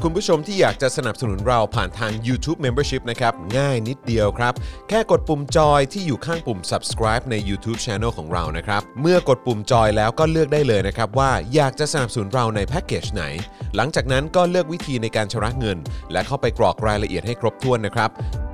คุณผู้ชมที่อยากจะสนับสนุนเราผ่านทาง YouTube Membership นะครับง่ายนิดเดียวครับแค่กดปุ่มจอยที่อยู่ข้างปุ่ม subscribe ใน YouTube Channel ของเรานะครับเมื่อกดปุ่มจอยแล้วก็เลือกได้เลยนะครับว่าอยากจะสนับสนุนเราในแพ็กเกจไหนหลังจากนั้นก็เลือกวิธีในการชำระเงินและเข้าไปกรอกรายละเอียดให้ครบถ้วนนะครับ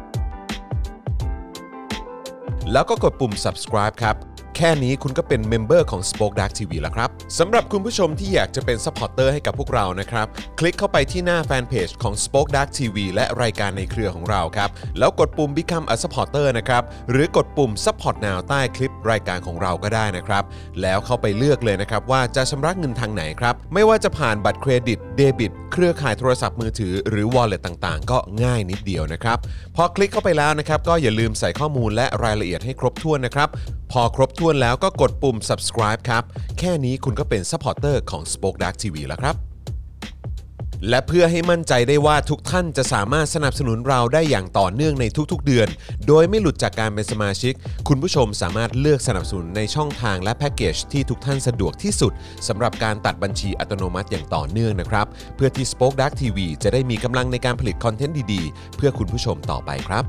แล้วก็กดปุ่ม subscribe ครับแค่นี้คุณก็เป็นเมมเบอร์ของ Spoke Dark TV แล้วครับสำหรับคุณผู้ชมที่อยากจะเป็นซัพพอร์ตเตอร์ให้กับพวกเรานะครับคลิกเข้าไปที่หน้าแฟนเพจของ Spoke Dark TV และรายการในเครือของเราครับแล้วกดปุ่ม Become a supporter นะครับหรือกดปุ่ม Support Now ใต้คลิปรายการของเราก็ได้นะครับแล้วเข้าไปเลือกเลยนะครับว่าจะชำระเงินทางไหนครับไม่ว่าจะผ่านบัตรเครดิตเดบิตเครือข่ายโทรศัพท์มือถือหรือ Wallet ต่างๆก็ง่ายนิดเดียวนะครับพอคลิกเข้าไปแล้วนะครับก็อย่าลืมใส่ข้อมูลและรายละเอียดให้ครบถ้วนนะครับพอครบถ้วนแล้วก็กดปุ่ม subscribe ครับแค่นี้คุณก็เป็นซัพพอร์ตเตอร์ของ Spoke Dark TV แล้วครับและเพื่อให้มั่นใจได้ว่าทุกท่านจะสามารถสนับสนุนเราได้อย่างต่อเนื่องในทุกๆเดือนโดยไม่หลุดจากการเป็นสมาชิกคุณผู้ชมสามารถเลือกสนับสนุนในช่องทางและแพ็กเกจที่ทุกท่านสะดวกที่สุดสำหรับการตัดบัญชีอัตโนมัติอย่างต่อเนื่องนะครับเพื่อที่ Spoke Dark TV จะได้มีกำลังในการผลิตคอนเทนต์ดีๆเพื่อคุณผู้ชมต่อไปครับ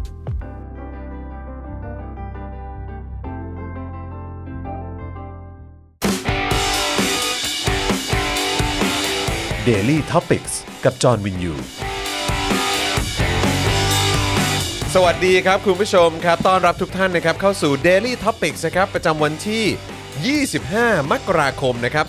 Daily Topics กับจอห์นวินยูสวัสดีครับคุณผู้ชมครับต้อนรับทุกท่านนะครับเข้าสู่ Daily Topics นะครับประจำวันที่25มกราคมนะครับ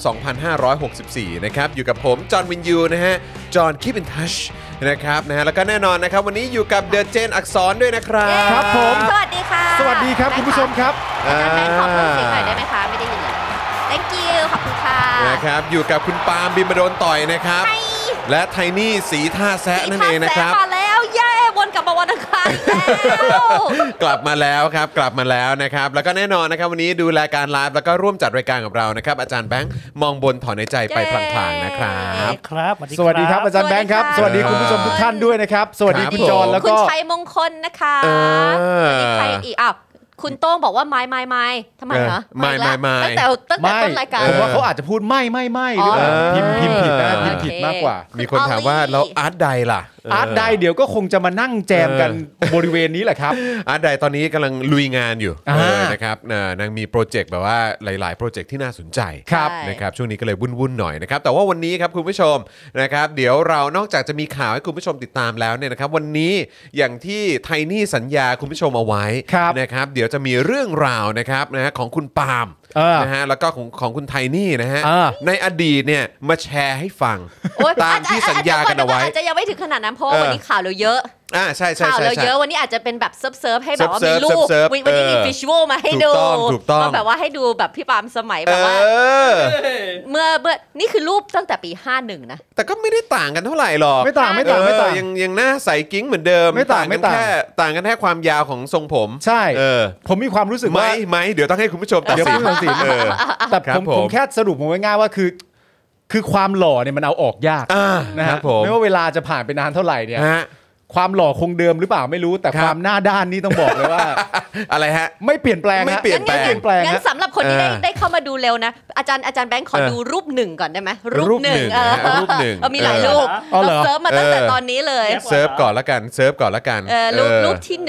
2564นะครับอยู่กับผมจอห์นวินยูนะฮะจอห์น Keep in Touch นะครับนะฮะแล้วก็แน่นอนนะครับวันนี้อยู่กับเดอะเจนอักษรด้วยนะครับครับผมสวัสดีค่ะสวัสดีครับคุณผู้ชมครับอาจารย์แบงค์ขอเพิ่มเสียงหน่อยได้ไหมคะไม่ได้ยินเลย Thank you ขอบคุณค่ะนะครับอยู่กับคุณปาล์มบิมมาโดนต่อยนะครับและไทนี่สีท่าแซะนั่นเองนะครับมาแล้วเย้วนกลับมาวันอังคารแล้วกลับมาแล้วครับกลับมาแล้วนะครับแล้วก็แน่นอนนะครับวันนี้ดูรายการไลฟ์แล้วก็ร่วมจัดรายการกับเรานะครับอาจารย์แบงค์มองบนถอนในใจไปพลางๆนะครับครับสวัสดีครับอาจารย์แบงค์ครับสวัสดีคุณผู้ชมทุกท่านด้วยนะครับสวัสดีคุณจอนแล้วก็คุณชัยมงคลนะคะสวัสดีใครอีกอ้าวคุณโต้งบอกว่าไม่ทำไมเหรอไม่ตั้งแต่ต้นรายการผมว่าเขาอาจจะพูดไม่หรือพิมพ์ผิดนะพิมพ์ผิดมากกว่ามีคนถามว่าแล้วอาร์ตไดล่ะอาร์ตไดเดี๋ยวก็คงจะมานั่งแจมกันบริเวณนี้แหละครับอาร์ตไดตอนนี้กำลังลุยงานอยู่นะครับนางมีโปรเจกต์แบบว่าหลายๆโปรเจกต์ที่น่าสนใจนะครับช่วงนี้ก็เลยวุ่นๆหน่อยนะครับแต่ว่าวันนี้ครับคุณผู้ชมนะครับเดี๋ยวเรานอกจากจะมีข่าวให้คุณผู้ชมติดตามแล้วเนี่ยนะครับวันนี้อย่างที่ไทนี่สัญญาคุณผู้ชมเอาไว้นะครับเดี๋ยวจะมีเรื่องราวนะครับนะของคุณปาล์มนะฮะแล้วก็ของคุณไทนี่นะฮะในอดีตเนี่ยมาแชร์ให้ฟังตามที่สัญญากันเอาไว้อาจจะยังไม่ถึงขนาดนั้นเพราะวันนี้ข่าวเราเยอะใช่ข่าวเราเยอะวันนี้อาจจะเป็นแบบเซิร์ฟให้แบบว่ามีรูปวันนี้มีวิชวลมาให้ดูมาแบบว่าให้ดูแบบพี่ปาล์มสมัยแบบว่าเมื่อนี่คือรูปตั้งแต่ปี51นะแต่ก็ไม่ได้ต่างกันเท่าไหร่หรอกไม่ต่างยังหน้าใสกิ้งเหมือนเดิมไม่ต่างกันแค่ความยาวของทรงผมใช่ผมมีความรู้สึกว่าไม่เดี๋ยวต้องให้คุณผู้ชมตัดสินแต่ผมแค่สรุปง่ายๆว่าคือความหล่อเนี่ยมันเอาออกยากนะครับไม่ว่าเวลาจะผ่านไปนานเท่าไหร่เนี่ยความหล่อคงเดิมหรือเปล่าไม่รู้แต่ความหน้าด้านนี่ต้องบอกเลยว่าอะไรฮะไม่เปลี่ยนแปลงงั้นสำหรับคนที่ได้เข้ามาดูเร็วนะอาจารย์แบงค์ขอดูรูปหนึ่งก่อนได้ไหมรูปหนึ่งมีหลายรูปเราเซิร์ฟมาตั้งแต่ตอนนี้เลยเซิร์ฟก่อนละกันรูปที่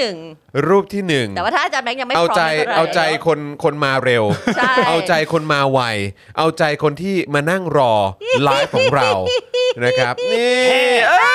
1แต่ว่าถ้าอาจารย์แบงค์ยังไม่พร้อมเอาใจคนมาเร็วเอาใจคนมาไวเอาใจคนที่มานั่งรอไลฟ์ของเรานะครับนี่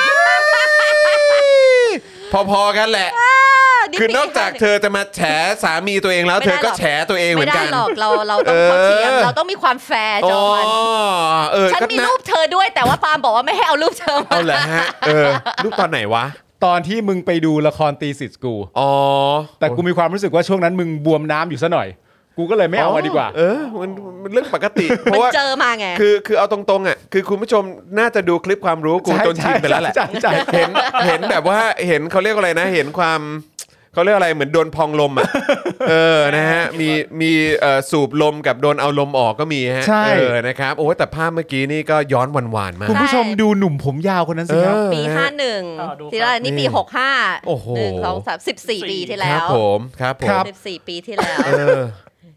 พอๆกันแหละคือนอกจากเธอจะมาแฉสามีตัวเองแล้วเธอก็แฉตัวเองเหมือนกันไม่ได้หรอกเราต้องเท่าเทียมเราต้องมีความแฟร์จอมันฉันมีรูปเธอด้วยแต่ว่าปาล์มบอกว่าไม่ให้เอารูปเธอมาเอาเหรอฮะรูปตอนไหนวะตอนที่มึงไปดูละครตีสิทธิ์กูแต่กูมีความรู้สึกว่าช่วงนั้นมึงบวมน้ำอยู่ซะหน่อยกูก็เลยไม่เอามาดีกว่ามันเรื่องปกติเพราะว่าเจอมาไงคือเอาตรงๆอ่ะคือคุณผู้ชมน่าจะดูคลิปความรู้กูจนชินไปแล้วแหละเห็นแบบว่าเห็นเขาเรียกอะไรนะเห็นความเขาเรียกอะไรเหมือนโดนพองลมอ่ะนะฮะมีสูบลมกับโดนเอาลมออกก็มีฮะนะครับโอ้แต่ภาพเมื่อกี้นี่ก็ย้อนหวานๆมากคุณผู้ชมดูหนุ่มผมยาวคนนั้นสิครับปี51ทีละนี่ปี65 1 2 3 14ปีที่แล้วครับผม 14ปีที่แล้ว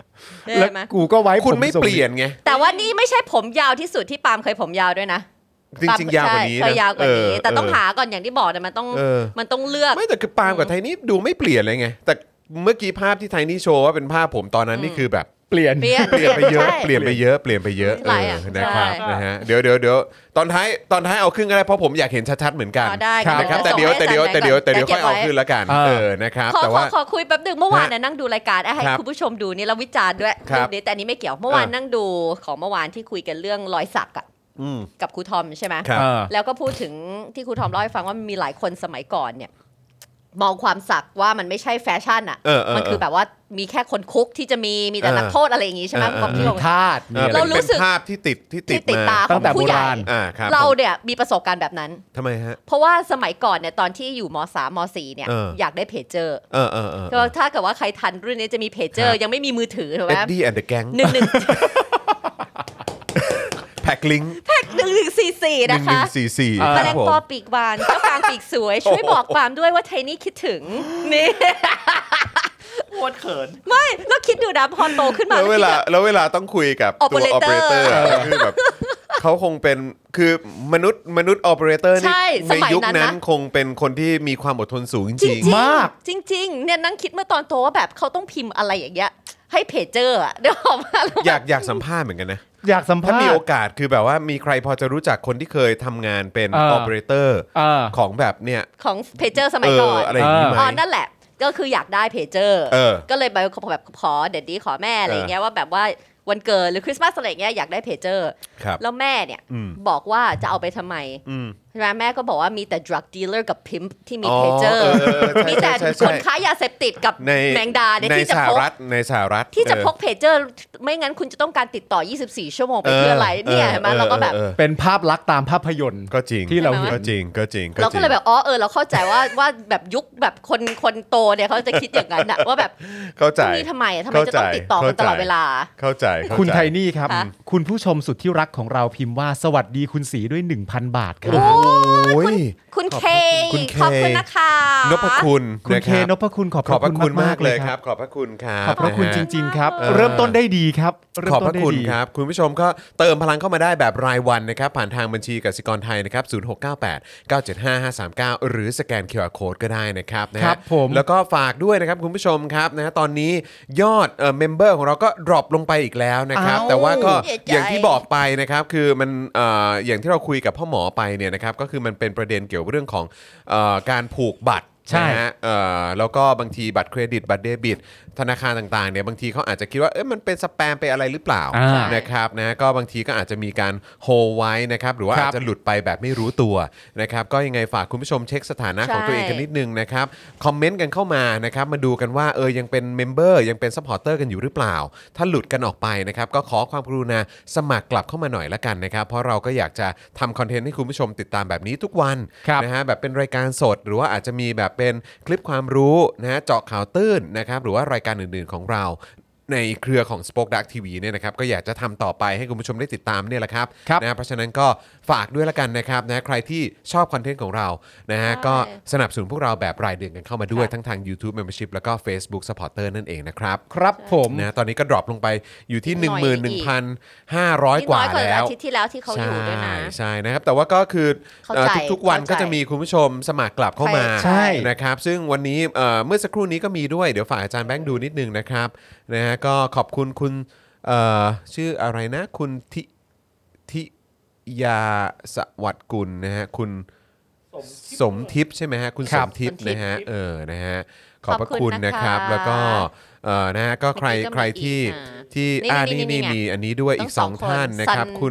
แล้วกูก็ไว้คุณไม่เปลี่ยนไงแต่ว่านี่ไม่ใช่ผมยาวที่สุดที่ปาล์มเคยผมยาวด้วยนะจริงๆยาวกว่านี้นะยาวกว่านี้แต่ต้องหาก่อนอย่างที่บอกเนี่ยมันต้องเลือกไม่แต่คือปาล์มกับไทนี่ดูไม่เปลี่ยนเลยไงแต่เมื่อกี้ภาพที่ไทนี่โชว์ว่าเป็นภาพผมตอนนั้นนี่คือแบบเปลี่ยนไปเยอะเปลี่ยนไปเยอะนะครับนะฮะเดี๋ยวตอนท้ายเอาขึ้นก็ได้เพราะผมอยากเห็นชัดๆเหมือนกันนะครับแต่เดี๋ยวค่อยเอาขึ้นแล้วกันนะครับแต่ว่าขอคุยแป๊บนึงเมื่อวานนั่งดูรายการให้คุณผู้ชมดูนี่เราวิจารณ์ด้วยรูปนี้แต่นี้ไม่เกี่ยวเมื่อวานนั่งดูของเมื่อวานที่คุยกันเรื่องรอยสักอะกับครูทอมใช่ไหมแล้วก็พูดถึงที่ครูทอมเล่าให้ฟังว่ามีหลายคนสมัยก่อนเนี่ยมองความสักว่ามันไม่ใช่แฟชั่นอ่ะมันคือแบบว่ามีแค่คนคุกที่จะมีแต่นักโทษอะไรอย่างงี้ใช่ไหมความที่ทาสเรารู้สึกภาพที่ติดตาของผู้ใหญ่เราเนี่ยมีประสบการณ์แบบนั้นทำไมฮะเพราะว่าสมัยก่อนเนี่ยตอนที่อยู่ม.3 ม.4 เนี่ยอยากได้เพจเจอร์ก็ถ้าเกิดว่าใครทันรุ่นนี้จะมีเพจเจอร์ยังไม่มีมือถือถูกไหม Eddie and the Gang แพ็คลิงก์แพ็ค1144นะคะแมลงปอปีกบานเจ้ากลางปีกสวยช่วยบอกความด้วยว่าไทนี่คิดถึงนี่โคตรเขินไม่แล้วคิดดูนะพอโตขึ้นมาแล้วเวลาต้องคุยกับตัว operator คือแบบเขาคงเป็นคือมนุษย์ operator นี่ในยุคนั้นคงเป็นคนที่มีความอดทนสูงจริงมากจริงๆเนี่ยนั่งคิดเมื่อตอนโตว่าแบบเขาต้องพิมพ์อะไรอย่างเงี้ยให้เพจเจอร์อ่ะเดี๋ยวออกมาอยากสัมภาษณ์เหมือนกันนะอยากสัมภาษณ์ถ้ามีโอกาสคือแบบว่ามีใครพอจะรู้จักคนที่เคยทำงานเป็นออเปอเรเตอร์ของแบบเนี่ยของเพจเจอร์สมัยก่อนอะไรอย่างนี้ไหมนั่นแหละก็คืออยากได้เพจเจอร์ก็เลยแบบขอเด็ดดีขอแม่อะไรอย่างเงี้ยว่าแบบว่าวันเกิดหรือคริสต์มาสอะไรอย่างเงี้ยอยากได้เพจเจอร์แล้วแม่เนี่ยบอกว่าจะเอาไปทำไมใช่ไหมแม่ก็บอกว่ามีแต่ drug dealer กับ pimp ที่มีเพจเจอร์มีแต่คนค้ายาเสพติดกับแมงดาเนี่ยที่จะพกในสหรัฐที่จะพกเพจเจอร์ไม่งั้นคุณจะต้องการติดต่อ24ชั่วโมงไปเพื่ออะไรเนี่ยเห็นไหมเราก็แบบเป็นภาพลักษณ์ตามภาพยนตร์ก็จริงที่เราเห็นก็จริงเราก็เลยแบบเราเข้าใจว่าแบบยุคแบบคนโตเนี่ยเขาจะคิดอย่างนั้นอะว่าแบบเข้าใจนี่ทำไมจะต้องติดต่อกันตลอดเวลาเข้าใจคุณไทนี่ครับคุณผู้ชมสุดที่รักของเราพิมพ์ว่าสวัสดีคุณสีด้วย 1,000 บาทครับคุณเคขอบคุณนะคะนพคุณคุณเคนพคุณขอบพระคุณมากเลยครับขอบพระคุณครับขอบพระคุณจริงๆครับเริ่มต้นได้ดีครับขอบพระคุณครับคุณผู้ชมก็เติมพลังเข้ามาได้แบบรายวันนะครับผ่านทางบัญชีกสิกรไทยนะครับ0698975539หรือสแกน QR Code ก็ได้นะครับครับผมแล้วก็ฝากด้วยนะครับคุณผู้ชมครับนะตอนนี้ยอดเมมเบอร์ของเราก็ดรอปลงไปอีกแล้วนะครับแต่ว่าก็อย่างที่บอกไปนะครับคือมันอย่างที่เราคุยกับพ่อหมอไปเนี่ยนะครับก็คือมันเป็นประเด็นเกี่ยวกับเรื่องของการผูกบัตรนะฮะแล้วก็บางทีบัตรเครดิตบัตรเดบิตธนาคารต่างๆเนี่ยบางทีเขาอาจจะคิดว่ามันเป็นสแปมไปอะไรหรือเปล่านะครับนะก็บางทีก็อาจจะมีการโฮไว้นะครับหรือว่าอาจจะหลุดไปแบบไม่รู้ตัวนะครับก็ยังไงฝากคุณผู้ชมเช็คสถานะของตัวเองกันนิดนึงนะครับคอมเมนต์กันเข้ามานะครับมาดูกันว่ายังเป็นเมมเบอร์ยังเป็นซัพพอร์เตอร์กันอยู่หรือเปล่าถ้าหลุดกันออกไปนะครับก็ขอความกรุณาสมัครกลับเข้ามาหน่อยละกันนะครับเพราะเราก็อยากจะทำคอนเทนต์ให้คุณผู้ชมติดตามแบบนี้ทุกวันนะฮะแบบเป็นรายการสดหรือว่าอาจจะมีแบบเป็นคลิปความรู้นะฮะเจาะข่าวตื้นนะครับหรือว่ารายการอื่นๆของเราในเครือของ Spoke Dark TV เนี่ยนะครับก็อยากจะทำต่อไปให้คุณผู้ชมได้ติดตามเนี่ยแหละครับนะเพราะฉะนั้นก็ฝากด้วยละกันนะครับนะใครที่ชอบคอนเทนต์ของเรานะฮะก็สนับสนุนพวกเราแบบรายเดือนกันเข้ามาด้วยทั้งทาง YouTube Membership แล้วก็ Facebook Supporter นั่นเองนะครับครับผมนะตอนนี้ก็ดรอปลงไปอยู่ที่ 11,500 กว่าแล้วอาทิตย์ที่แล้วที่เขาอยู่ด้วยนะใช่นะครับแต่ว่าก็คือทุกๆวันก็จะมีคุณผู้ชมสมัครกลับเข้ามานะครับซึ่งวันนี้เมื่อสักครู่นี้ก็มีด้วยเดี๋ยวฝากอาจารย์แบงค์ดูนิดนึงนะครับนะฮะก็ขอบคุณคุณชื่ออะไรนะคุณทิยาสวัสดิ์กุลนะฮะคุณสมทิพย์ใช่ไหมฮะคุณสมทิพย์นะฮะนะฮะขอบพระคุณนะครับแล้วก็นะฮะก็ใครที่นี่มีอันนี้ด้วยอีก2ท่านนะครับคุณ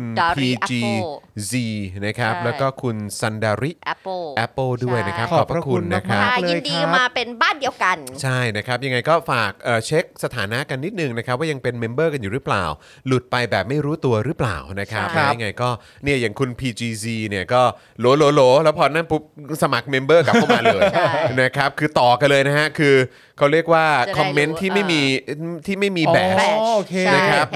PGZ นะครับแล้วก็คุณซันดาริ Apple ด้วยนะครับขอบพระคุณนะครับยินดีมาเป็นบ้านเดียวกันใช่นะครับยังไงก็ฝากเช็คสถานะกันนิดนึงนะครับว่ายังเป็นเมมเบอร์กันอยู่หรือเปล่าหลุดไปแบบไม่รู้ตัวหรือเปล่านะครับยังไงก็เนี่ยอย่างคุณ PGZ เนี่ยก็โหลแล้วพอนั่นปุ๊บสมัครเมมเบอร์กลับเข้ามาเลยนะครับคือต่อกันเลยนะฮะคือเขาเรียกว่าคอมเมนต์ที่ไม่มีแบบนะครับ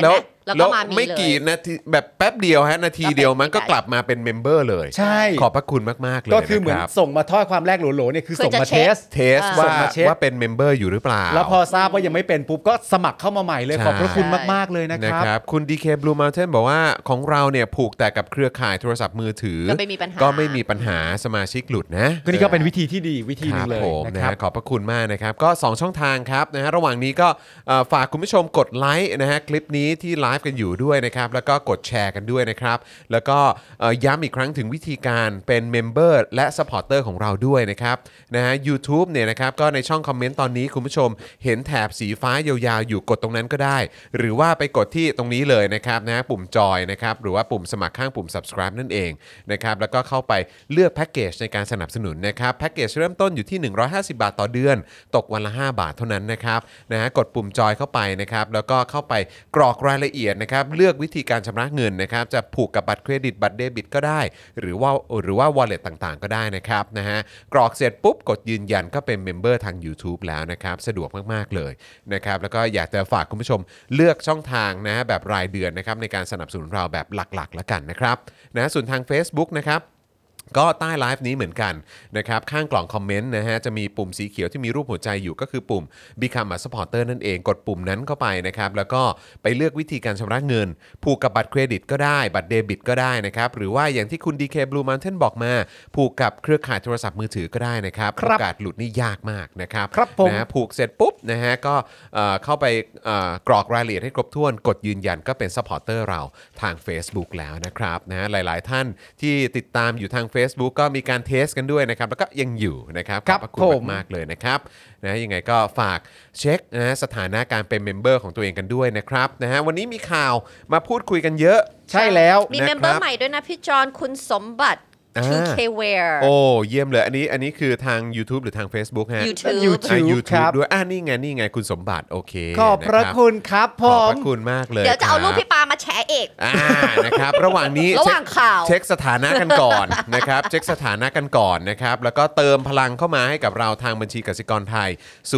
แล้วไม่กี่นาทีแบบแป๊บเดียวฮะนาทีเดียวมันก็กลับมาเป็นเมมเบอร์เลยใช่ขอบพระคุณมากๆเลยก็คือเหมือนส่งมาทอดความแรกโหลๆเนี่ยคือส่งมาเทสว่าเป็นเมมเบอร์อยู่หรือเปล่าแล้วพอทราบว่ายังไม่เป็นปุ๊บก็สมัครเข้ามาใหม่เลยขอบพระคุณมากๆเลยนะครับคุณ DK Blue Mountain บอกว่าของเราเนี่ยผูกแต่กับเครือข่ายโทรศัพท์มือถือก็ไม่มีปัญหาสมาชิกหลุดนะก็นี่ก็เป็นวิธีที่ดีวิธีนึงเลยนะครับขอบพระคุณมากนะครับก็2ช่องทางครับนะฮะระหว่างนี้ก็ฝากคุณผู้ชมกดไลค์นะฮะคลิปนี้ที่ไลฟ์กันอยู่ด้วยนะครับแล้วก็กดแชร์กันด้วยนะครับแล้วก็ย้ำอีกครั้งถึงวิธีการเป็นเมมเบอร์และซัพพอร์เตอร์ของเราด้วยนะครับนะฮะ YouTube เนี่ยนะครับก็ในช่องคอมเมนต์ตอนนี้คุณผู้ชมเห็นแถบสีฟ้ายาวๆอยู่กดตรงนั้นก็ได้หรือว่าไปกดที่ตรงนี้เลยนะครับนะปุ่มจอยนะครับหรือว่าปุ่มสมัครข้างปุ่ม subscribe นั่นเองนะครับแล้วก็เข้าไปเลือกแพ็กเกจในการสนับสนุนนะครับแพ็กเกจเริ่มต้นอยู่ที่150 บาทต่อเดือนตกวันละ5 บาทเท่านั้นนะครับนะฮะกดปุ่มจอยเข้าไปนะครับแล้วก็เข้าไปกรอกรายละเอียดนะครับเลือกวิธีการชำระเงินนะครับจะผูกกับบัตรเครดิตบัตรเดบิตก็ได้หรือว่า wallet ต่างๆก็ได้นะครับนะฮะกรอกเสร็จปุ๊บกดยืนยันก็เป็นเมมเบอร์ทาง YouTube แล้วนะครับสะดวกมากๆเลยนะครับแล้วก็อยากจะฝากคุณผู้ชมเลือกช่องทางนะแบบรายเดือนนะครับในการสนับสนุนเราแบบหลักๆแล้วกันนะครับนะส่วนทาง Facebook นะครับก็ใต้ไลฟ์นี้เหมือนกันนะครับข้างกล่องคอมเมนต์นะฮะจะมีปุ่มสีเขียวที่มีรูปหัวใจอยู่ก็คือปุ่ม Become a Supporter นั่นเองกดปุ่มนั้นเข้าไปนะครับแล้วก็ไปเลือกวิธีการชำระเงินผูกกับบัตรเครดิตก็ได้บัตรเดบิตก็ได้นะครับหรือว่าอย่างที่คุณ DK Blue Mountain บอกมาผูกกับเครือข่ายโทรศัพท์มือถือก็ได้นะครับโอกาสหลุดนี่ยากมากนะครับนะผูกเสร็จปุ๊บนะฮะก็เข้าไปกรอกรายละเอียดให้ครบถ้วนกดยืนยันก็เป็น Supporter เราทาง Facebook แล้วนะครับนะหลายๆท่านที่ติดตามอยู่ทางFacebook ก็มีการเทสกันด้วยนะครับแล้วก็ยังอยู่นะครับขอบคุณมากๆเลยนะครับนะยังไงก็ฝากเช็คนะสถานะการเป็นเมมเบอร์ของตัวเองกันด้วยนะครับนะฮะวันนี้มีข่าวมาพูดคุยกันเยอะใช่แล้วมีเมมเบอร์ใหม่ด้วยนะพี่จอนคุณสมบัติ 2K Wear โอ้เยี่ยมเลยอันนี้คือทาง YouTube หรือทาง Facebook ฮะ YouTube ครับด้วยนี่ไงคุณสมบัติโอเคขอบพระคุณครับผมขอบพระคุณมากเลยเดี๋ยวจะเอารูปพี่ปามาแฉเอกนะครับระหว่างนี้เช็คสถานะกันก่อนนะครับเช็คสถานะกันก่อนนะครับแล้วก็เติมพลังเข้ามาให้กับเราทางบัญชีกสิกรไทย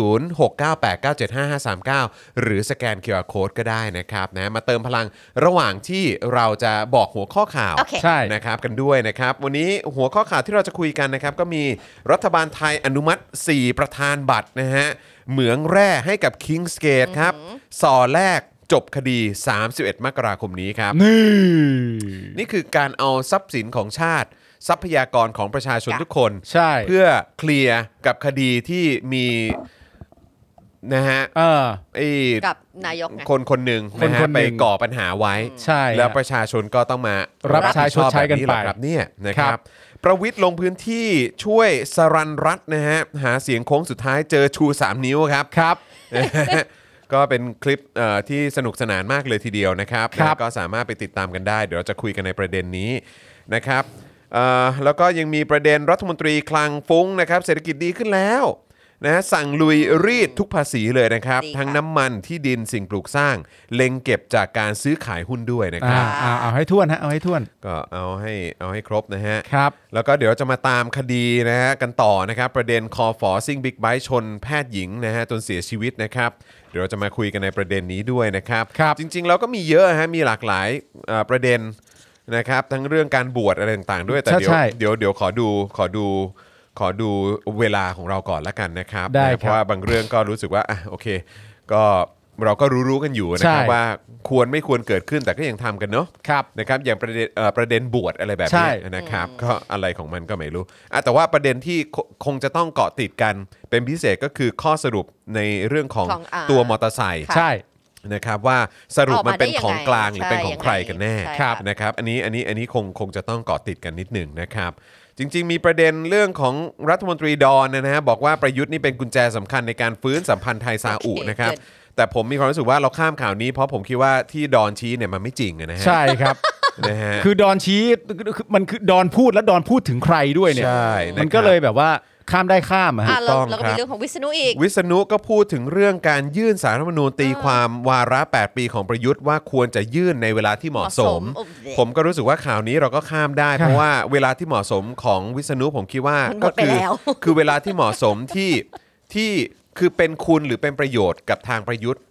0698975539หรือสแกน QR Code ก็ได้นะครับนะมาเติมพลังระหว่างที่เราจะบอกหัวข้อข่าวนะครับกันด้วยนะครับวันนี้หัวข้อข่าวที่เราจะคุยกันนะครับก็มีรัฐบาลไทยอนุมัติ4ประธานบัตรนะฮะเหมืองแร่ให้กับ Kingsgate ครับส่อแรกจบคดี31มกราคมนี้ครับนี่คือการเอาทรัพย์สินของชาติทรัพยากรของประชาชนทุกคนเพื่อเคลียร์กับคดีที่มีนะฮะกับนายกคนหนึ่งนะฮะไปก่อปัญหาไว้แล้วประชาชนก็ต้องมารับใช้ชดใช้กันไปครับเนี่ยนะครับประวิตรลงพื้นที่ช่วยสรันรัตน์นะฮะหาเสียงโค้งสุดท้ายเจอชู3นิ้วครับก็เป็นคลิปที่สนุกสนานมากเลยทีเดียวนะครับก็สามารถไปติดตามกันได้เดี๋ยวเราจะคุยกันในประเด็นนี้นะครับแล้วก็ยังมีประเด็นรัฐมนตรีคลังฟุ้งนะครับเศรษฐกิจดีขึ้นแล้วนะสั่งลุยรีดทุกภาษีเลยนะครับทั้งน้ำมันที่ดินสิ่งปลูกสร้างเล็งเก็บจากการซื้อขายหุ้นด้วยนะครับเอาให้ท่วนฮะเอาให้ท่วนก็เอาให้ครบนะฮะครับแล้วก็เดี๋ยวจะมาตามคดีนะฮะกันต่อนะครับประเด็นคอฝอซิ่งบิ๊กไบค์ชนแพทย์หญิงนะฮะจนเสียชีวิตนะครับเดี๋ยวเราจะมาคุยกันในประเด็นนี้ด้วยนะครับจริงๆเราก็มีเยอะฮะมีหลากหลายประเด็นนะครับทั้งเรื่องการบวชอะไรต่างๆด้วยแต่เดี๋ยวขอดูเวลาของเราก่อนละกันนะครับเพราะว่าบางเรื่องก็รู้สึกว่าโอเคก็เราก็รู้กันอยู่นะครับว่าควรไม่ควรเกิดขึ้นแต่ก็ยังทำกันเนาะนะครับอย่างประเด็นบวชอะไรแบบนี้นะครับก็อะไรของมันก็ไม่รู้แต่ว่าประเด็นที่คงจะต้องเกาะติดกันเป็นพิเศษก็คือข้อสรุปในเรื่องของตัวมอเตอร์ไซค์นะครับว่าสรุปมันเป็นของกลางหรือเป็นของใครกันแน่นะครับอันนี้คงจะต้องเกาะติดกันนิดหนึ่งนะครับจริงๆมีประเด็นเรื่องของรัฐมนตรีดอนนะฮะบอกว่าประยุทธ์นี่เป็นกุญแจสำคัญในการฟื้นสัมพันธ์ไทยซาอุนะครับแต่ผมมีความรู้สึกว่าเราข้ามข่าวนี้เพราะผมคิดว่าที่ดอนชี้เนี่ยมันไม่จริงนะฮะใช่ครับนะฮะคือดอนชี้มันคือดอนพูดแล้วดอนพูดถึงใครด้วยเนี่ยมันก็เลยแบบว่าข้ามได้ข้ามถูกต้องครับแล้วก็มีเรื่องของวิษณุอีกวิษณุก็พูดถึงเรื่องการยื่นสารรัฐธรรมนูญตีความวาระ8ปีของประยุทธ์ว่าควรจะยื่นในเวลาที่เหมาะสมผมก็รู้สึกว่าข่าวนี้เราก็ข้ามได้เพราะว่าเวลาที่เหมาะสมของวิษณุผมคิดว่าก็คือเวลาที่เหมาะสมที่คือเป็นคุณหรือเป็นประโยชน์กับทางประยุทธ์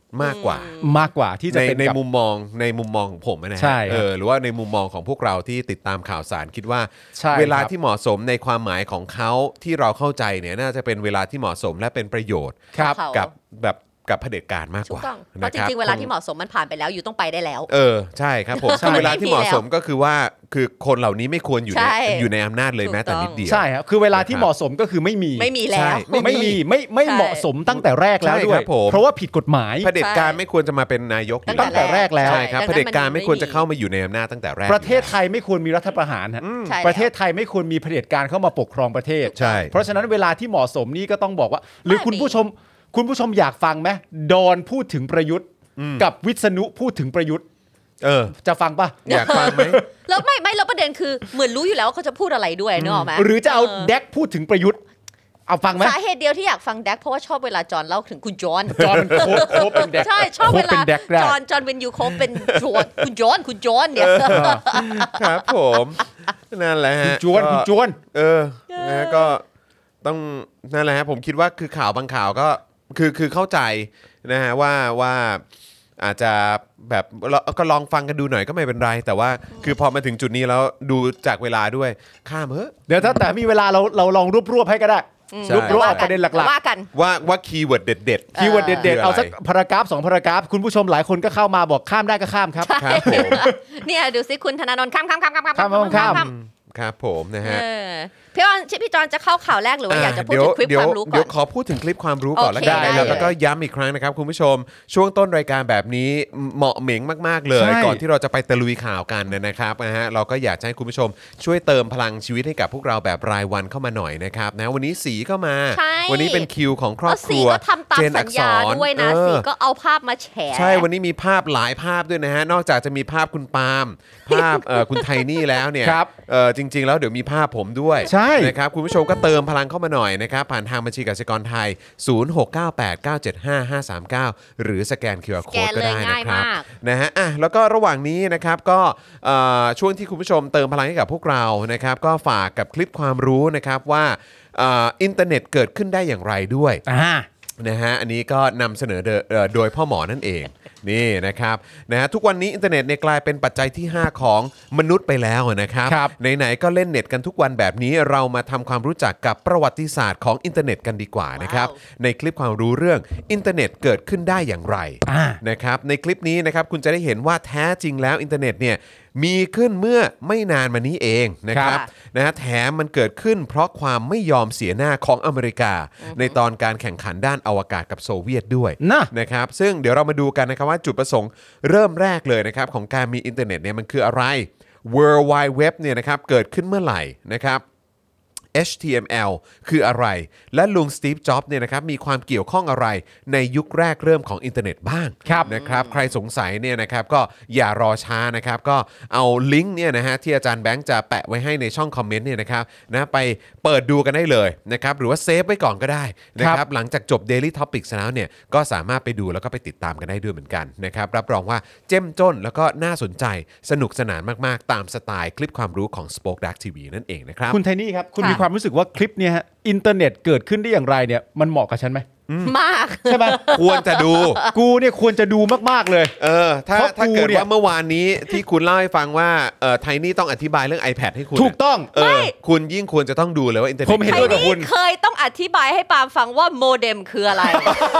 มากกว่าที่จะเป็นในมุมมองของผมนะฮะหรือว่าในมุมมองของพวกเราที่ติดตามข่าวสารคิดว่าเวลาที่เหมาะสมในความหมายของเขาที่เราเข้าใจเนี่ยน่าจะเป็นเวลาที่เหมาะสมและเป็นประโยชน์กับเผด็จการมากกว่าเพราะจริงๆเวลาที่เหมาะสมมันผ่านไปแล้วอยู่ต้องไปได้แล้วใช่ครับผมเวลาที่เหมาะสมก็คือว่าคือคนเหล่านี้ไม่ควรอยู่ในอำนาจเลยแม้แต่นิดเดียวใช่ครับคือเวลาที่เหมาะสมก็คือไม่มีแล้วไม่เหมาะสมตั้งแต่แรกแล้วด้วยเพราะว่าผิดกฎหมายเผด็จการไม่ควรจะมาเป็นนายกตั้งแต่แรกแล้วใช่ครับเผด็จการไม่ควรจะเข้ามาอยู่ในอำนาจตั้งแต่แรกประเทศไทยไม่ควรมีรัฐประหารฮะประเทศไทยไม่ควรมีเผด็จการเข้ามาปกครองประเทศเพราะฉะนั้นเวลาที่เหมาะสมนี่ก็ต้องบอกว่าหรือคุณผู้ชมอยากฟังไหมดอนพูดถึงประยุทธ์กับวิษณุพูดถึงประยุทธ์จะฟังป่ะอยากฟังไหมแล้วไม่แล้วประเด็นคือเหมือนรู้อยู่แล้วเขาจะพูดอะไรด้วยนึกออกไหมหรือจะเอาแดกพูดถึงประยุทธ์เอาฟังไหมสาเหตุเดียวที่อยากฟังแดกเพราะว่าชอบเวลาจอนเล่าถึงคุณจอนโคบเป็นแดกใช่ชอบเวลาจอนเป็นยูโคบเป็นจอนคุณจอนเนี่ยครับผมนั่นแหละฮะคุณจวนนะก็ต้องนั่นแหละฮะผมคิดว่าคือข่าวบางข่าวก็คือเข้าใจนะฮะว่าอาจจะแบบก็ลองฟังกันดูหน่อยก็ไม่เป็นไรแต่ว่าคือพอมาถึงจุดนี้แล้วดูจากเวลาด้วยข้ามเดี๋ยวถ้าแต่มีเวลาเราลองรวบให้ก็ได้รวบประเด็นหลักๆว่าคีย์เวิร์ดเด็ดคีย์เวิร์ดเด็ดเอาสักพารากราฟ2พารากราฟคุณผู้ชมหลายคนก็เข้ามาบอกข้ามได้ก็ข้ามครับครับผมเนี่ยดูสิคุณธนาโนนข้ามครับผมนะฮะพี่จอนจะเข้าข่าวแรกหรือว่าอยากจะพูดถึงคลิปความรู้ก่อนเดี๋ยวขอพูดถึงคลิปความรู้ก่อนแล้วกันแล้วก็ย้ำอีกครั้งนะครับคุณผู้ชมช่วงต้นรายการแบบนี้เหมาะเหม็งมากๆเลยก่อนที่เราจะไปตะลุยข่าวกันนะครับนะฮะเราก็อยากให้คุณผู้ชมช่วยเติมพลังชีวิตให้กับพวกเราแบบรายวันเข้ามาหน่อยนะครับนะวันนี้สีก็มาวันนี้เป็นคิวของครอบครัวเจนอักษรด้วยนะสีก็เอาภาพมาแชร์ใช่วันนี้มีภาพหลายภาพด้วยนะฮะนอกจากจะมีภาพคุณปาล์มภาพคุณไทนี่แล้วเนี่ยจริงๆแล้วเดี๋ยวมีภาพผมด้วยนะครับคุณผู้ชมก็เติมพลังเข้ามาหน่อยนะครับผ่านทางบัญชีกสิกรไทย0698975539หรือสแกน QR Code ก็ได้นะครับนะฮะแล้วก็ระหว่างนี้นะครับก็ช่วงที่คุณผู้ชมเติมพลังให้กับพวกเรานะครับก็ฝากกับคลิปความรู้นะครับว่าอินเทอร์เน็ตเกิดขึ้นได้อย่างไรด้วยนะฮะอันนี้ก็นำเสนอโดยพ่อหมอนั่นเองนี่นะครับนะฮะทุกวันนี้อินเทอร์เน็ตเนี่ยกลายเป็นปัจจัยที่5ของมนุษย์ไปแล้วนะครับไหนๆก็เล่นเน็ตกันทุกวันแบบนี้เรามาทำความรู้จักกับประวัติศาสตร์ของอินเทอร์เน็ตกันดีกว่านะครับในคลิปความรู้เรื่องอินเทอร์เน็ตเกิดขึ้นได้อย่างไรนะครับในคลิปนี้นะครับคุณจะได้เห็นว่าแท้จริงแล้วอินเทอร์เน็ตเนี่ยมีขึ้นเมื่อไม่นานมานี้เองนะครับนะฮะแถมมันเกิดขึ้นเพราะความไม่ยอมเสียหน้าของอเมริกาในตอนการแข่งขันด้านอวกาศกับโซเวียตด้วยนะครับซึ่งเดี๋ยวเรามาดูกันนะครับว่าจุดประสงค์เริ่มแรกเลยนะครับของการมีอินเทอร์เน็ตเนี่ยมันคืออะไร World Wide Web เนี่ยนะครับเกิดขึ้นเมื่อไหร่นะครับ HTML คืออะไรและลุงสตีฟจ็อบส์เนี่ยนะครับมีความเกี่ยวข้องอะไรในยุคแรกเริ่มของอินเทอร์เน็ตบ้างนะครับใครสงสัยเนี่ยนะครับก็อย่ารอช้านะครับก็เอาลิงก์เนี่ยนะฮะที่อาจารย์แบงค์จะแปะไว้ให้ในช่องคอมเมนต์เนี่ยนะครับนะไปเปิดดูกันได้เลยนะครับหรือว่าเซฟไว้ก่อนก็ได้นะครับหลังจากจบ Daily Topics แล้วเนี่ยก็สามารถไปดูแล้วก็ไปติดตามกันได้ด้วยเหมือนกันนะครับรับรองว่าเจ้มจ้นแล้วก็น่าสนใจสนุกสนานมากๆตามสไตล์คลิปความรู้ของ Spoke Dark TV นั่นเองนะครับคุณไทนี่ครับคุณมีความรู้สึกว่าคลิปเนี่ยฮะอินเทอร์เน็ตเกิดขึ้นได้อย่างไรเนี่ยมันเหมาะกับฉันไหมมากใช่ไหมควรจะดูกูเนี่ยควรจะดูมากๆเลยถ้าเกิดว่าเมื่อวานนี้ที่คุณเล่าให้ฟังว่าไทนี่ต้องอธิบายเรื่อง iPad ให้คุณถูกต้องคุณยิ่งควรจะต้องดูเลยว่าอินเทอร์เน็ตผมเห็นด้วยกับคุณเคยต้องอธิบายให้ปาล์มฟังว่าโมเด็มคืออะไร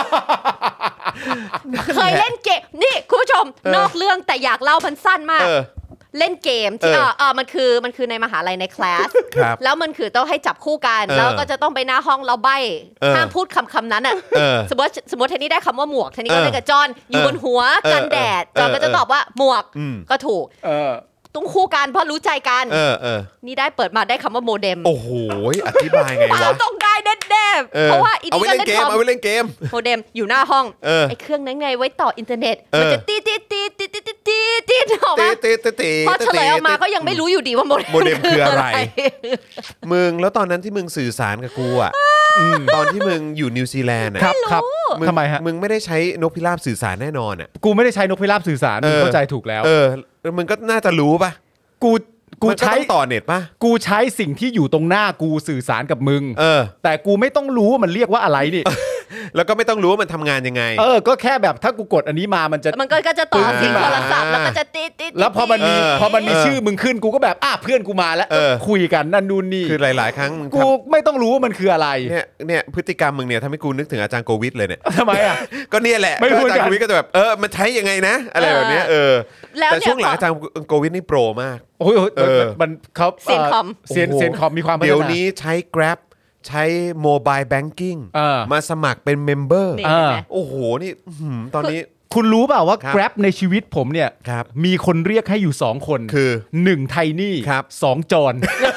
เคยเล่นเกมนี่คุณผู้ชมนอกเรื่องแต่อยากเล่ามันสั้นมากเล่นเกมที่มันคือในมหาลัยในคลาสแล้วมันคือต้องให้จับคู่กันแล้วก็จะต้องไปหน้าห้องเราใบ้ห้ามพูดคำนั้นอ่ะสมมติเทนนี่ได้คำว่าหมวกเทนนี่ก็เลยกับจอนอยู่บนหัวกันแดดจอนก็จะตอบว่าหมวกก็ถูกต้องคู่กันเพราะรู้ใจกันนี่ได้เปิดมาได้คำว่าโมเด็มโอ้โหอธิบายไงวะต้องได้แน่ๆเพราะว่าเอาไว้เล่นเกมโมเด็มอยู่หน้าห้องไอ้เครื่องนั้นไงไว้ต่ออินเทอร์เน็ตมันจะตีออกมาพอเฉลยออกมาก็ยังไม่รู้อยู่ดีว่าโมเด็มคืออะไรมึงแล้วตอนนั้นที่มึงสื่อสารกับกูอ่ะตอนที่มึงอยู่นิวซีแลนด์อ่ะครับทำไมฮะมึงไม่ได้ใช้นกพิราบสื่อสารแน่นอนอ่ะกูไม่ได้ใช้นกพิราบสื่อสารมึงเข้าใจถูกแล้วมึงก็น่าจะรู้ป่ะกูใช้ต่อเน็ตป่ะกูใช้สิ่งที่อยู่ตรงหน้ากูสื่อสารกับมึงแต่กูไม่ต้องรู้ว่ามันเรียกว่าอะไรนี่แล้วก็ไม่ต้องรู้ว่ามันทำงานยังไงก็แค่แบบถ้ากูกดอันนี้มามันก็จะต่อซิงโทรศัพท์แล้วก็จะติดแล้วพอมันมีชื่อมึงขึ้นกูก็แบบเพื่อนกูมาแล้วคุยกันนั่นนู่นนี่คือหลายๆครั้งกูไม่ต้องรู้ว่ามันคืออะไรเนี่ยพฤติกรรมมึงเนี่ยทำให้กูนึกถึงอาจารย์โควิดเลยเนี่ยทำไมอ่ะก็เนี่ยแหละอาจารย์โควิดก็จะแบบมันใช้ยังไงนะอะไรแบบนี้แต่ช่วงหลังอาจารย์โควิดนี่โปรมากโอ้ยมันเขาเซียนคอมมีความเดี๋ยวนี้ใช้ Grab ใช้โมบายแบงกิ้งมาสมัครเป็นเมมเบอร์โอ้โหนี่ตอนนี้คุณรู้เปล่าว่า Grab ในชีวิตผมเนี่ยมีคนเรียกให้อยู่2คนคือ 1ไทนี่2จอน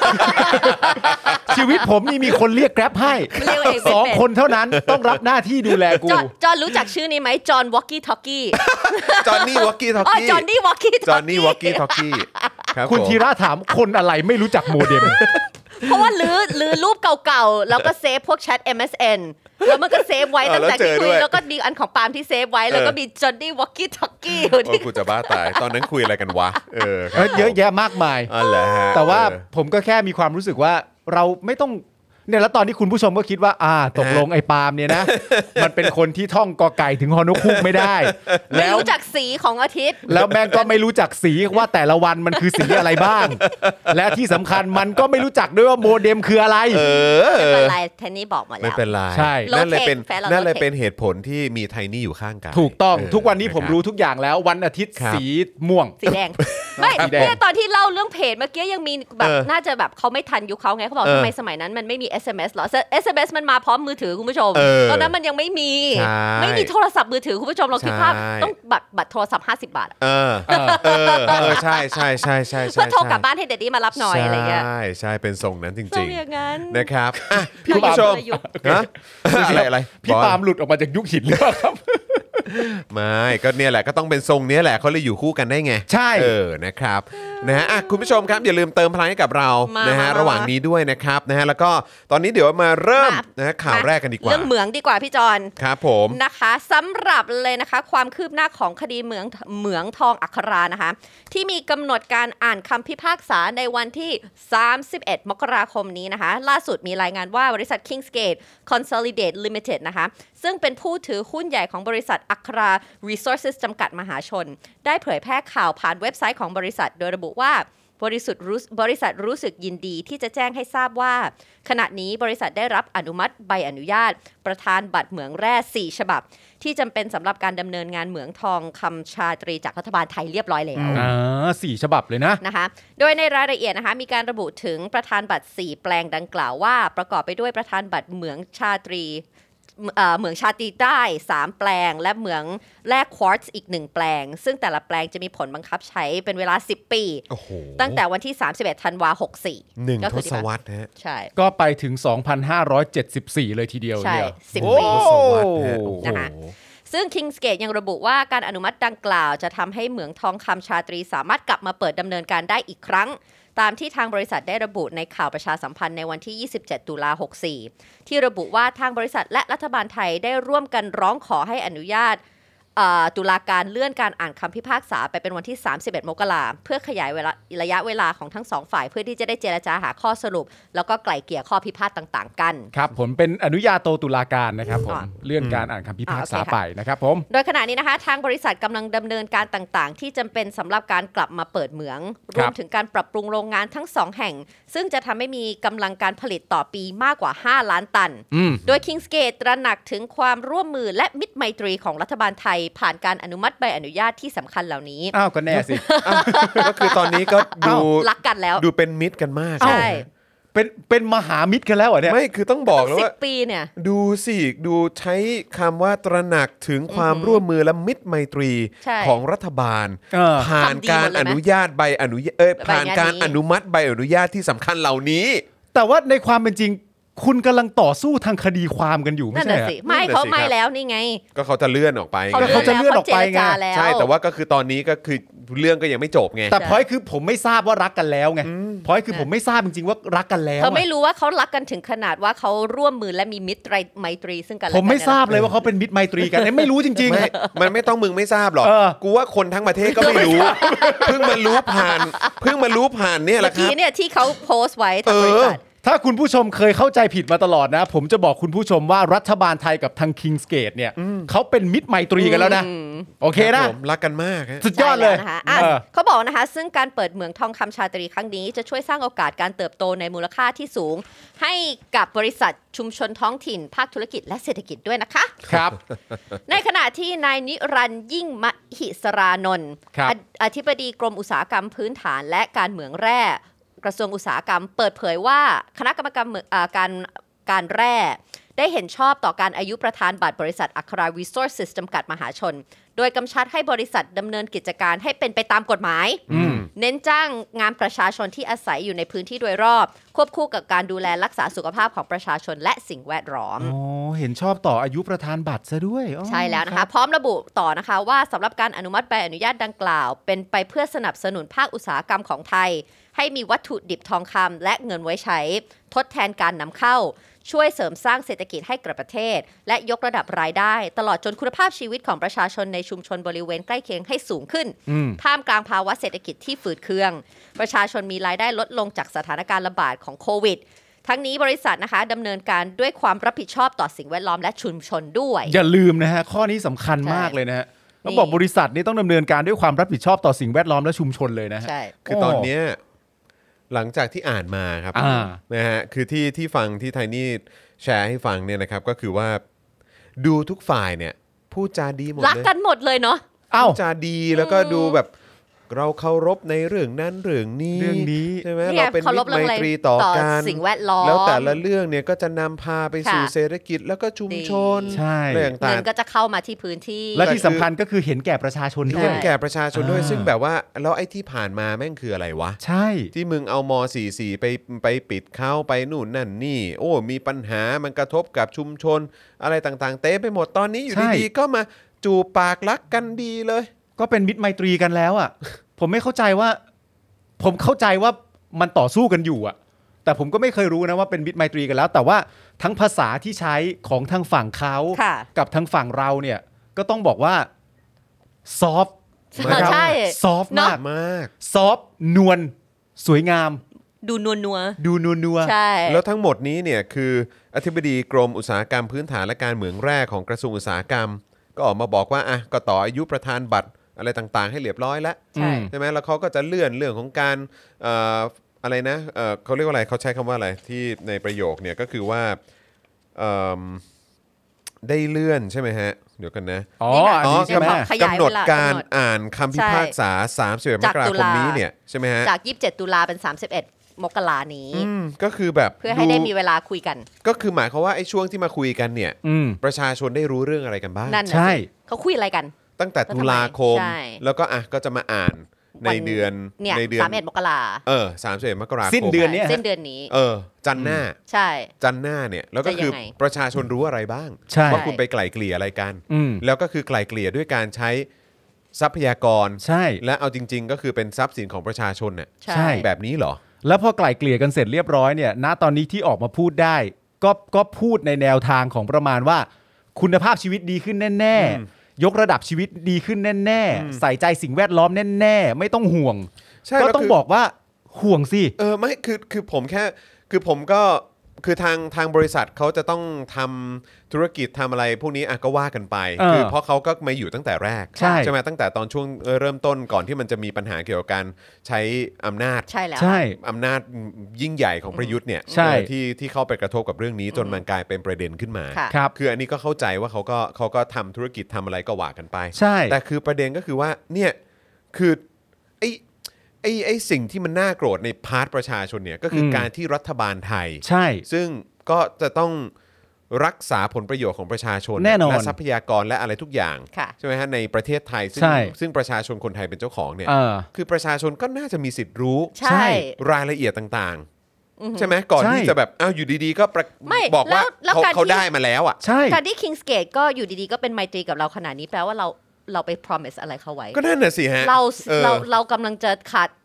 ชีวิตผมนี่มีคนเรียก Grab ให้2คนเท่านั้นต้องรับหน้าที่ดูแลกูจอนรู้จักชื่อนี้ไหมจอนวอลกี้ทอกกี้จอนนี่วอลกี้ทอกกี้จอนนี่วอลกี้ทอกกี้คุณธีระถามคนอะไรไม่รู้จักโมเด็มเพราะว่าลื้อรูปเก่าๆแล้วก็เซฟพวกแชท MSN แล้วมันก็เซฟไว้ตั้งแต่ที่คุยแล้วก็ดีอันของปาล์มที่เซฟไว้แล้วก็มีจอนนี่วอลกี้ทอกกี้ที่กูจะบ้าตายตอนนั้นคุยอะไรกันวะเยอะแยะมากมายแต่ว่าผมก็แค่มีความรู้สึกว่าเราไม่ต้องเนี่ยแล้วตอนที่คุณผู้ชมก็คิดว่าตกลงไอ้ปาล์มเนี่ยนะมันเป็นคนที่ท่องกอไก่ถึงฮอนกฮูกไม่ได้ไม่รู้จักสีของอาทิตย์แล้วแม่งก็ไม่รู้จักสีว่าแต่ละวันมันคือสีอะไรบ้างและที่สำคัญมันก็ไม่รู้จักด้วยว่าโมเด็มคืออะไรไม่เป็นไรเทนนี่บอกมาแล้วไม่เป็นไรใช่นั่นเลยเป็นเหตุผลที่มีไทนี่อยู่ข้างกันถูกต้องทุกวันนี้ผมรู้ทุกอย่างแล้ววันอาทิตย์สีม่วงสีแดงไม่เนี่ยตอนที่เล่าเรื่องเพจเมื่อกี้ยังมีแบบน่าจะแบบเขาไม่ทันยุคเขาไงเขาบอกทำไมสมัยนั้นมันไม่มี SMS หรอ SMS มันมาพร้อมมือถือคุณผู้ชมตอนนั้นมันยังไม่มีโทรศัพท์มือถือคุณผู้ชมลองคิดภาพต้องบัตรโทรศัพท์50 บาทใช่เพื่อโทรกลับบ้านให้เด็ดดี้มารับหน่อยอะไรเงี้ยใช่เป็นทรงนั้นจริงๆนะครับพี่ผู้ชมอะไรพี่ปาล์มหลุดออกมาจากยุคหินหรือเปล่าครับไม่ก็เนี่ยแหละก็ต้องเป็นทรงนี้แหละเขาเลยอยู่คู่กันได้ไงใช่นะครับนะฮะคุณผู้ชมครับอย่าลืมเติมพลังให้กับเรานะฮะระหว่างนี้ด้วยนะครับนะฮะแล้วก็ตอนนี้เดี๋ยวมาเริ่มนะข่าวแรกกันดีกว่าเรื่องเหมืองดีกว่าพี่จอนครับผมนะคะสำหรับเลยนะคะความคืบหน้าของคดีเหมืองทองอัครานะคะที่มีกำหนดการอ่านคำพิพากษาในวันที่31มกราคมนี้นะคะล่าสุดมีรายงานว่าบริษัท Kingsgate Consolidate Limited นะคะซึ่งเป็นผู้ถือหุ้นใหญ่ของบริษัทอัครา Resources จำกัดมหาชนได้เผยแพร่ข่าวผ่านเว็บไซต์ของบริษัทโดยระบุว่าบริษัทรู้สึกยินดีที่จะแจ้งให้ทราบว่าขณะนี้บริษัทได้รับอนุมัติใบอนุญาตประธานบัตรเหมืองแร่4ฉบับที่จำเป็นสำหรับการดำเนินงานเหมืองทองคำชาตรีจากรัฐบาลไทยเรียบร้อยแล้ว 4ฉบับเลยนะคะโดยในรายละเอียดนะคะมีการระบุถึงประธานบัตร4แปลงดังกล่าวว่าประกอบไปด้วยประธานบัตรเหมืองชาตรีเหมืองชาตรีใต้3แปลงและเหมืองแร่ควอร์ตซ์อีก1แปลงซึ่งแต่ละแปลงจะมีผลบังคับใช้เป็นเวลา10 ปีตั้งแต่วันที่31ธันวาคม64 ก็คือทศวรรษฮะใช่ก็ไปถึง2574เลยทีเดียวใช่10 ปีนะคะซึ่ง Kingsgate ยังระบุว่าการอนุมัติดังกล่าวจะทำให้เหมืองทองคำชาตรีสามารถกลับมาเปิดดำเนินการได้อีกครั้งตามที่ทางบริษัทได้ระบุในข่าวประชาสัมพันธ์ในวันที่27ตุลาคม64ที่ระบุว่าทางบริษัทและรัฐบาลไทยได้ร่วมกันร้องขอให้อนุญาตตุลาการเลื่อนการอ่านคำพิพากษาไปเป็นวันที่31มกราคมเพื่อขยายระยะเวลาของทั้ง2ฝ่ายเพื่อที่จะได้เจรจาหาข้อสรุปแล้วก็ไกล่เกลี่ยข้อพิพาทต่างๆกันครับผมเป็นอนุญาโตตุลาการนะครับผมเลื่อนการอ่านคำพิพากษาไปนะครับผมโดยขณะนี้นะคะทางบริษัทกำลังดำเนินการต่างๆที่จำเป็นสำหรับการกลับมาเปิดเหมืองรวมถึงการปรับปรุงโรงงานทั้ง2แห่งซึ่งจะทำให้มีกำลังการผลิตต่อปีมากกว่า5ล้านตันโดย Kingsgate ตระหนักถึงความร่วมมือและมิตรไมตรีของรัฐบาลไทยผ่านการอนุมัติใบอนุญาตที่สำคัญเหล่านี้ก็แน่สิก็คือตอนนี้ก็ดูรักกันแล้วดูเป็นมิตรกันมากใช่เป็นมหามิตรกันแล้วเหรอเนี่ยไม่คือต้องบอกแล้วว่า 10 ปีเนี่ยดูสิดูใช้คำว่าตระหนักถึงความร่วมมือและมิตรไมตรีของรัฐบาลผ่านการอนุญาตใบอนุญาตผ่านการอนุมัติใบอนุญาตที่สำคัญเหล่านี้แต่ว่าในความเป็นจริงคุณกำลังต่อสู้ทางคดีความกันอยู่ไม่ใช่เหรอไม่เขาไม่แล้วนี่ไงก็เขาจะเลื่อนออกไปเขาจะเลื่อนออกไปไงใช่แต่ว่าก็คือตอนนี้ก็คือเรื่องก็ยังไม่จบไงแต่พอยคือผมไม่ทราบว่ารักกันแล้วไงพอยคือผมไม่ทราบจริงๆว่ารักกันแล้วเขาไม่รู้ว่าเขารักกันถึงขนาดว่าเขาร่วมมือและมีมิตรไมตรีซึ่งกันและกันผมไม่ทราบเลยว่าเขาเป็นมิตรไมตรีกันไม่รู้จริงๆมันไม่ต้องมึงไม่ทราบหรอกกูว่าคนทั้งประเทศก็ไม่รู้เพิ่งมารู้ผ่านเนี่ยแหละครับเมื่อกี้เนี่ยที่เขาโพสต์ไว้ทางบริษัทถ้าคุณผู้ชมเคยเข้าใจผิดมาตลอดนะผมจะบอกคุณผู้ชมว่ารัฐบาลไทยกับทาง King's Gate เนี่ยเขาเป็นมิตรไมตรีกันแล้วนะโอเคนะรักกันมากสุดยอดเลยนะคะเขาบอกนะคะซึ่งการเปิดเหมืองทองคำชาตรีครั้งนี้จะช่วยสร้างโอกาสการเติบโตในมูลค่าที่สูงให้กับบริษัทชุมชนท้องถิ่นภาคธุรกิจและเศรษฐกิจด้วยนะคะครับในขณะที่นายนิรันดร์ยิ่งมหิสรานนท์อธิบดีกรมอุตสาหกรรมพื้นฐานและการเหมืองแร่กระทรวงอุตสาหกรรมเปิดเผยว่าคณะกรรมการแร่ได้เห็นชอบต่อการอายุประธานบัตรบริษัทอัครา Resources จำกัดมหาชนโดยกำชับให้บริษัทดำเนินกิจการให้เป็นไปตามกฎหมายเน้นจ้างงานประชาชนที่อาศัยอยู่ในพื้นที่โดยรอบควบคู่กับการดูแลรักษาสุขภาพของประชาชนและสิ่งแวดล้อมเห็นชอบต่ออายุประธานบัตรซะด้วยใช่แล้วนะคะพร้อมระบุต่อนะคะว่าสำหรับการอนุมัติใบอนุญาตดังกล่าวเป็นไปเพื่อสนับสนุนภาคอุตสาหกรรมของไทยให้มีวัตถุดิบทองคำและเงินไว้ใช้ทดแทนการนำเข้าช่วยเสริมสร้างเศรษฐกิจให้กับประเทศและยกระดับรายได้ตลอดจนคุณภาพชีวิตของประชาชนในชุมชนบริเวณใกล้เคียงให้สูงขึ้นท่ามกลางภาวะเศรษฐกิจที่ฝืดเคืองประชาชนมีรายได้ลดลงจากสถานการณ์ระบาดของโควิดทั้งนี้บริษัทนะคะดำเนินการด้วยความรับผิดชอบต่อสิ่งแวดล้อมและชุมชนด้วยอย่าลืมนะฮะข้อนี้สำคัญมากเลยนะฮะต้องบอกบริษัทนี้ต้องดำเนินการด้วยความรับผิดชอบต่อสิ่งแวดล้อมและชุมชนเลยนะฮะคือตอนนี้หลังจากที่อ่านมาครับนะฮะคือที่ฟังที่ไทนี่แชร์ให้ฟังเนี่ยนะครับก็คือว่าดูทุกฝ่ายเนี่ยพูดจาดีหมดเลยรักกันหมดเลยเนาะพูดจาดีแล้วก็ดูแบบเราเคารพในเรื่องนั้นเรื่องนี้ใช่ไหมเราเป็นมิตรไมตรีต่อกันสิ่งแวดล้อมแล้วแต่ละเรื่องเนี่ยก็จะนำพาไปสู่เศรษฐกิจแล้วก็ชุมชนเรื่องต่างๆเงินก็จะเข้ามาที่พื้นที่และที่สำคัญก็คือเห็นแก่ประชาชนด้วยเห็นแก่ประชาชนด้วยซึ่งแบบว่าแล้วไอ้ที่ผ่านมาแม่งคืออะไรวะใช่ที่มึงเอาม.44ไปปิดเขาไปนู่นนั่นนี่โอ้มีปัญหามันกระทบกับชุมชนอะไรต่างๆเต้ไปหมดตอนนี้อยู่ดีๆก็มาจูบปากรักกันดีเลยก็เป็นมิตรไมตรีกันแล้วอ่ะผมเข้าใจว่ามันต่อสู้กันอยู่อ่ะแต่ผมก็ไม่เคยรู้นะว่าเป็นมิตรไมตรีกันแล้วแต่ว่าทั้งภาษาที่ใช้ของทางฝั่งเขากับทางฝั่งเราเนี่ยก็ต้องบอกว่าซอฟต์ใช่ซอฟต์มากซอฟต์นวลสวยงามดูนัวใช่แล้วทั้งหมดนี้เนี่ยคืออธิบดีกรมอุตสาหกรรมพื้นฐานและการเหมืองแร่ของกระทรวงอุตสาหกรรมก็ออกมาบอกว่าอ่ะก็ต่ออายุประธานบัตรอะไรต่างๆให้เรียบร้อยแล้วใช่ไหมแล้วเขาก็จะเลื่อนเรื่องของการอะไรนะเขาเรียกว่าอะไรเขาใช้คำว่าอะไรที่ในประโยคเนี่ยก็คือว่าได้เลื่อนใช่ไหมฮะเดี๋ยวกันนะกำหนดการอ่านคำพิพากษา31 มกราคมนี้เนี่ยใช่ไหมฮะจาก27 ตุลาเป็น31 มกรานี้ก็คือแบบเพื่อให้ได้มีเวลาคุยกันก็คือหมายความว่าไอ้ช่วงที่มาคุยกันเนี่ยประชาชนได้รู้เรื่องอะไรกันบ้างใช่เขาคุยอะไรกันตั้งแต่ตุลาคมแล้วก็ก็จะมาอ่านในเดือน 31 มกรา 31 มกราคมสิ้นเดือนนี้จันหน้าใช่จันหน้าเนี่ยแล้วก็คือประชาชนรู้อะไรบ้างว่าคุณไปไกล่เกลี่ยอะไรกันแล้วก็คือไกล่เกลี่ยด้วยการใช้ทรัพยากรใช่และเอาจริงๆก็คือเป็นทรัพย์สินของประชาชนเนี่ยใช่แบบนี้เหรอแล้วพอไกล่เกลี่ยกันเสร็จเรียบร้อยเนี่ยณตอนนี้ที่ออกมาพูดได้ก็พูดในแนวทางของประมาณว่าคุณภาพชีวิตดีขึ้นแน่ๆยกระดับชีวิตดีขึ้นแน่ๆใส่ใจสิ่งแวดล้อมแน่ๆไม่ต้องห่วงก็ต้องบอกว่าห่วงสิไม่คือผมแค่คือผมก็คือทางบริษัทเขาจะต้องทำธุรกิจทำอะไรพวกนี้ก็ว่ากันไปคือเพราะเขาก็มาอยู่ตั้งแต่แรกใช่ไหมตั้งแต่ตอนช่วงเริ่มต้นก่อนที่มันจะมีปัญหาเกี่ยวกับการใช้อำนาจใช่แล้วอำนาจยิ่งใหญ่ของประยุทธ์เนี่ยที่เข้าไปกระทบกับเรื่องนี้จนมันกลายเป็นประเด็นขึ้นมาคืออันนี้ก็เข้าใจว่าเขาก็ทำธุรกิจทำอะไรก็ว่ากันไปแต่คือประเด็นก็คือว่าเนี่ยคือไอ้สิ่งที่มันน่าโกรธในพาร์ทประชาชนเนี่ยก็คือการที่รัฐบาลไทยใช่ซึ่งก็จะต้องรักษาผลประโยชน์ของประชาชนและทรัพยากรและอะไรทุกอย่างใช่ไหมฮะในประเทศไทยซึ่งประชาชนคนไทยเป็นเจ้าของเนี่ยคือประชาชนก็น่าจะมีสิทธิ์รู้รายละเอียดต่างๆใช่ไหมก่อนที่จะแบบอยู่ดีๆก็บอกว่าเขาได้มาแล้วอ่ะการที่ King's Gate ก็อยู่ดีๆก็เป็นไมตรีกับเราขนาดนี้แปลว่าเราไป promise อะไรเขาไว้ก็นั่นน่ะสิฮะเรากำลังจะ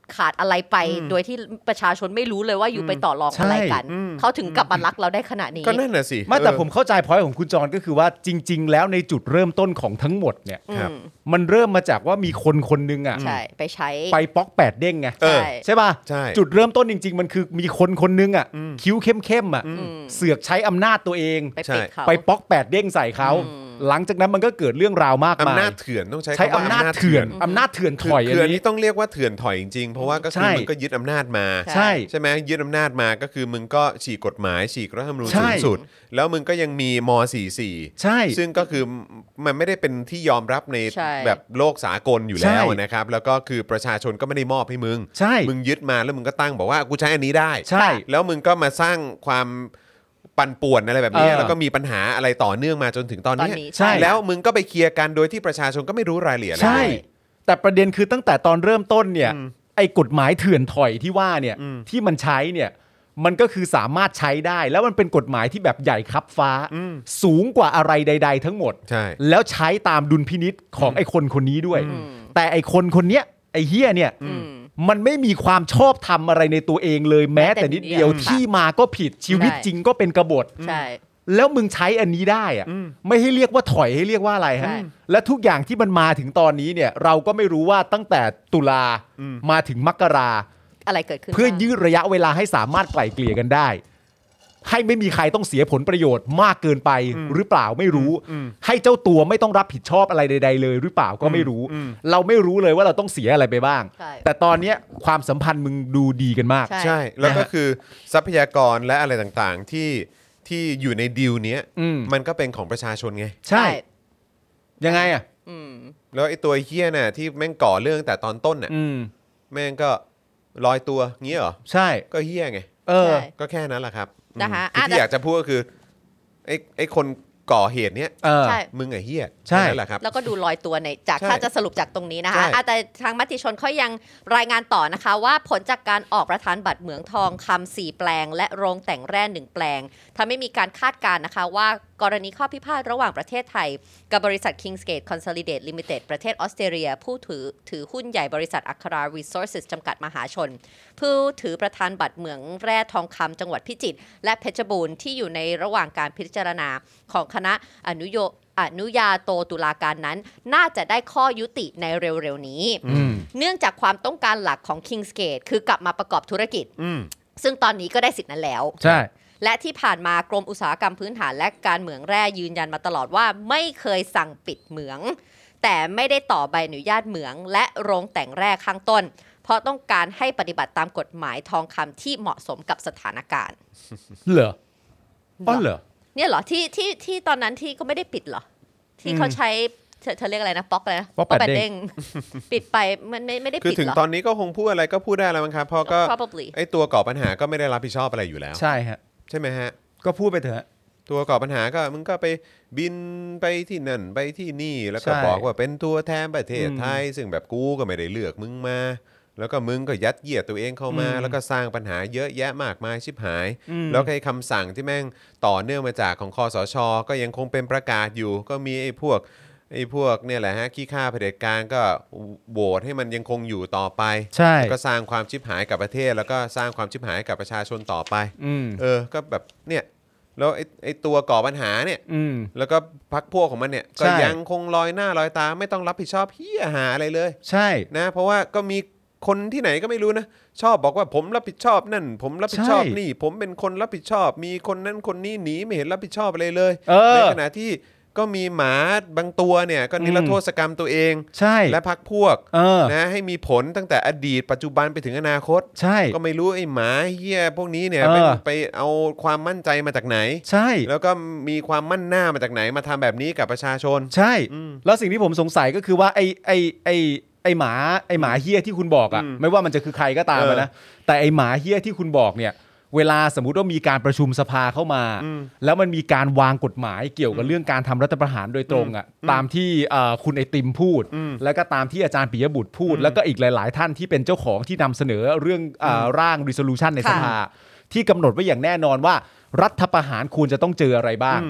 ขาดอะไรไปโดยที่ประชาชนไม่รู้เลยว่าอยู่ไปต่อรองอะไรกันเขาถึงกลับมารักเราได้ขนาดนี้ก็นั่นน่ะสิไม่แต่ผมเข้าใจพอยต์ของคุณจรก็คือว่าจริงๆแล้วในจุดเริ่มต้นของทั้งหมดเนี่ยมันเริ่มมาจากว่ามีคนคนนึงอ่ะใช่ไปใช้ไปป๊อก8เด้งไงใช่ป่ะจุดเริ่มต้นจริงๆมันคือมีคนคนนึงอ่ะคิ้วเข้มๆอ่ะเสือกใช้อำนาจตัวเองไปป๊อก8เด้งใส่เขาหลังจากนั้นมันก็เกิดเรื่องราวมากมายอำนาจเถื่อนต้องใช้อำนาจเถื่อนถอยอันนี้ต้องเรียกว่าเถื่อนถอยจริงๆเพราะว่าก็คือมันก็ยึดอำนาจมาใช่ไหมยึดอำนาจมาก็คือมึงก็ฉีกกฎหมายฉีกรัฐธรรมนูญสูงสุดแล้วมึงก็ยังมีม.44 ใช่ซึ่งก็คือมันไม่ได้เป็นที่ยอมรับในแบบโลกสากลอยู่แล้วนะครับแล้วก็คือประชาชนก็ไม่ได้มอบให้มึงมึงยึดมาแล้วมึงก็ตั้งบอกว่ากูใช้อันนี้ได้แล้วมึงก็มาสร้างความปั่นป่วนอะไรแบบนี้แล้วก็มีปัญหาอะไรต่อเนื่องมาจนถึงตอนนี้แล้วมึงก็ไปเคลียร์กันโดยที่ประชาชนก็ไม่รู้รายละเอียดใช่แต่ประเด็นคือตั้งแต่ตอนเริ่มต้นเนี่ยไอ้กฎหมายเถื่อนถอยที่ว่าเนี่ยที่มันใช้เนี่ยมันก็คือสามารถใช้ได้แล้วมันเป็นกฎหมายที่แบบใหญ่คับฟ้าสูงกว่าอะไรใดๆทั้งหมดแล้วใช้ตามดุลพินิจของไอ้คนคนนี้ด้วยแต่ไอ้คนคนเนี้ยไอ้เหี้ยเนี่ยมันไม่มีความชอบธรรมอะไรในตัวเองเลยแม้แต่นิดเดียวที่มาก็ผิดชีวิตจริงก็เป็นกบฏแล้วมึงใช้อันนี้ได้อะไม่ให้เรียกว่าถอยให้เรียกว่าอะไรฮะและทุกอย่างที่มันมาถึงตอนนี้เนี่ยเราก็ไม่รู้ว่าตั้งแต่ตุลามาถึงมกราอะไรเกิดขึ้นเพื่อยืดระยะเวลาให้สามารถไกล่เกลี่ยกันได้ให้ไม่มีใครต้องเสียผลประโยชน์มากเกินไปหรือเปล่าไม่รู้ให้เจ้าตัวไม่ต้องรับผิดชอบอะไรใดๆเลยหรือเปล่าก็ไม่รู้เราไม่รู้เลยว่าเราต้องเสียอะไรไปบ้างแต่ตอนนี้ความสัมพันธ์มึงดูดีกันมากใช่แล้วก็คือทรัพยากรและอะไรต่างๆที่อยู่ในดีลเนี้ยมันก็เป็นของประชาชนไงใช่ยังไงอ่ะแล้วไอ้ตัวเหี้ยน่ะที่แม่งก่อเรื่องแต่ตอนต้นน่ะแม่งก็ลอยตัวงี้เหรอใช่ก็เหี้ยไงก็แค่นั้นแหละครับนะคะที่อยากจะพูดก็คือไอ้คนก่อเหตุเนี้ยมึงไอ้เหี้ยใช่แหละครับแล้วก็ดูลอยตัวในจากถ้าจะสรุปจากตรงนี้นะคะแต่ทางมติชนเขายังรายงานต่อนะคะว่าผลจากการออกประธานบัตรเหมืองทองคำ4แปลงและโรงแต่งแร่1แปลงทำให้มีการคาดการณ์นะคะว่ากรณีข้อพิพาทระหว่างประเทศไทยกับบริษัท Kingsgate Consolidate Limited ประเทศออสเตรเลียผู้ถือหุ้นใหญ่บริษัทอัครา Resources จำกัดมหาชนผู้ถือประธานบัตรเหมืองแร่ทองคำจังหวัดพิจิตรและเพชรบูรณ์ที่อยู่ในระหว่างการพิจารณาของคณะอนุญาโตตุลาการนั้นน่าจะได้ข้อยุติในเร็วๆนี้เนื่องจากความต้องการหลักของ Kingsgate คือกลับมาประกอบธุรกิจซึ่งตอนนี้ก็ได้สิทธินั้นแล้วใช่และที่ผ่านมากรมอุตสาหกรรมพื้นฐานและการเหมืองแร่ยืนยันมาตลอดว่าไม่เคยสั่งปิดเหมืองแต่ไม่ได้ต่อใบอนุญาตเหมืองและโรงแต่งแร่ข้างต้นเพราะต้องการให้ปฏิบัติตามกฎหมายทองคำที่เหมาะสมกับสถานการณ์เหรอป้อนเหรอเนี่ยเหรอที่ตอนนั้นที่ก็ไม่ได้ปิดเหรอที่เขาใช้เธอเรียกอะไรนะป๊อกเลยนะป๊อกแปดเด้งปิดไปมันไม่ได้ปิดหรอคือถึงตอนนี้ก็คงพูดอะไรก็พูดได้แล้วมั้งครับเพราะก็ไอ้ตัวก่อปัญหาก็ไม่ได้รับผิดชอบอะไรอยู่แล้วใช่ฮะใช่ไหมฮะก็พูดไปเถอะตัวก่อปัญหาก็มึงก็ไปบินไปที่นั่นไปที่นี่แล้วก็บอกว่าเป็นตัวแทนประเทศไทยซึ่งแบบกูก็ไม่ได้เลือกมึงมาแล้วก็มึงก็ยัดเยียดตัวเองเข้ามาแล้วก็สร้างปัญหาเยอะแยะมากมายชิบหายแล้วไอ้คำสั่งที่แม่งต่อเนื่องมาจากของคสช.ก็ยังคงเป็นประกาศอยู่ก็มีไอ้พวกเนี่ยแหละฮะขี้ข้าเผด็จการก็โหวตให้มันยังคงอยู่ต่อไปแล้วก็สร้างความชิบหายกับประเทศแล้วก็สร้างความชิบหายกับประชาชนต่อไปก็แบบเนี่ยแล้วไอ้ตัวก่อปัญหาเนี่ยแล้วก็พรรคพวกของมันเนี่ยก็ยังคงลอยหน้าลอยตาไม่ต้องรับผิดชอบเหี้ยหาอะไรเลยใช่นะเพราะว่าก็มีคนที่ไหนก็ไม่รู้นะชอบบอกว่าผมรับผิดชอบนั่นผมรับผิดชอบนี่ผมเป็นคนรับผิดชอบมีคนนั้นคนนี้หนีไม่เห็นรับผิดชอบอะไรเลยในขณะที่ก็มีหมาบางตัวเนี่ยก็นิรโทษกรรมตัวเองใช่และพรรคพวกนะให้มีผลตั้งแต่อดีตปัจจุบันไปถึงอนาคตใช่ก็ไม่รู้ไอ้หมาเหี้ยพวกนี้เนี่ยไปเอาความมั่นใจมาจากไหนใช่แล้วก็มีความมั่นหน้ามาจากไหนมาทำแบบนี้กับประชาชนใช่แล้วสิ่งที่ผมสงสัยก็คือว่าไอ้หมาเหี้ยที่คุณบอกอ่ะไม่ว่ามันจะคือใครก็ตามนะแต่ไอ้หมาเหี้ยที่คุณบอกเนี่ยเวลาสมมุติว่ามีการประชุมสภาเข้ามาแล้วมันมีการวางกฎหมายเกี่ยวกับเรื่องการทำรัฐประหารโดยตรงอ่ะตามที่คุณไอติมพูดแล้วก็ตามที่อาจารย์ปิยบุตรพูดแล้วก็อีกหลายๆท่านที่เป็นเจ้าของที่นำเสนอเรื่องร่าง resolution ในสภาที่กำหนดไว้อย่างแน่นอนว่ารัฐประหารควรจะต้องเจออะไรบ้าง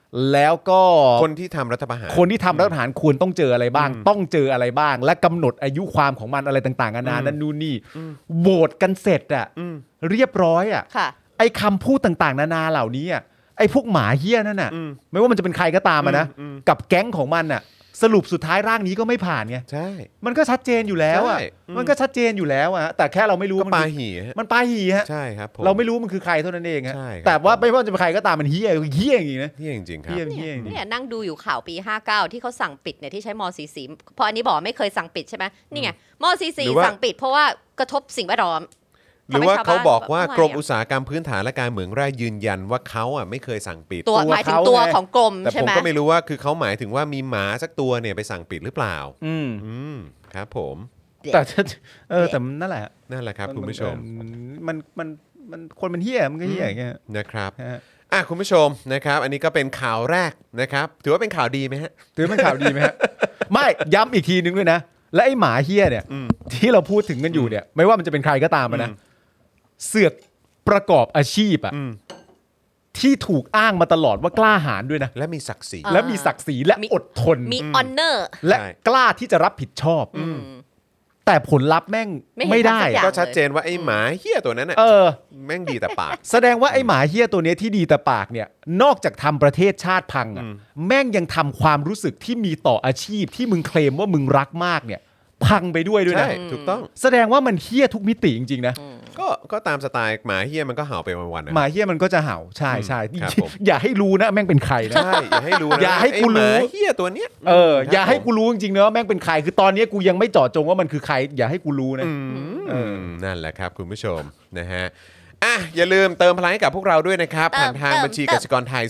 แล้วก็คนที่ทำรัฐประหารควรต้องเจออะไรบ้างต้องเจออะไรบ้างและกำหนดอายุความของมันอะไรต่างๆนานานั่นนู่นนี่โหวตกันเสร็จอ่ะเรียบร้อยอ่ะไอ้คำพูดต่างๆนานาเหล่านี้อ่ะไอ้พวกหมาเหี้ยนั่นน่ะไม่ว่ามันจะเป็นใครก็ตามนะกับแก๊งของมันน่ะสรุปสุดท้ายร่างนี้ก็ไม่ผ่านไงใช่มันก็ชัดเจนอยู่แล้วอ่ะมันก็ชัดเจนอยู่แล้วอ่ะแต่แค่เราไม่รู้มันปาหี่มันปาหี่ฮะใช่ครับเราไม่รู้มันคือใครเท่านั้นเองฮะแต่ว่าไม่ว่าจะเป็นใครก็ตามมันเหี้ยอย่างงี้นะเหี้ยจริงๆครับเนี่ยนั่งดูอยู่ข่าวปี59ที่เขาสั่งปิดเนี่ยที่ใช้ม.44เพราะอันนี้บอกไม่เคยสั่งปิดใช่ไหมนี่ไงม.44สั่งปิดเพราะว่ากระทบสิ่งแวดล้อมหรือว่าเขาบอกว่ากรมอุตสาหกรรมพื้นฐานและการเมืองแร่ยืนยันว่าเขาอ่ะไม่เคยสั่งปิดตัวหมายถึงตัวของกรมใช่ไหมแต่ผมก็ไม่รู้ว่าคือเขาหมายถึงว่ามีหมาสักตัวเนี่ยไปสั่งปิดหรือเปล่าครับผมแต่แต่นั่นแหละครับคุณผู้ชมมันคนมันเหี้ยมันก็เหี้ยอย่างเงี้ยนะครับคุณผู้ชมนะครับอันนี้ก็เป็นข่าวแรกนะครับถือว่าเป็นข่าวดีไหมฮะถือเป็นข่าวดีไหมฮะไม่ย้ำอีกทีนึงด้วยนะและไอ้หมาเหี้ยเนี่ยที่เราพูดถึงกันอยู่เนี่ยไม่ว่ามันจะเป็นใครก็ตามนะเสือกประกอบอาชีพที่ถูกอ้างมาตลอดว่ากล้าหาญด้วยนะและมีศักดิ์ศรีและอดทนมีออนเนอร์และกล้าที่จะรับผิดชอบแต่ผลลัพธ์แม่งไม่ได้ก็ชัดเจนว่าไอ้หมาเหี้ยตัวนั้นแม่งดีแต่ปากแสดงว่าไอ้หมาเหี้ยตัวนี้ที่ดีแต่ปากเนี่ยนอกจากทำประเทศชาติพังแม่งยังทำความรู้สึกที่มีต่ออาชีพที่มึงเคลมว่ามึงรักมากเนี่ยพังไปด้วยนะถูกต้องแสดงว่ามันเหี้ยทุกมิติจริงๆนะก็ตามสไตล์หมาเหี้ยมันก็เห่าไปวันๆนะหมาเหี้ยมันก็จะเห่าใช่อย่าให้รู้นะแม่งเป็นใครนะใช่อย่าให้รู้นะอย่าให้กูรู้เหี้ยตัวเนี้ยอย่าให้กูรู้จริงๆนะว่าแม่งเป็นใครคือตอนนี้กูยังไม่เจาะจงว่ามันคือใครอย่าให้กูรู้นะนั่นแหละครับคุณผู้ชมนะฮะอย่าลืมเติมพลังให้กับพวกเราด้วยนะครับผ่านทางบัญชีกสิกรไทย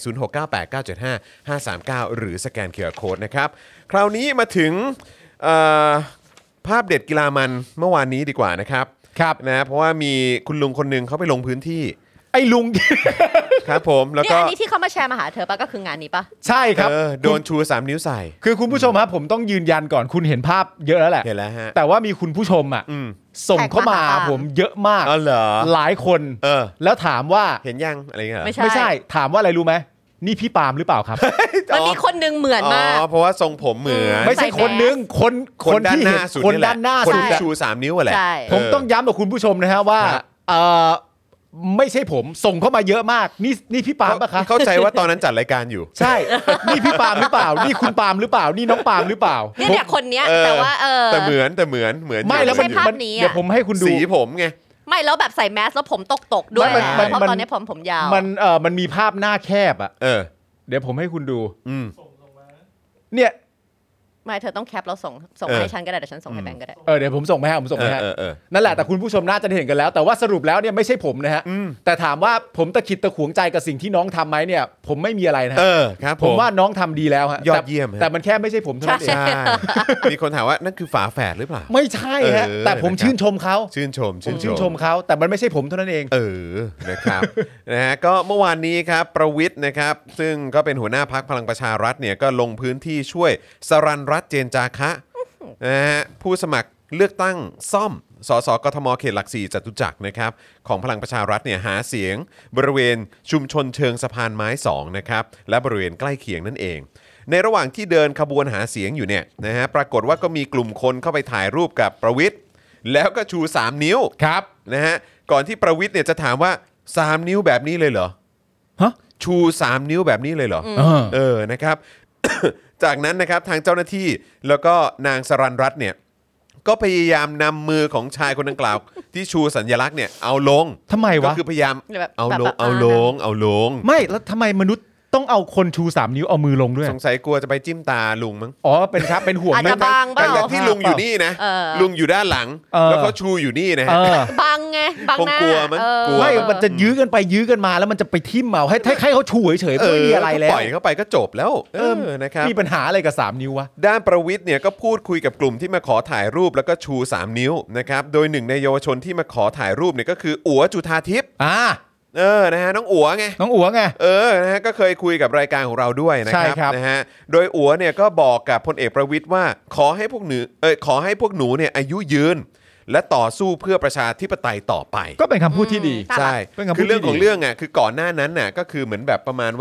0698975539หรือสแกน QR Code นะครับคราวนี้มาถึงภาพเด็ดกีฬามันเมื่อวานนี้ดีกว่านะครับนะเพราะว่ามีคุณลุงคนหนึ่งเขาไปลงพื้นที่ไอ้ลุงครับผมแล้วก็อันนี้ที่เขามาแชร์มาหาเธอปะก็คืองานนี้ปะใช่ครับโดนชู3นิ้วใส่คือคุณผู้ชมครับผมต้องยืนยันก่อนคุณเห็นภาพเยอะแล้วแหละเห็นแล้วฮะแต่ว่ามีคุณผู้ชมส่งเข้ามาผมเยอะมากหลายคนแล้วถามว่าเห็นยังอะไรเงี้ยไม่ใช่ถามว่าอะไรรู้ไหมนี่พี่ปาล์มหรือเปล่าครับมันมีคนนึงเหมือนมากเพราะว่าทรงผมเหมือนไม่ใช่คนนึงคนที่เห็นคนด้านหน้าสุดชู3นิ้วแหละผมต้องย้ำกับคุณผู้ชมนะฮะว่าไม่ใช่ผมส่งเข้ามาเยอะมากนี่พี่ปาล์มป่ะครับเข้าใจว่าตอนนั้นจัดรายการอยู่ใช่นี่พี่ปาล์มหรือเปล่านี่คุณปาล์มหรือเปล่านี่น้องปาล์มหรือเปล่าเนี่ยคนเนี้ยแต่ว่าแต่เหมือนไม่แล้วมันเดี๋ยวผมให้คุณดูสีผมไงไม่แล้วแบบใส่แมสแล้วผมตกด้วยเพราะตอนนี้ผมยาวมันมีภาพหน้าแคบอ่ะเดี๋ยวผมให้คุณดูเนี่ยไม่เธอต้องแคปแล้วส่งให้ฉันก็ได้แต่ฉันส่งให้แบงก์ก็ได้เดี๋ยวผมส่งให้นั่นแหละแต่คุณผู้ชมน่าจะเห็นกันแล้วแต่ว่าสรุปแล้วเนี่ยไม่ใช่ผมนะฮะแต่ถามว่าผมตะขิดตะขวงใจกับสิ่งที่น้องทำไหมเนี่ยผมไม่มีอะไรนะครับผมว่าน้องทำดีแล้วฮะยอดเยี่ยมแต่มันแค่ไม่ใช่ผมเท่านั้นเองมีคนถามว่านั่นคือฝาแฝดหรือเปล่าไม่ใช่ฮะแต่ผมชื่นชมเขาชื่นชมเขาแต่มันไม่ใช่ผมเท่านั้นเองนะครับนะฮะก็เมื่อวานนี้ครับประวิตรนะครับซึ่งก็เป็นหัวหน้าพรรคพลังประชารัฐเนี่ยก็ลงพื้นที่ช่วยสรัญรัตน์เจนจาคะนะฮะผู้สมัครเลือกตั้งซ่อมสสกทมเขตหลัก4จตุจักรนะครับของพลังประชารัฐเนี่ยหาเสียงบริเวณชุมชนเชิงสะพานไม้2นะครับและบริเวณใกล้เคียงนั่นเองในระหว่างที่เดินขบวนหาเสียงอยู่เนี่ยนะฮะปรากฏว่าก็มีกลุ่มคนเข้าไปถ่ายรูปกับประวิตรแล้วก็ชู3นิ้วครับนะฮะก่อนที่ประวิตรเนี่ยจะถามว่า3นิ้วแบบนี้เลยเหรอฮะชู3นิ้วแบบนี้เลยเหรอนะครับ จากนั้นนะครับทางเจ้าหน้าที่แล้วก็นางสรัญรัตน์เนี่ยก็พยายามนำมือของชายคนดังกล่าวที่ชูสัญลักษณ์เนี่ยเอาลงทำไมวะก็คือพยายามเอาลงไม่แล้วทำไมมนุษย์ต้องเอาคนชู3นิ้วเอามือลงด้วยสงสัยกลัวจะไปจิ้มตาลุงมั้งเป็นครับเป็นห่วงไม่แต่อย่างที่ลุงอยู่นี่นะลุงอยู่ด้านหลังแล้วก็ชูอยู่นี่นะฮะบังไงบังหน้ากลัวมั้งไม่มันจะยื้อกันไปยื้อกันมาแล้วมันจะไปทิ่มเอาให้เขาชูเฉยๆไม่มีอะไรแล้วปล่อยเข้าไปก็จบแล้วนะครับมีปัญหาอะไรกับ3นิ้ววะด้านประวิตรเนี่ยก็พูดคุยกับกลุ่มที่มาขอถ่ายรูปแล้วก็ชู3นิ้วนะครับโดยหนึ่งในเยาวชนที่มาขอถ่ายรูปเนี่ยก็คืออั๋วจุฑาทิพย์นะฮะน้องอั๋วไงนะฮะก็เคยคุยกับรายการของเราด้วยนะครับนะฮะโดยอั๋วเนี่ยก็บอกกับพลเอกประวิตรว่าขอให้พวกหนูเนี่ยอายุยืนและต่อสู้เพื่อประชาธิปไตยต่อไปก็เป็นคำพูดที่ดีใช่คือเรื่องของเรื่องอ่ะคือก่อนหน้านั้นน่ะก็คือเหมือนแบบประมาณว่า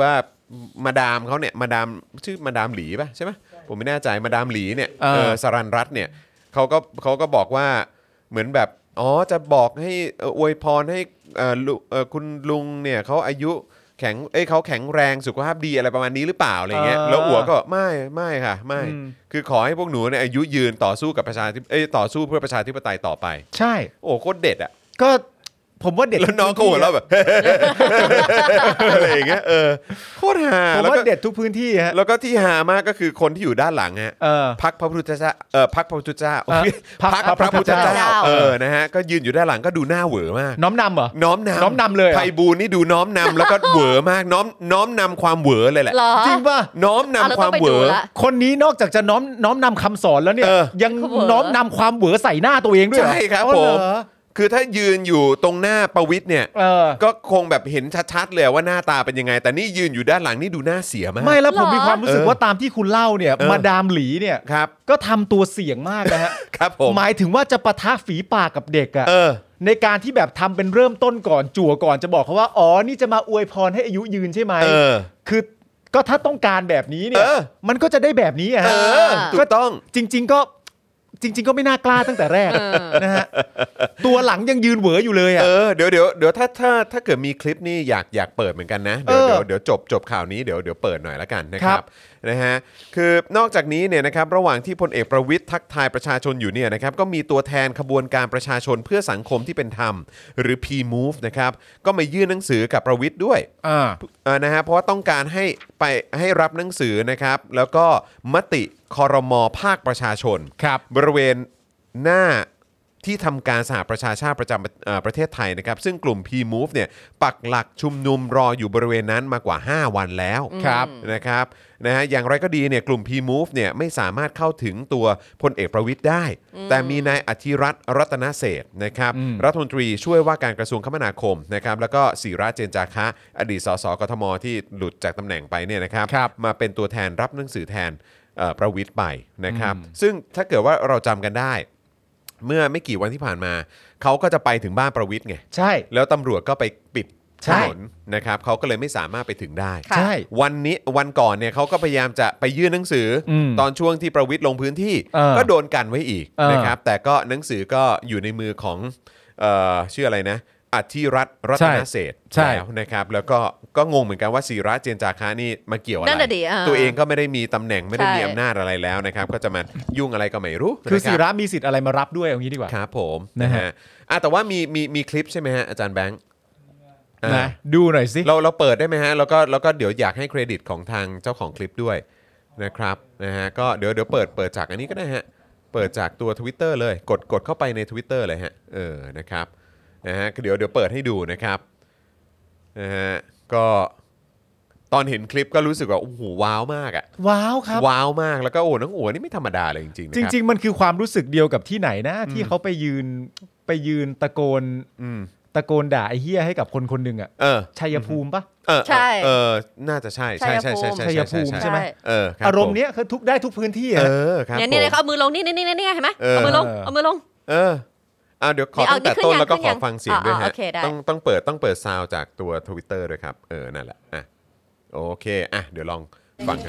มาดามเขาเนี่ยมาดามชื่อมาดามหลีป่ะใช่ไหมผมไม่แน่ใจมาดามหลีเนี่ยสรัญรัตน์เนี่ยเขาก็บอกว่าเหมือนแบบจะบอกให้อวยพรให้คุณลุงเนี่ยเขาอายุเขาแข็งแรงสุขภาพดีอะไรประมาณนี้หรือเปล่าอะไรเงี้ยแล้วอัวก็ไม่ค่ะไม่คือขอให้พวกหนูเนี่ยอายุยืนต่อสู้กับต่อสู้เพื่อประชาธิปไตยต่อไปใช่โอ้โคตรเด็ดอ่ะก็ผมว่าเด็ดแล้วน้องเขาหัวเราะแบบอะไรอย่างเงี้ยโคตรฮาผมว่าเด็ดทุกพื้นที่ฮะแล้วก็ที่ฮามากก็คือคนที่อยู่ด้านหลังฮะพรรคพระพุทธเจ้าพรรคพระพุทธเจ้าพรรคพระพุทธเจ้านะฮะก็ยืนอยู่ด้านหลังก็ดูหน้าเหวอมากน้อมนำเหรอน้อมนำเลยไพบูลย์นี่ดูน้อมนำแล้วก็เหวอมากน้อมนำความเหวอเลยแหละจริงป่ะน้อมนำความเหวอคนนี้นอกจากจะน้อมนำคำสอนแล้วเนี่ยยังน้อมนำความเหวอใส่หน้าตัวเองด้วยใช่ครับผมคือถ้ายืนอยู่ตรงหน้าประวิตรเนี่ยก็คงแบบเห็นชัดๆเลยว่าหน้าตาเป็นยังไงแต่นี่ยืนอยู่ด้านหลังนี่ดูหน้าเสียมากไม่แล้วผมมีความรู้สึกว่าตามที่คุณเล่าเนี่ยมาดามหลีเนี่ยก็ทำตัวเสี่ยงมากนะฮะครับผมหมายถึงว่าจะปะทะฝีปากกับเด็กอะในการที่แบบทำเป็นเริ่มต้นก่อนจั่วก่อนจะบอกเขาว่านี่จะมาอวยพรให้อายุยืนใช่ไหมคือก็ถ้าต้องการแบบนี้เนี่ยมันก็จะได้แบบนี้อะฮะถูกต้องจริงๆก็ไม่น่ากล้าตั้งแต่แรกนะฮะตัวหลังยังยืนเหวออยู่เลยเดี๋ยวถ้าเกิดมีคลิปนี่อยากเปิดเหมือนกันนะเดี๋ยวจบข่าวนี้เดี๋ยวเปิดหน่อยละกันนะครับนะฮะคือนอกจากนี้เนี่ยนะครับระหว่างที่พลเอกประวิตรทักทายประชาชนอยู่เนี่ยนะครับก็มีตัวแทนขบวนการประชาชนเพื่อสังคมที่เป็นธรรมหรือ P-Move นะครับก็มายื่นหนังสือกับประวิตรด้วยนะฮะเพราะว่าต้องการให้รับหนังสือนะครับแล้วก็มติครม.ภาคประชาชนบริเวณหน้าที่ทำการสหประชาชาติประจำประเทศไทยนะครับซึ่งกลุ่ม P-Move เนี่ยปักหลักชุมนุมรออยู่บริเวณนั้นมากว่า5วันแล้วนะครับนะฮะอย่างไรก็ดีเนี่ยกลุ่ม P-Move เนี่ยไม่สามารถเข้าถึงตัวพลเอกประวิตรได้แต่มีนายอธิรัตน์รัตนเศรษฐ์นะครับรัฐมนตรีช่วยว่าการกระทรวงคมนาคมนะครับแล้วก็ศิระเจนจาคะอดีตสสกทมที่หลุดจากตำแหน่งไปเนี่ยนะครับมาเป็นตัวแทนรับหนังสือแทนประวิตรไปนะครับซึ่งถ้าเกิดว่าเราจำกันได้เมื่อไม่กี่วันที่ผ่านมาเขาก็จะไปถึงบ้านประวิตรไงใช่แล้วตำรวจก็ไปปิดถนนนะครับเขาก็เลยไม่สามารถไปถึงได้ใช่วันก่อนเนี่ยเขาก็พยายามจะไปยื่นหนังสือตอนช่วงที่ประวิตรลงพื้นที่ก็โดนกันไว้อีกนะครับแต่ก็หนังสือก็อยู่ในมือของชื่ออะไรนะอธิรัตน์รัตนเศรษฐ์แล้วนะครับแล้วก็งงเหมือนกันว่าศิระเจนจาคะนี่มาเกี่ยวอะไรตัวเองก็ไม่ได้มีตำแหน่งไม่ได้มีอำนาจอะไรแล้วนะครับก็จะมายุ่งอะไรก็ไม่รู้คือศิระมีสิทธิ์อะไรมารับด้วยอย่างนี้ดีกว่าครับผมนะฮะแต่ว่ามีคลิปใช่ไหมฮะอาจารย์แบงค์นะดูหน่อยสิเราเปิดได้ไหมฮะแล้วก็เดี๋ยวอยากให้เครดิตของทางเจ้าของคลิปด้วยนะครับนะฮะก็เดี๋ยวเปิดจากอันนี้ก็ได้ฮะเปิดจากตัว Twitter เลยกดเข้าไปใน Twitter เลยฮะนะครับนะฮะเดี๋ยวเปิดให้ดูนะครับนะฮะก็ตอนเห็นคลิปก็รู้สึกว่าโอ้โหว้าวมากอ่ะว้าวครับว้าวมากแล้วก็โอ้น้องอัวนี่ไม่ธรรมดาเลยจริงๆจริงๆมันคือความรู้สึกเดียวกับที่ไหนนะที่เขาไปยืนตะโกนด่าไอ้เหี้ยให้กับคนหนึ่งอ่ะชัยภูมิปะใช่น่าจะใช่ชัยภูมิใช่ไหมอารมณ์เนี้ยคือทุกได้ทุกพื้นที่อ่ะเนี่ยเขาเอามือลงนี่เห็นไหมเอามือลงเดี๋ยวขอตั้งแต่ต้นแล้วก็ขอฟังเสียงด้วยฮะต้องเปิดซาวจากตัว Twitter ด้วยครับนั่นแหละโอเคเดี๋ยวลองฟังกัน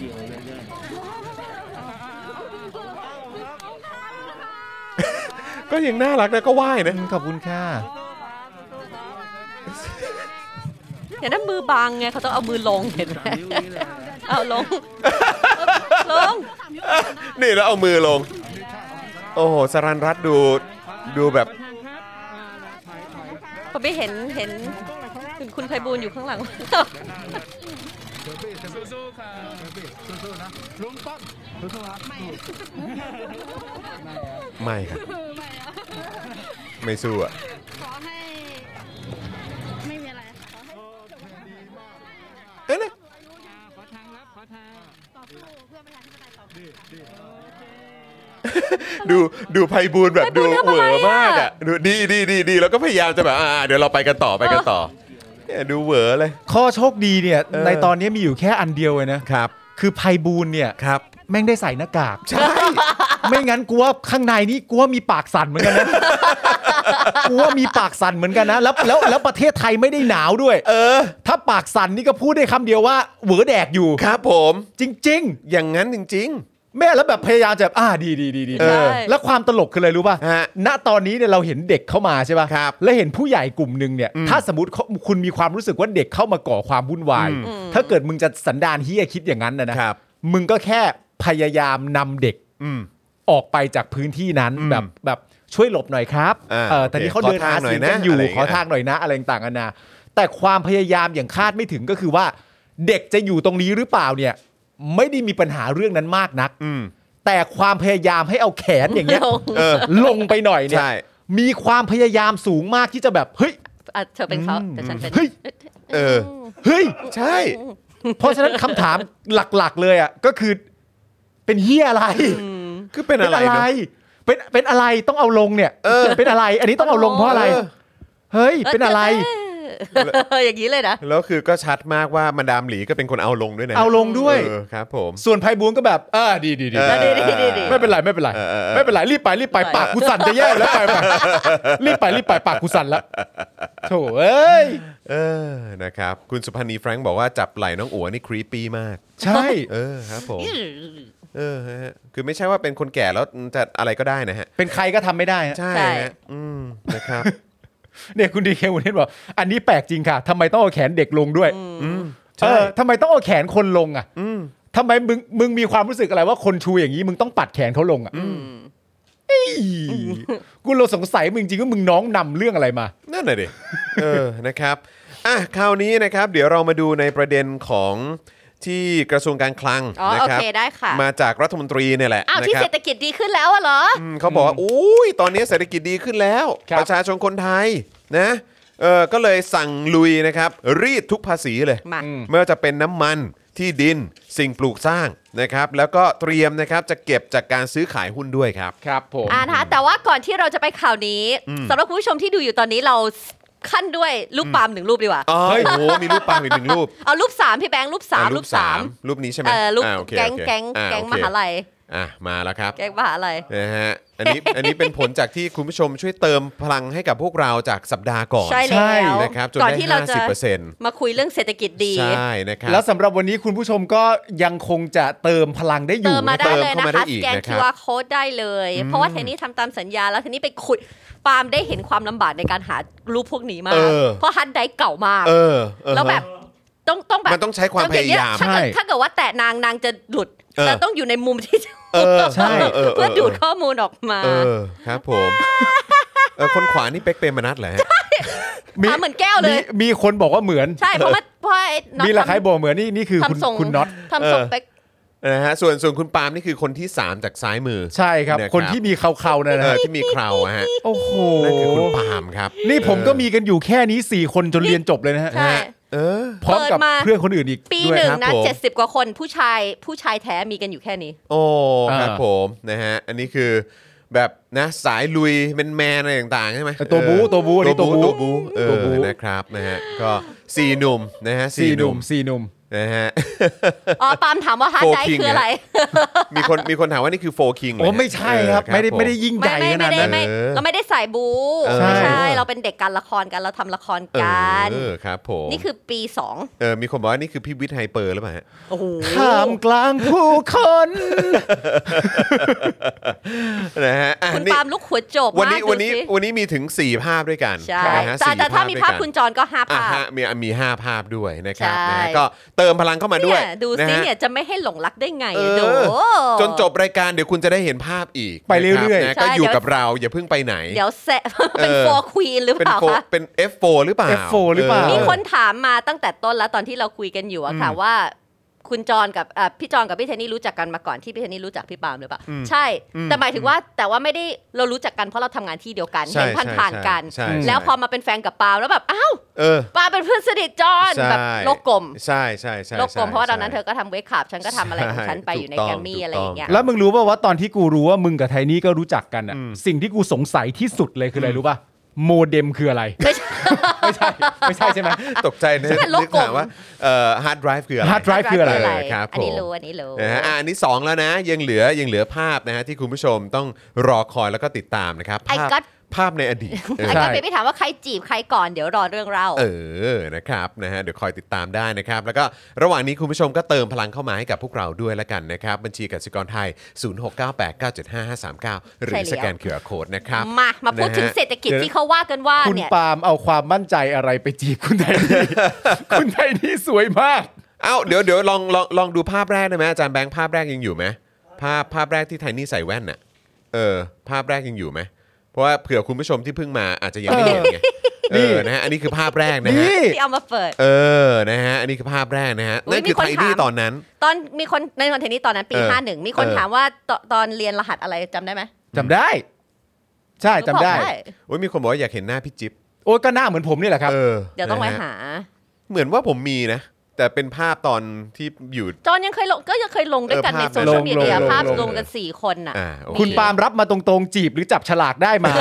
ก็ยังน่ารักนะก็ไหว้นะขอบคุณค่ะอย่างนั้นมือบางไงเขาต้องเอามือลงเห็นไหมเอาลงนี่แล้วเอามือลงโอ้โหสรัญรัตน์ดูแบบเขาไม่เห็นคุณไพบูลย์อยู่ข้างหลังไม่ครับไม่สู้อ่ะขอให้ไม่มีอะไรค่ะขอทางต่อสู้เพื่อประชาธิปไตยต่อดูไพบูลย์แบบดูเหวอมากอ่ะดูดีแล้วก็พยายามจะแบบเดี๋ยวเราไปกันต่อดูเหวอเลยข้อโชคดีเนี่ยในตอนนี้มีอยู่แค่อันเดียวเลยนะครับคือไพบูลย์เนี่ยครับแม่งได้ใส่หน้ากากใช่ไม่งั้นกูว่าข้างในนี่กูว่ามีปากสั่นเหมือนกันนะกูว่ามีปากสั่นเหมือนกันนะแล้วประเทศไทยไม่ได้หนาวด้วยถ้าปากสั่นนี่ก็พูดได้คำเดียวว่าเหวอแดกอยู่ครับผมจริงๆอย่างนั้นจริงๆแม่แล้วแบบพยายามจะดีแล้วความตลกคืออะไรรู้ป่ะณตอนนี้เนี่ยเราเห็นเด็กเข้ามาใช่ป่ะแล้วเห็นผู้ใหญ่กลุ่มนึงเนี่ยถ้าสมมติคุณมีความรู้สึกว่าเด็กเข้ามาก่อความวุ่นวายถ้าเกิดมึงจะสันดานเหี้ยคิดอย่างนั้นนะมึงก็แค่พยายามนำเด็กออกไปจากพื้นที่นั้นแบบช่วยหลบหน่อยครับแต่นี่เขาเดินหาเสียงกันอยู่ขอทางหน่อยนะอะไรต่างกันนะแต่ความพยายามอย่างคาดไม่ถึงก็คือว่าเด็กจะอยู่ตรงนี้หรือเปล่าเนี่ยไม่ได้มีปัญหาเรื่องนั้นมากนักแต่ความพยายามให้เอาแขนอย่างเงี้ยลงไปหน่อยเนี่ยมีความพยายามสูงมากที่จะแบบเฮ้ยเธอเป็นเขาแต่ฉันเป็นเฮ้ยเฮ้ยใช่เพราะฉะนั้นคำถามหลักๆเลยอ่ะก็คือเป็นเหี้ยอะไรคือเป็นอะไรเป็นอะไรต้องเอาลงเนี่ยเป็นอะไรอันนี้ต้องเอาลงเพราะอะไรเฮ้ยเป็นอะไรอย่างนี้เลยนะแล้วคือก็ชัดมากว่ามาดามหลีก็เป็นคนเอาลงด้วยนะเอาลงด้วยครับผมส่วนไพบูลย์ก็แบบดีไม่เป็นไรไม่เป็นไรรีบไปปากกูสั่นจะแย่แล้วไปรีบไปปากกูสั่นแล้วโถเอ้ยนะครับคุณสุพันธ์นีแฟรงค์บอกว่าจับไหล่น้องอั๋วนี่ครีปปี้มากใช่ครับผมคือไม่ใช่ว่าเป็นคนแก่แล้วจะอะไรก็ได้นะฮะเป็นใครก็ทำไม่ได้ใช่นะครับเนี่ยคุณดีเควันนี้บอกอันนี้แปลกจริงค่ะทำไมต้องเอาแขนเด็กลงด้วยทำไมต้องเอาแขนคนลงอ่ะทำไมมึงมีความรู้สึกอะไรว่าคนชูอย่างนี้มึงต้องปัดแขนเขาลงอ่ะกูเราสงสัยมึงจริงว่ามึงน้องนำเรื่องอะไรมานั่นน่ะดินะครับคราวนี้นะครับเดี๋ยวเรามาดูในประเด็นของที่กระทรวงการคลังนะครับมาจากรัฐมนตรีเนี่ยแหละที่เศรษฐกิจดีขึ้นแล้วเหรอเขาบอกว่าตอนนี้เศรษฐกิจดีขึ้นแล้วประชาชนคนไทยนะก็เลยสั่งลุยนะครับรีดทุกภาษีเลยไม่ว่าจะเป็นน้ำมันที่ดินสิ่งปลูกสร้างนะครับแล้วก็เตรียมนะครับจะเก็บจากการซื้อขายหุ้นด้วยครับครับผมนะคะแต่ว่าก่อนที่เราจะไปข่าวนี้สำหรับผู้ชมที่ดูอยู่ตอนนี้เราขั้นด้วยรูปปาล์ม1รูปดีกว่าโอ้โหมีรูปปาล์มอีก1รูปเอารูป3พี่แบงค์รูป3รูปนี้ใช่ไหมรูปแก๊งมหาลัยมาแล้วครับแก๊งมหาลัยนะฮะอันนี้เป็นผลจากที่คุณผู้ชมช่วยเติมพลังให้กับพวกเราจากสัปดาห์ก่อนใช่นะครับจนได้ 50% มาคุยเรื่องเศรษฐกิจดีใช่นะครับแล้วสำหรับวันนี้คุณผู้ชมก็ยังคงจะเติมพลังได้อยู่เติมมาได้เลยนะคะสแกน QR Code ได้เลยเพราะว่าเทนนี่ทำตามสัญญาแล้วเทนนี่ไปขุดปาล์มได้เห็นความลำบากในการหารูปพวกนี้มากเพราะฮันไดเก่ามากแล้วแบบต้องแบบมันต้องใช้ความพยายามถ้าเกิดว่าแตะนางจะหลุดแต่ต้องอยู่ในมุมที่ใช่เพื่อดูดข้อมูลออกมาครับผมคนขวานี่เป๊กเปรมนัสเหรอฮะเหมือนแก้วเลยมีคนบอกว่าเหมือนใช่เพราะมีละใครบอกเหมือนนี่คือคุณน็อตทำทรงเป๊กนะฮะส่วนคุณปาล์มนี่คือคนที่3จากซ้ายมือใช่ครับคนที่มีเคราๆนะที่มีเคราฮะโอ้โหนั่นคือคุณปาล์มครับนี่ผมก็มีกันอยู่แค่นี้4คนจนเรียนจบเลยนะฮะพร้อมกับเพื่อนคนอื่นอีกปีหนึ่งนะ70กว่าคนผู้ชายแท้มีกันอยู่แค่นี้โอ้ครับผมนะฮะอันนี้คือแบบนะสายลุยแมนอะไรต่างๆใช่ไหมตัวบูอันนี้ตัวบูนะครับนะฮะก็4หนุ่มนะฮะ 4หนุ่มนะฮะปาล์มถามว่าฮาร์ดไดร์คืออะไรมีคนถามว่านี่คือโฟคิงโอ้ไม่ใช่ครับไม่ได้ยิ่งใหญ่ขนาดนั้นเราไม่ได้ใส่บูไม่ใช่เราเป็นเด็กการละครกันเราทำละครกันครับผมนี่คือปี2 มีคนบอกว่านี่คือพี่วิทย์ไฮเปอร์หรือเปล่าฮะโอ้โหท่ามกลางผู้คนนะฮะคุณปาล์มลุกหัวโจกวันนี้มีถึง4ภาพด้วยกันใช่แต่ถ้ามีภาพคุณจรก็5ภาพมี5ภาพด้วยนะครับนะก็เติมพลังเข้ามาด้วยดูซิเนี่ยจะไม่ให้หลงรักได้ไงจนจบรายการเดี๋ยวคุณจะได้เห็นภาพอีกไปเรื่อยๆก็อยู่กับเราอย่าเพิ่งไปไหนเดี๋ยวเป็น4 Queen หรือเปล่าคะเป็น F4 หรือเปล่า F4 หรือเปล่ามีคนถามมาตั้งแต่ต้นแล้วตอนที่เราคุยกันอยู่อะค่ะว่าคุณจรกับพี่จรกับพี่เทนนี่รู้จักกันมาก่อนที่พี่เทนนี่รู้จักพี่ปาล์มหรือเปล่าใช่แต่หมายถึงว่าแต่ว่าไม่ได้เรารู้จักกันเพราะเราทำงานที่เดียวกันเห็นผ่านๆกันแล้วพอมาเป็นแฟนกับปาล์มแล้วแบบอ้าวปาล์มเป็นเพื่อนสนิทจรแบบโลกกลมใช่โลกกลมเพราะว่าตอนนั้นเธอก็ทำเวคคลับฉันก็ทำอะไรของฉันไปอยู่ในแกรมมี่อะไรอย่างเงี้ยแล้วมึงรู้ป่ะว่าตอนที่กูรู้ว่ามึงกับไทนี่ก็รู้จักกันอ่ะสิ่งที่กูสงสัยที่สุดเลยคืออะไรรู้ป่ะโมเด็มคืออะไรไม่ใช่ใช่ไหมตกใจนึกถามว่าฮาร์ดไดรฟ์คืออะไรฮาร์ดไดรฟ์คืออะไรครับอันนี้รู้อันนี้2แล้วนะยังเหลือภาพนะฮะที่คุณผู้ชมต้องรอคอยแล้วก็ติดตามนะครับภาพในอดีตอาจารย์ไปถามว่าใครจีบใครก่อนเดี๋ยวรอเรื่องเล่านะครับนะฮะเดี๋ยวคอยติดตามได้นะครับแล้วก็ระหว่างนี้คุณผู้ชมก็เติมพลังเข้ามาให้กับพวกเราด้วยละกันนะครับบัญชีกสิกรไทย0698975539หรือสแกน QR Code นะครับมาพูดถึงเศรษฐกิจที่เขาว่ากันว่าเนี่ยคุณปาล์มเอาความมั่นใจอะไรไปจีบคุณไทนี่ คุณไทนี่สวยมากเดี๋ยวลองดูภาพแรกได้ไหมอาจารย์แบงค์ภาพแรกยังอยู่ไหมภาพแรกที่ไทนี่ใส่แว่นน่ะภาพแรกยังอยู่ไหมเพราะว่าเผื่อคุณผู้ชมที่เพิ่งมาอาจจะยังไม่เห็นไงนะฮะอันนี้คือภาพแรกนะฮะที่เอามาเปิดนะฮะอันนี้คือภาพแรกนะฮะนั่นคือไทนี่ตอนนั้นมีคนในคอนเทนต์นี้ตอนนั้นปี51มีคนถามว่าตอนเรียนรหัสอะไรจำได้ไหมจำได้ใช่จำได้มีคนบอกว่าอยากเห็นหน้าพี่จิ๊บโอ้ก็หน้าเหมือนผมนี่แหละครับเดี๋ยวต้องไปหาเหมือนว่าผมมีนะแต่เป็นภาพตอนที่อยู่จอนยังเคยลงด้วยกันในโซเชียลมีเดียภาพลงกัน4คนน่ะคุณปาล์มรับมาตรงๆจีบหรือจับฉลากได้มา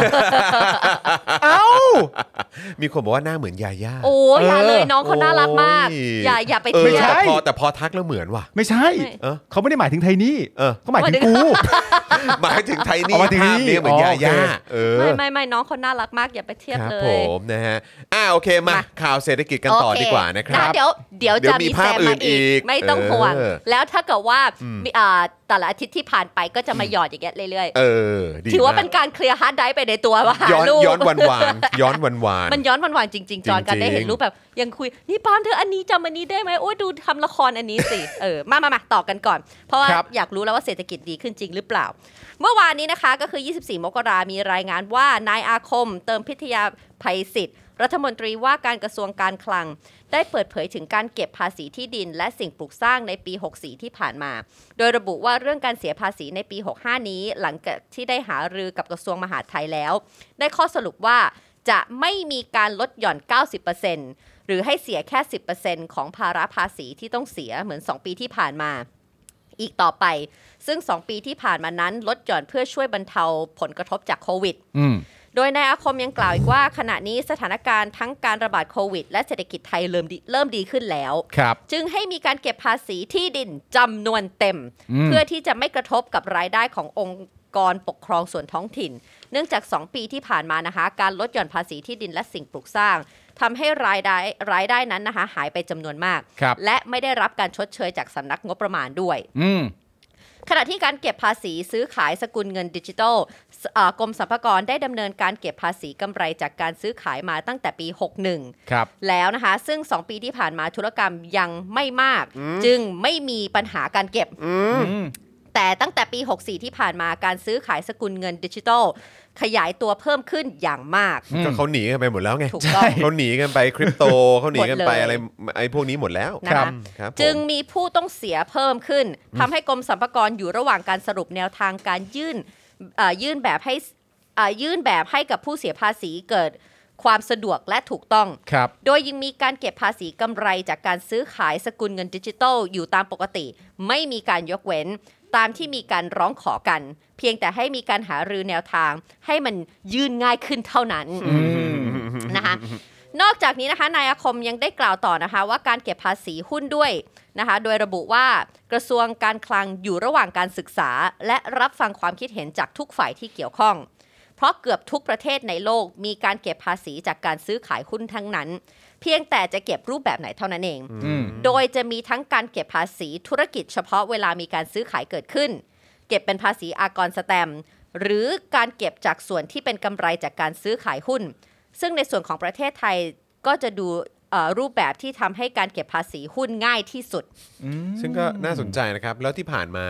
มีคนบอกว่าหน้าเหมือนยาย่าโอ้ยอย่าเลยน้องเขาน่ารักมากอย่าไปเทียบแต่พอทักแล้วเหมือนว่ะไม่ใช่เขาไม่ได้หมายถึงไทนี่เขาหมายถึงกูหมายถึงไทนี่ภาพนี้เหมือนยาย่าไม่น้องเขาน่ารักมากอย่าไปเทียบเลยครับผมนะฮะโอเคมาข่าวเศรษฐกิจกันต่อดีกว่านะครับเดี๋ยวจะมีภาพอื่นอีกไม่ต้องห่วงแล้วถ้าเกิดว่าแต่ละอาทิตย์ที่ผ่านไปก็จะมาหยอดอย่างเงี้ยเรื่อยๆถือว่าเป็นการเคลียร์ฮาร์ดไดรฟ์ไปในตัวว่าย้อนวันมันย้อนวันจริงๆจอนกันได้เห็นรูปแบบยังคุยนี่ปาล์มเธออันนี้จำอันนี้ได้ไหมโอ้ยดูทำละครอันนี้สิมาต่อกันก่อนเพราะว่าอยากรู้แล้วว่าเศรษฐกิจดีขึ้นจริงหรือเปล่าเมื่อวานนี้นะคะก็คือ24มกราคมมีรายงานว่านายอาคมเติมพิทยาภัยศิษฐ์รัฐมนตรีว่าการกระทรวงการคลังได้เปิดเผยถึงการเก็บภาษีที่ดินและสิ่งปลูกสร้างในปี64ที่ผ่านมาโดยระบุว่าเรื่องการเสียภาษีในปี65นี้หลังจากที่ได้หารือกับกระทรวงมหาดไทยแล้วได้ข้อสรุปว่าจะไม่มีการลดหย่อน 90% หรือให้เสียแค่ 10% ของภาระภาษีที่ต้องเสียเหมือน2ปีที่ผ่านมาอีกต่อไปซึ่ง2ปีที่ผ่านมานั้นลดหย่อนเพื่อช่วยบรรเทาผลกระทบจากโควิดโดยนายอาคมยังกล่าวอีกว่าขณะนี้สถานการณ์ทั้งการระบาดโควิดและเศรษฐกิจไทยเริ่มดีขึ้นแล้วจึงให้มีการเก็บภาษีที่ดินจำนวนเต็มเพื่อที่จะไม่กระทบกับรายได้ขององค์กรปกครองส่วนท้องถิ่นเนื่องจาก2ปีที่ผ่านมานะคะการลดหย่อนภาษีที่ดินและสิ่งปลูกสร้างทำให้รายได้นั้นนะคะหายไปจำนวนมากและไม่ได้รับการชดเชยจากสำนักงบประมาณด้วยขณะที่การเก็บภาษีซื้อขายสกุลเงินดิจิทัลกรมสรรพากรได้ดำเนินการเก็บภาษีกำไรจากการซื้อขายมาตั้งแต่ปี61แล้วนะคะซึ่ง2ปีที่ผ่านมาธุรกรรมยังไม่มากจึงไม่มีปัญหาการเก็บแต่ตั้งแต่ปี64ที่ผ่านมาการซื้อขายสกุลเงินดิจิทัลขยายตัวเพิ่มขึ้นอย่างมากก็เขาหนีกันไปหมดแล้วไงเขาหนีกันไปคริปโตเขาหนีกันไปอะไรไอ้พวกนี้หมดแล้วครับจึงมีผู้ต้องเสียเพิ่มขึ้นทำให้กรมสรรพากรอยู่ระหว่างการสรุปแนวทางการยื่นแบบให้กับผู้เสียภาษีเกิดความสะดวกและถูกต้องโดยยังมีการเก็บภาษีกำไรจากการซื้อขายสกุลเงินดิจิทัลอยู่ตามปกติไม่มีการยกเว้นตามที่มีการร้องขอกันเพียงแต่ให้มีการหารือแนวทางให้มันยื่นง่ายขึ้นเท่านั้นนะคะนอกจากนี้นะคะนายอาคมยังได้กล่าวต่อนะคะว่าการเก็บภาษีหุ้นด้วยนะคะโดยระบุว่ากระทรวงการคลังอยู่ระหว่างการศึกษาและรับฟังความคิดเห็นจากทุกฝ่ายที่เกี่ยวข้องเพราะเกือบทุกประเทศในโลกมีการเก็บภาษีจากการซื้อขายหุ้นทั้งนั้นเพียงแต่จะเก็บรูปแบบไหนเท่านั้นเองโดยจะมีทั้งการเก็บภาษีธุรกิจเฉพาะเวลามีการซื้อขายเกิดขึ้นเก็บเป็นภาษีอากรสแตมป์หรือการเก็บจากส่วนที่เป็นกำไรจากการซื้อขายหุ้นซึ่งในส่วนของประเทศไทยก็จะดูรูปแบบที่ทำให้การเก็บภาษีหุ้นง่ายที่สุดซึ่งก็น่าสนใจนะครับแล้วที่ผ่านมา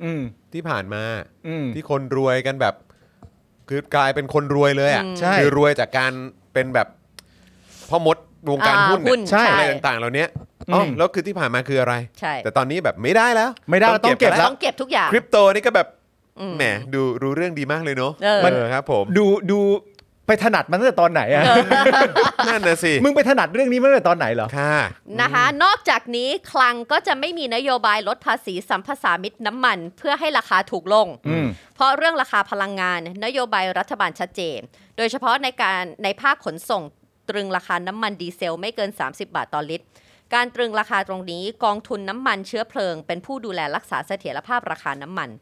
ที่คนรวยกันแบบคือกลายเป็นคนรวยเลยอ่ะคือรวยจากการเป็นแบบพ่อมดวงการหุ้นอะไรต่างๆเหล่านี้แล้วคือที่ผ่านมาคืออะไรแต่ตอนนี้แบบไม่ได้แล้วต้องเก็บทุกอย่างคริปโตนี่ก็แบบแหมดูรู้เรื่องดีมากเลยเนาะครับผมดูไปถนัดมันตั้งแต่ตอนไหนอะนั่นน่ะสิมึงไปถนัดเรื่องนี้มาตั้งแต่ตอนไหนเหรอค่ะนะคะนอกจากนี้คลังก็จะไม่มีนโยบายลดภาษีสัมปทานมิตรน้ำมันเพื่อให้ราคาถูกลงเพราะเรื่องราคาพลังงานนโยบายรัฐบาลชัดเจนโดยเฉพาะในภาคขนส่งตรึงราคาน้ำมันดีเซลไม่เกิน30 บาทต่อลิตรการตรึงราคาตรงนี้กองทุนน้ำมันเชื้อเพลิงเป็นผู้ดูแลรักษาเสถียรภาพราคาน้ำมัน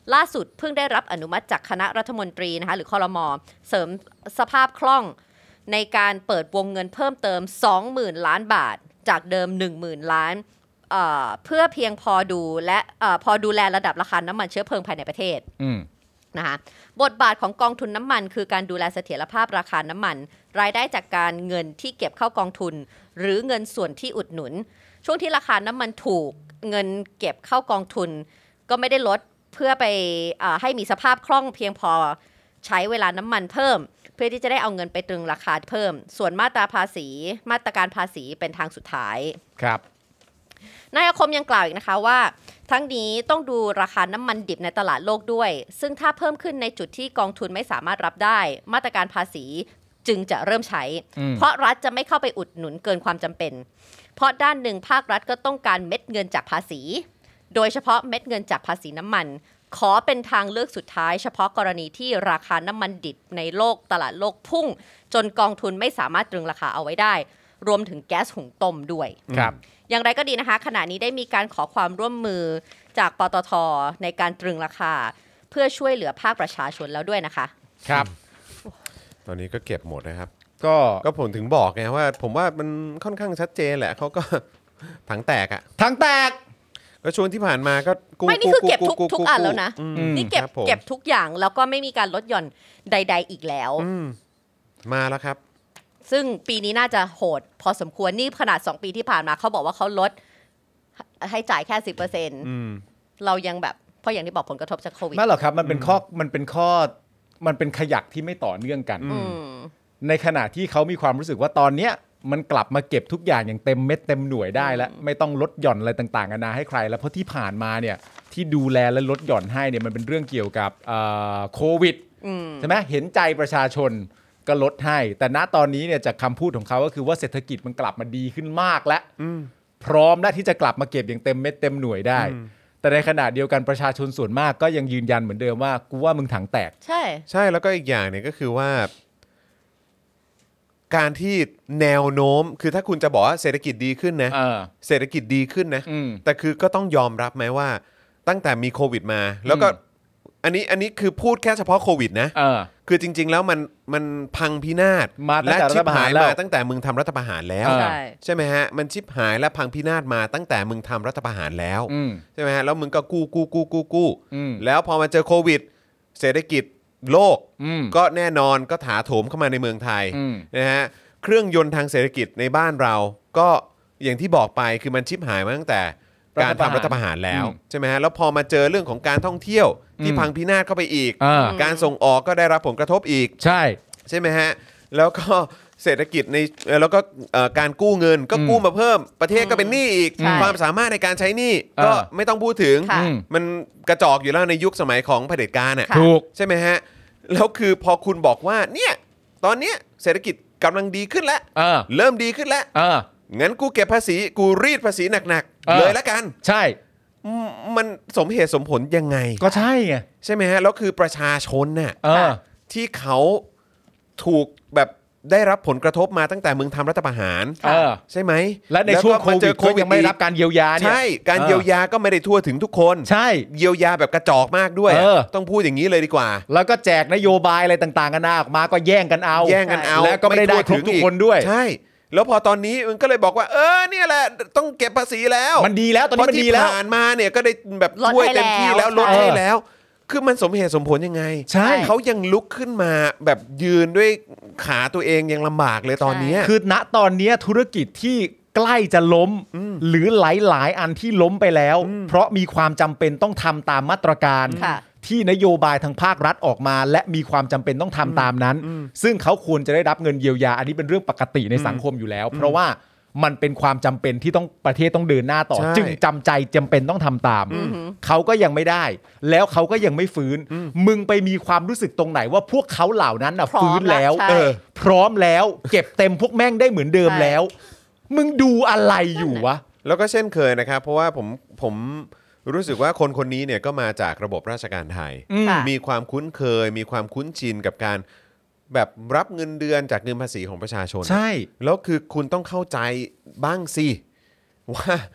ล่าสุดเพิ่งได้รับอนุมัติจากคณะรัฐมนตรีนะคะหรือครม.เสริมสภาพคล่องในการเปิดวงเงินเพิ่มเติม 20,000 ล้านบาทจากเดิม 10,000 ล้านเพื่อเพียงพอดูแลระดับราคาน้ำมันเชื้อเพลิงภายในประเทศนะคะบทบาทของกองทุนน้ำมันคือการดูแลเสถียรภาพราคาน้ำมันรายได้จากการเงินที่เก็บเข้ากองทุนหรือเงินส่วนที่อุดหนุนช่วงที่ราคาน้ำมันถูกเงินเก็บเข้ากองทุนก็ไม่ได้ลดเพื่อไปให้มีสภาพคล่องเพียงพอใช้เวลาน้ำมันเพิ่มเพื่อที่จะได้เอาเงินไปตรึงราคาเพิ่มส่วนมาตราการภาษีเป็นทางสุดท้ายครับนายอาคมยังกล่าวอีกนะคะว่าทั้งนี้ต้องดูราคาน้ำมันดิบในตลาดโลกด้วยซึ่งถ้าเพิ่มขึ้นในจุดที่กองทุนไม่สามารถรับได้มาตรการภาษีจึงจะเริ่มใช้เพราะรัฐจะไม่เข้าไปอุดหนุนเกินความจำเป็นเพราะด้านหนึ่งภาครัฐก็ต้องการเม็ดเงินจากภาษีโดยเฉพาะเม็ดเงินจากภาษีน้ำมันขอเป็นทางเลือกสุดท้ายเฉพาะกรณีที่ราคาน้ำมันดิบในตลาดโลกพุ่งจนกองทุนไม่สามารถตรึงราคาเอาไว้ได้รวมถึงแก๊สหุงต้มด้วยครับอย่างไรก็ดีนะคะขณะนี้ได้มีการขอความร่วมมือจากปตท.ในการตรึงราคาเพื่อช่วยเหลือภาคประชาชนแล้วด้วยนะคะครับตอนนี้ก็เก็บหมดนะครับก็ผมถึงบอกไงว่าผมว่ามันค่อนข้างชัดเจนแหละเขาก็ถังแตกอะถังแตกก็ช่วงที่ผ่านมาก็ไม่นี่คือเก็บทุกอันแล้วนะนี่เก็บทุกอย่างแล้วก็ไม่มีการลดหย่อนใดๆอีกแล้วมาแล้วครับซึ่งปีนี้น่าจะโหดพอสมควรนี่ขนาด2ปีที่ผ่านมาเขาบอกว่าเขาลดให้จ่ายแค่ 10% เรายังแบบเพราะอย่างที่บอกผลกระทบจากโควิดไม่หรอกครับมันเป็นขยักที่ไม่ต่อเนื่องกันในขณะที่เขามีความรู้สึกว่าตอนเนี้ยมันกลับมาเก็บทุกอย่างอย่างเต็มเม็ดเต็มหน่วยได้แล้วไม่ต้องลดหย่อนอะไรต่างๆกันานาให้ใครแล้วเพราะที่ผ่านมาเนี่ยที่ดูแลและลดหย่อนให้เนี่ยมันเป็นเรื่องเกี่ยวกับโควิดใช่ไหมเห็นใจประชาชนก็ลดให้แต่ณตอนนี้เนี่ยจากคำพูดของเขาก็คือว่าเศรษฐกิจมันกลับมาดีขึ้นมากแล้วพร้อมแล้วที่จะกลับมาเก็บอย่างเต็มเม็ดเต็มหน่วยได้แต่ในขณะเดียวกันประชาชนส่วนมากก็ยังยืนยันเหมือนเดิมว่ากูว่ามึงถังแตกใช่แล้วก็อีกอย่างเนี่ยก็คือว่าการที่แนวโน้มคือถ้าคุณจะบอกว่าเศรษฐกิจดีขึ้นนะเศรษฐกิจดีขึ้นนะแต่คือก็ต้องยอมรับไหมว่าตั้งแต่มีโควิดมาแล้วก็อันนี้คือพูดแค่เฉพาะโควิดนะคือจริงๆแล้วมันพังพินาศและชิบหายมาตั้งแต่มึงทำรัฐประหารแล้วใช่ไหมฮะมันชิบหายและพังพินาศมาตั้งแต่มึงทำรัฐประหารแล้วใช่ไหมฮะแล้วมึงก็กู้แล้วพอมาเจอโควิดเศรษฐกิจโลกก็แน่นอนก็ถาโถมเข้ามาในเมืองไทยนะฮะเครื่องยนต์ทางเศรษฐกิจในบ้านเราก็อย่างที่บอกไปคือมันชิบหายมาตั้งแต่การทำรัฐประหารแล้วใช่ไหมฮะแล้วพอมาเจอเรื่องของการท่องเที่ยวที่พังพินาศเข้าไปอีกการส่งออกก็ได้รับผลกระทบอีกใช่ไหมฮะแล้วก็เศรษฐกิจแล้วก็การกู้เงินก็กู้มาเพิ่มประเทศก็เป็นหนี้อีกความสามารถในการใช้หนี้ก็ไม่ต้องพูดถึงมันกระจอกอยู่แล้วในยุคสมัยของเผด็จการน่ะใช่ไหมฮะแล้วคือพอคุณบอกว่าเนี่ยตอนเนี้ยเศรษฐกิจกำลังดีขึ้นแล้วเริ่มดีขึ้นแล้วงั้นกูเก็บภาษีกูรีดภาษีหนักๆเลยละกันใช่มันสมเหตุสมผลยังไงก็ใช่ไงใช่ไหมฮะแล้วคือประชาชนน่ะที่เขาถูกแบบได้รับผลกระทบมาตั้งแต่มึงทำรัฐประหารใช่ไหมและในช่วงโควิดก็ยังไม่รับการเยียวยาเนี่ยใช่การเยียวยาก็ไม่ได้ทั่วถึงทุกคนใช่เยียวยาแบบกระจอกมากด้วยต้องพูดอย่างนี้เลยดีกว่าแล้วก็แจกนโยบายอะไรต่างๆกันออกมาก็แย่งกันเอาแล้วก็ไม่ได้ครบทุกคนด้วยใช่แล้วพอตอนนี้มันก็เลยบอกว่าเนี่ยแหละต้องเก็บภาษีแล้วมันดีแล้วตอนนี้มันดีแล้วที่ผ่านมาเนี่ยก็ได้แบบช่วยเต็มที่แล้วลดให้แล้วคือมันสมเหตุสมผลยังไงเขายังลุกขึ้นมาแบบยืนด้วยขาตัวเองยังลำบากเลยตอนนี้คือณตอนนี้ธุรกิจที่ใกล้จะล้มหรือหลายๆอันที่ล้มไปแล้วเพราะมีความจำเป็นต้องทำตามมาตรการที่นโยบายทางภาครัฐออกมาและมีความจำเป็นต้องทำตามนั้นซึ่งเขาควรจะได้รับเงินเยียวยาอันนี้เป็นเรื่องปกติในสังคมอยู่แล้วเพราะว่ามันเป็นความจำเป็นที่ต้องประเทศต้องเดินหน้าต่อจึงจำใจจำเป็นต้องทำตามเขาก็ยังไม่ได้แล้วเขาก็ยังไม่ฟื้นมึงไปมีความรู้สึกตรงไหนว่าพวกเขาเหล่านั้นฟื้นแล้วพร้อมแล้วเก็บเต็มพวกแม่งได้เหมือนเดิมแล้วมึงดูอะไรอยู่วะแล้วก็เช่นเคยนะครับเพราะว่าผมรู้สึกว่าคนนี้เนี่ยก็มาจากระบบราชการไทยมีความคุ้นเคยมีความคุ้นชินกับการแบบรับเงินเดือนจากเงินภาษีของประชาชนใช่แล้วคือคุณต้องเข้าใจบ้างสิว่า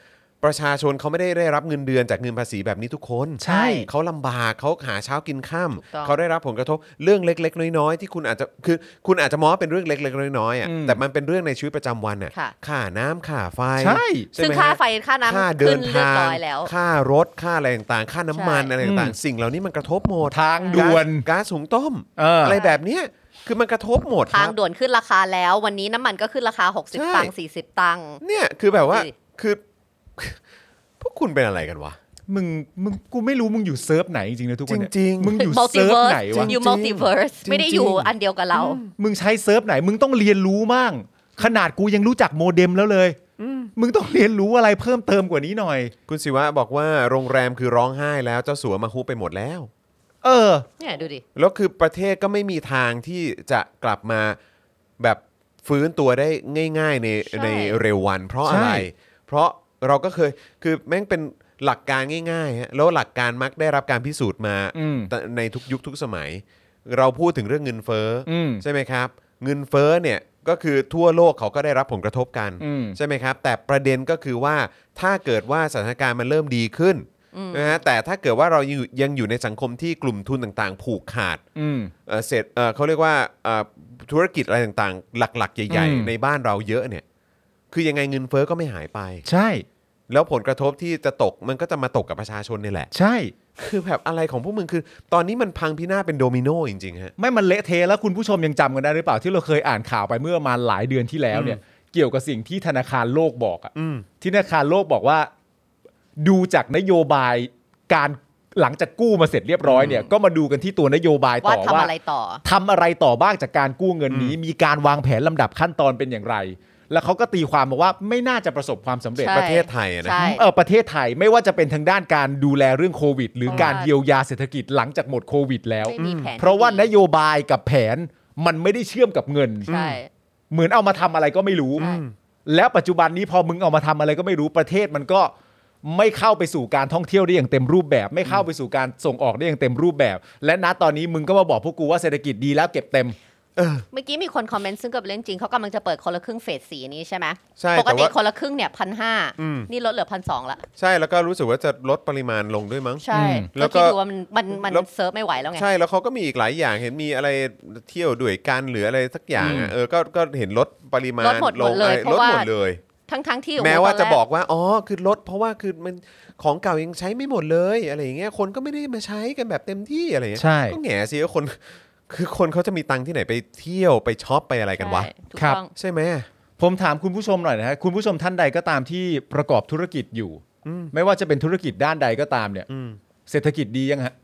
ประชาชนเขาไม่ได้รับเงินเดือนจากเงินภาษีแบบนี้ทุกคนใช่เขาลำบากเขาหาเช้ากินค่ำเขาได้รับผลกระทบเรื่องเล็กๆน้อยๆที่คุณอาจจะคือคุณอาจจะมองว่าเป็นเรื่องเล็กๆน้อยๆอ่ะแต่มันเป็นเรื่องในชีวิตประจำวันอ่ะค่าน้ำค่าไฟใช่ซึ่งค่าไฟค่าน้ำค่าเดินทางค่ารถค่าอะไรต่างๆค่าน้ำมันอะไรต่างๆสิ่งเหล่านี้มันกระทบหมดทางด่วนก๊าซหุงต้มอะไรแบบเนี้ยคือมันกระทบหมดทางด่วนขึ้นราคาแล้ววันนี้น้ำมันก็ขึ้นราคา60 ตังค์40 ตังค์เนี่ยคือแบบว่าคือพวกคุณเป็นอะไรกันวะมึงกูไม่รู้มึงอยู่เซิร์ฟไหนจริงๆนะทุกคนจริงมึงอยู่เซิร์ฟไหนวะอยู่มัลติเวิร์สไม่ได้อยู่อันเดียวกับเรามึงใช้เซิร์ฟไหนมึงต้องเรียนรู้มั่งขนาดกูยังรู้จักโมเด็มแล้วเลยมึงต้องเรียนรู้อะไรเพิ่มเติมกว่านี้หน่อยคุณศิวะบอกว่าโรงแรมคือร้องไห้แล้วเจ้าสัวมาฮุบไปหมดแล้วเนี่ยดูดิแล้วคือประเทศก็ไม่มีทางที่จะกลับมาแบบฟื้นตัวได้ง่ายๆในเร็ววันเพราะอะไรเพราะเราก็เคยคือแม่งเป็นหลักการง่ายๆฮะแล้วหลักการมักได้รับการพิสูจน์มาในทุกยุคทุกสมัยเราพูดถึงเรื่องเงินเฟ้อใช่ไหมครับเงินเฟ้อเนี่ยก็คือทั่วโลกเขาก็ได้รับผลกระทบกันใช่ไหมครับแต่ประเด็นก็คือว่าถ้าเกิดว่าสถานการณ์มันเริ่มดีขึ้นนะฮะแต่ถ้าเกิดว่าเรายังอยู่ในสังคมที่กลุ่มทุนต่างๆผูกขาดเสร็จเขาเรียกว่าธุรกิจอะไรต่างๆหลักๆใหญ่ๆในบ้านเราเยอะเนี่ยคือยังไงเงินเฟ้อก็ไม่หายไปใช่แล้วผลกระทบที่จะตกมันก็จะมาตกกับประชาชนนี่แหละใช่คือแบบอะไรของพวกมึงคือตอนนี้มันพังพินาศเป็นโดมิโนจริงๆฮะไม่มันเละเทะแล้วคุณผู้ชมยังจำกันได้หรือเปล่าที่เราเคยอ่านข่าวไปเมื่อมาหลายเดือนที่แล้วเนี่ยเกี่ยวกับสิ่งที่ธนาคารโลกบอกอ่ะที่ธนาคารโลกบอกว่าดูจากนโยบายการหลังจากกู้มาเสร็จเรียบร้อยเนี่ยก็มาดูกันที่ตัวนโยบายต่อว่าทำอะไรต่อบ้างจากการกู้เงินนี้มีการวางแผนลำดับขั้นตอนเป็นอย่างไรแล้วเขาก็ตีความบอกว่าไม่น่าจะประสบความสำเร็จประเทศไทยนะประเทศไทยไม่ว่าจะเป็นทางด้านการดูแลเรื่องโควิดหรือการเยียวยาเศรษฐกิจหลังจากหมดโควิดแล้วเพราะว่านโยบายกับแผนมันไม่ได้เชื่อมกับเงินเหมือนเอามาทำอะไรก็ไม่รู้แล้วปัจจุบันนี้พอมึงเอามาทำอะไรก็ไม่รู้ประเทศมันก็ไม่เข้าไปสู่การท่องเที่ยวได้อย่างเต็มรูปแบบไม่เข้าไปสู่การส่งออกได้อย่างเต็มรูปแบบและณตอนนี้มึงก็มาบอกพวกกูว่าเศรษฐกิจดีแล้วเก็บเต็มเมื่อกี้มีคนคอมเมนต์ซึ่งกับเรื่องจริงเขากำลังจะเปิดคนละครึ่งเฟส4นี้ใช่ไหมใช่ปกติคนละครึ่งเนี่ย1,500นี่ลดเหลือ1,200ละใช่แล้วก็รู้สึกว่าจะลดปริมาณลงด้วยมั้งใช่แล้วก็ดูว่ามันเซิร์ฟไม่ไหวแล้วไงใช่แล้วเขาก็มีอีกหลายอย่างเห็นมีอะไรเที่ยวด้วยกันหรืออะไรสักอย่างก็เห็นลดปริมาณลงเลยลดหมดเลยทั้งที่แม้ว่าจะบอกว่าอ๋อคือลดเพราะว่าคือมันของเก่ายังใช้ไม่หมดเลยอะไรอย่างเงี้ยคนก็ไม่ได้มาใช้กันแบบเต็มที่อะไรอย่างเงี้ยก็แง่สิว่าคนคือคนเขาจะมีตังค์ที่ไหนไปเที่ยวไปช็อปไปอะไรกันวะครับใช่ไหมผมถามคุณผู้ชมหน่อยนะฮะคุณผู้ชมท่านใดก็ตามที่ประกอบธุรกิจอยู่ไม่ว่าจะเป็นธุรกิจด้านใดก็ตามเนี่ยเศรษฐกิจดียังฮะ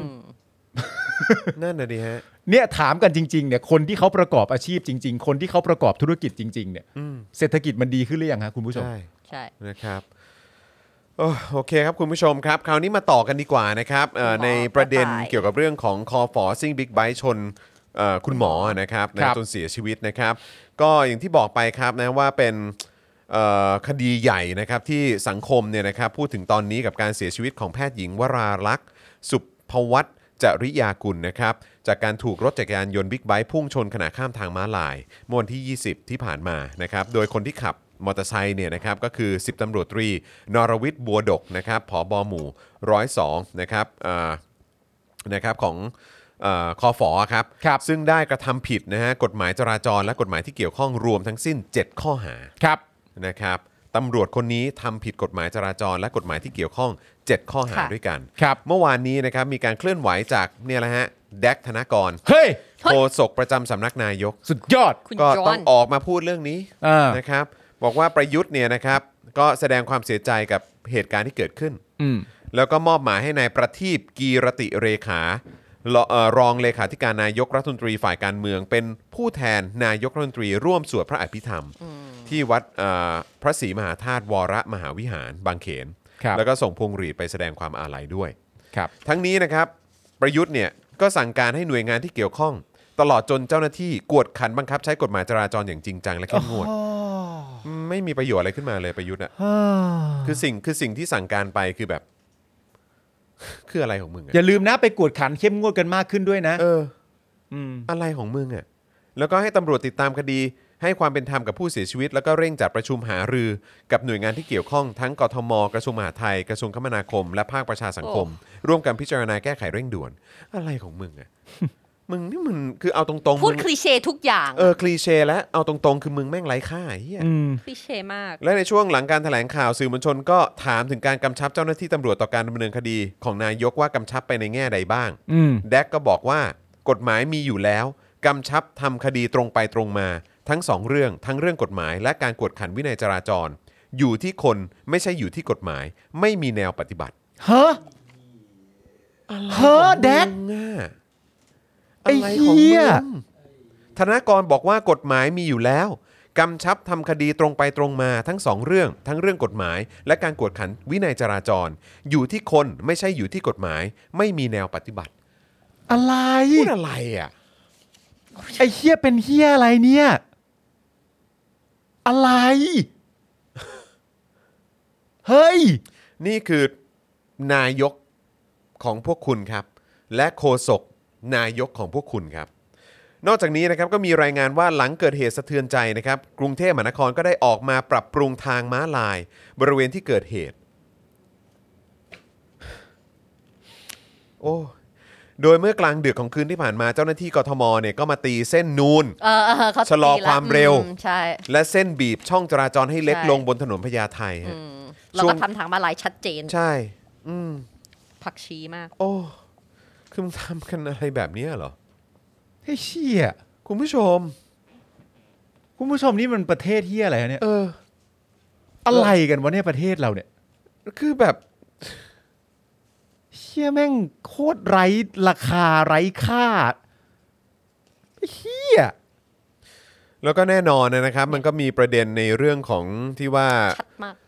นั่นน่ะดิฮะเนี่ยถามกันจริงๆเนี่ยคนที่เขาประกอบอาชีพจริงๆคนที่เขาประกอบธุรกิจจริงๆเนี่ยเศรษฐกิจมันดีขึ้นหรือยังฮะคุณผู้ชมใช่นะครับโอเคครับคุณผู้ชมครับคราวนี้มาต่อกันดีกว่านะครับในประเด็นเกี่ยวกับเรื่องของคอฟอซิ่งบิ๊กไบค์ชนคุณหมอนะครับจนเสียชีวิตนะครับก็อย่างที่บอกไปครับนะว่าเป็นคดีใหญ่นะครับที่สังคมเนี่ยนะครับพูดถึงตอนนี้กับการเสียชีวิตของแพทย์หญิงวราลักษณ์สุภวัฒน์จริยากุลนะครับจากการถูกรถจักรยานยนต์บิ๊กไบค์พุ่งชนขณะข้ามทางม้าลายเมื่อวันที่20ที่ผ่านมานะครับโดยคนที่ขับมอเตอร์ไซค์เนี่ยนะครับก็คือ10ตำรวจตรีนรวิทย์บัวดกนะครับผบ.หมู่102นะครับของคอฝอครับซึ่งได้กระทำผิดนะฮะกฎหมายจราจรและกฎหมายที่เกี่ยวข้องรวมทั้งสิ้น7ข้อหานะครับตำรวจคนนี้ทำผิดกฎหมายจราจรและกฎหมายที่เกี่ยวข้อง7ข้อหาด้วยกันเมื่อวานนี้นะครับมีการเคลื่อนไหวจากเนี่ยแหละฮะแดกธนกรโฆษกประจำสำนักนายกสุดยอดก็ต้องออกมาพูดเรื่องนี้นะครับบอกว่าประยุทธ์เนี่ยนะครับก็แสดงความเสียใจกับเหตุการณ์ที่เกิดขึ้นแล้วก็มอบหมายให้นายประทีปกีรติเรขารองเลขาธิการนายกรัฐมนตรีฝ่ายการเมืองเป็นผู้แทนนายกรัฐมนตรีร่วมสวดพระอภิธรรมที่วัดพระศรีมหาธาตุวรมหาวิหารบางเขนแล้วก็ส่งพวงหรีดไปแสดงความอาลัยด้วยทั้งนี้นะครับประยุทธ์เนี่ยก็สั่งการให้หน่วยงานที่เกี่ยวข้องตลอดจนเจ้าหน้าที่กวดขันบังคับใช้กฎหมายจราจรอย่างจริงจังและเข้มงวดไม่มีประโยชน์อะไรขึ้นมาเลยประยุทธ์อ่ะคือสิ่งที่สั่งการไปคือแบบคืออะไรของมึงอย่าลืมนะไปกวดขันเข้มงวดกันมากขึ้นด้วยนะอะไรของมึงอ่ะแล้วก็ให้ตำรวจติดตามคดีให้ความเป็นธรรมกับผู้เสียชีวิตแล้วก็เร่งจัดประชุมหารือกับหน่วยงานที่เกี่ยวข้องทั้งกทมกระทรวงมหาดไทยกระทรวงคมนาคมและภาคประชาสังคมร่วมกันพิจารณาแก้ไขเร่งด่วนอะไรของมึงอ่ะ มึงนี่มึงคือเอาตรงๆพูดคลีเช่ทุกอย่างคลีเช่แล้วเอาตรงๆคือมึงแม่งไร้ค่าเหี้ยคลีเช่มากและในช่วงหลังการแถลงข่าวสื่อมวลชนก็ถามถึงการกำชับเจ้าหน้าที่ตำรวจต่อการดำเนินคดีของนายกว่ากำชับไปในแง่ใดบ้างแดกก็บอกว่ากฎหมายมีอยู่แล้วกำชับทำคดีตรงไปตรงมาทั้ง2เรื่องทั้งเรื่องกฎหมายและการกวดขันวินัยจราจรอยู่ที่คนไม่ใช่อยู่ที่กฎหมายไม่มีแนวปฏิบัติฮะแดกไอ้เหี้ยธนากรบอกว่ากฎหมายมีอยู่แล้วกำชับทำคดีตรงไปตรงมาทั้ง2เรื่องทั้งเรื่องกฎหมายและการกวดขันวินัยจราจรอยู่ที่คนไม่ใช่อยู่ที่กฎหมายไม่มีแนวปฏิบัติอะไรพูดอะไรอ่ะไอ้เหี้ยเป็นเหี้ยอะไรเนี่ยอะไรเฮ้ยนี่คือนายกของพวกคุณครับและโฆษกนายกของพวกคุณครับนอกจากนี้นะครับก็มีรายงานว่าหลังเกิดเหตุสะเทือนใจนะครับกรุงเทพมหานครก็ได้ออกมาปรับปรุงทางม้าลายบริเวณที่เกิดเหตุโอ้โดยเมื่อกลางดึกของคืนที่ผ่านมาเจ้าหน้าที่กทมเนี่ยก็มาตีเส้นนูนชะลอความเร็วและเส้นบีบช่องจราจรให้เล็กลงบนถนนพญาไทแล้วก็ทำทางม้าลายชัดเจนใช่ผักชีมากโอ้คือมึงทำกันอะไรแบบนี้เหรอเฮ้ยเชี่ยคุณผู้ชมนี่มันประเทศเฮียอะไรเนี่ยอะไรกันวะเนี่ยประเทศเราเนี่ยคือแบบเฮียแม่งโคตรไร้ราคาไร้ค่าเฮียแล้วก็แน่นอนนะครับมันก็มีประเด็นในเรื่องของที่ว่าชัดมาก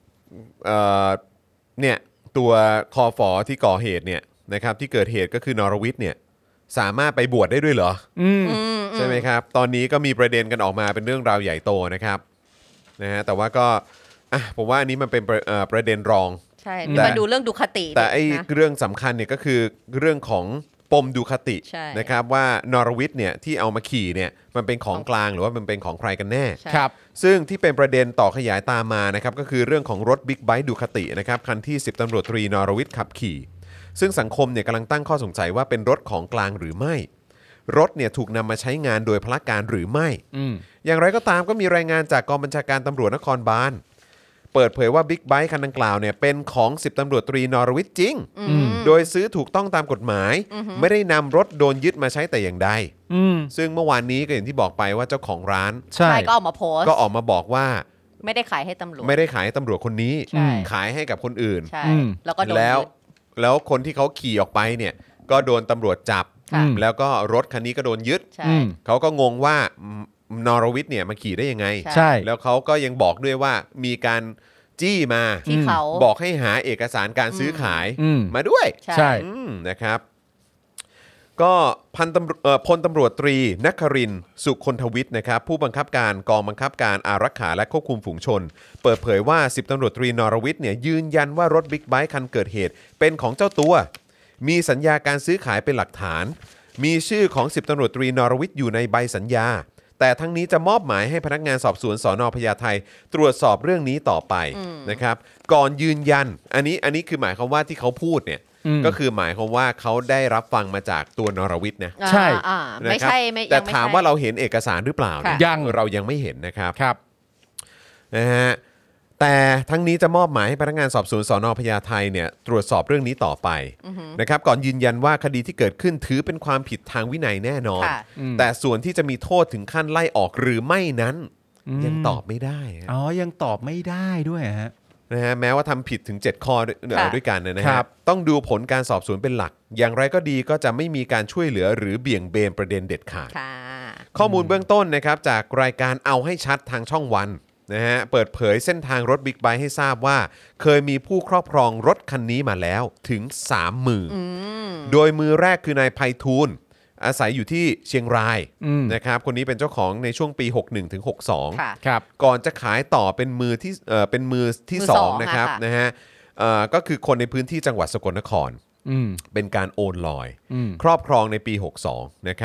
เนี่ยตัวคอฝอที่ก่อเหตุเนี่ยนะครับที่เกิดเหตุก็คือนรวิทย์เนี่ยสามารถไปบวชได้ด้วยเหรอใช่ไหมครับตอนนี้ก็มีประเด็นกันออกมาเป็นเรื่องราวใหญ่โตนะครับนะฮะแต่ว่าก็ผมว่าอันนี้มันเป็นประเด็นรองใช่มาดูเรื่องดูคติแต่ไอ้เรื่องสำคัญเนี่ยก็คือเรื่องของปมดูคตินะครับว่านรวิทย์เนี่ยที่เอามาขี่เนี่ยมันเป็นของกลางหรือว่ามันเป็นของใครกันแน่ครับซึ่งที่เป็นประเด็นต่อขยายตามมานะครับก็คือเรื่องของรถบิ๊กไบค์ดูคตินะครับคันที่10ตำรวจตรีนรวิทย์ขับขี่ซึ่งสังคมเนี่ยกำลังตั้งข้อสงสัยว่าเป็นรถของกลางหรือไม่รถเนี่ยถูกนำมาใช้งานโดยพละการหรือไม่อย่างไรก็ตามก็มีรายงานจากกองบัญชาการตำรวจนครบาลเปิดเผยว่าบิ๊กไบค์คันดังกล่าวเนี่ยเป็นของ10ตำรวจตรีนรวิทย์จริงโดยซื้อถูกต้องตามกฎหมายไม่ได้นำรถโดนยึดมาใช้แต่อย่างใดซึ่งเมื่อวานนี้ก็อย่างที่บอกไปว่าเจ้าของร้านใช่ก็ออกมาโพสต์ก็ออกมาบอกว่าไม่ได้ขายให้ตำรวจไม่ได้ขายให้ตำรวจคนนี้ขายให้กับคนอื่นใช่แล้วก็โดนแล้วคนที่เขาขี่ออกไปเนี่ยก็โดนตำรวจจับแล้วก็รถคันนี้ก็โดนยึดเขาก็งงว่านรวิทย์เนี่ยมาขี่ได้ยังไงใช่แล้วเขาก็ยังบอกด้วยว่ามีการจี้มาที่เขาบอกให้หาเอกสารการซื้อขายมาด้วยใช่นะครับก็พลตำรวจตรีนครินทร์สุคนทวิทย์นะครับผู้บังคับการกองบังคับการอารักขาและควบคุมฝูงชนเปิดเผยว่า10ตำรวจตรีนรวิทย์เนี่ยยืนยันว่ารถบิ๊กไบค์คันเกิดเหตุเป็นของเจ้าตัวมีสัญญาการซื้อขายเป็นหลักฐานมีชื่อของ10ตำรวจตรีนรวิทย์อยู่ในใบสัญญาแต่ทั้งนี้จะมอบหมายให้พนักงานสอบสวนสน.พญาไทตรวจสอบเรื่องนี้ต่อไปนะครับก่อนยืนยันอันนี้คือหมายความว่าที่เขาพูดเนี่ยก็คือหมายความว่าเขาได้รับฟังมาจากตัวนรวิทย์นะใช่ไม่ใช่แต่ถามว่าเราเห็นเอกสารหรือเปล่ายังเรายังไม่เห็นนะครับครับนะฮะแต่ทั้งนี้จะมอบหมายให้พนักงานสอบสวนสน.พญาไทเนี่ยตรวจสอบเรื่องนี้ต่อไปนะครับก่อนยืนยันว่าคดีที่เกิดขึ้นถือเป็นความผิดทางวินัยแน่นอนแต่ส่วนที่จะมีโทษถึงขั้นไล่ออกหรือไม่นั้นยังตอบไม่ได้ยังตอบไม่ได้ด้วยฮะนะฮะแม้ว่าทำผิดถึง7ข้อด้วยกันนะครับต้องดูผลการสอบสวนเป็นหลักอย่างไรก็ดีก็จะไม่มีการช่วยเหลือหรือเบี่ยงเบนประเด็นเด็ดขาดข้อมูลเบื้องต้นนะครับจากรายการเอาให้ชัดทางช่องวันนะฮะเปิดเผยเส้นทางรถบิ๊กไบค์ให้ทราบว่าเคยมีผู้ครอบครองรถคันนี้มาแล้วถึง3มือโดยมือแรกคือนายไพฑูรย์อาศัยอยู่ที่เชียงรายนะครับคนนี้เป็นเจ้าของในช่วงปี61ถึง62 ครับก่อนจะขายต่อเป็นมือที่2นะครับนะฮะก็คือคนในพื้นที่จังหวัดสกลนครเป็นการโอนลอยครอบครองในปี62นะครับ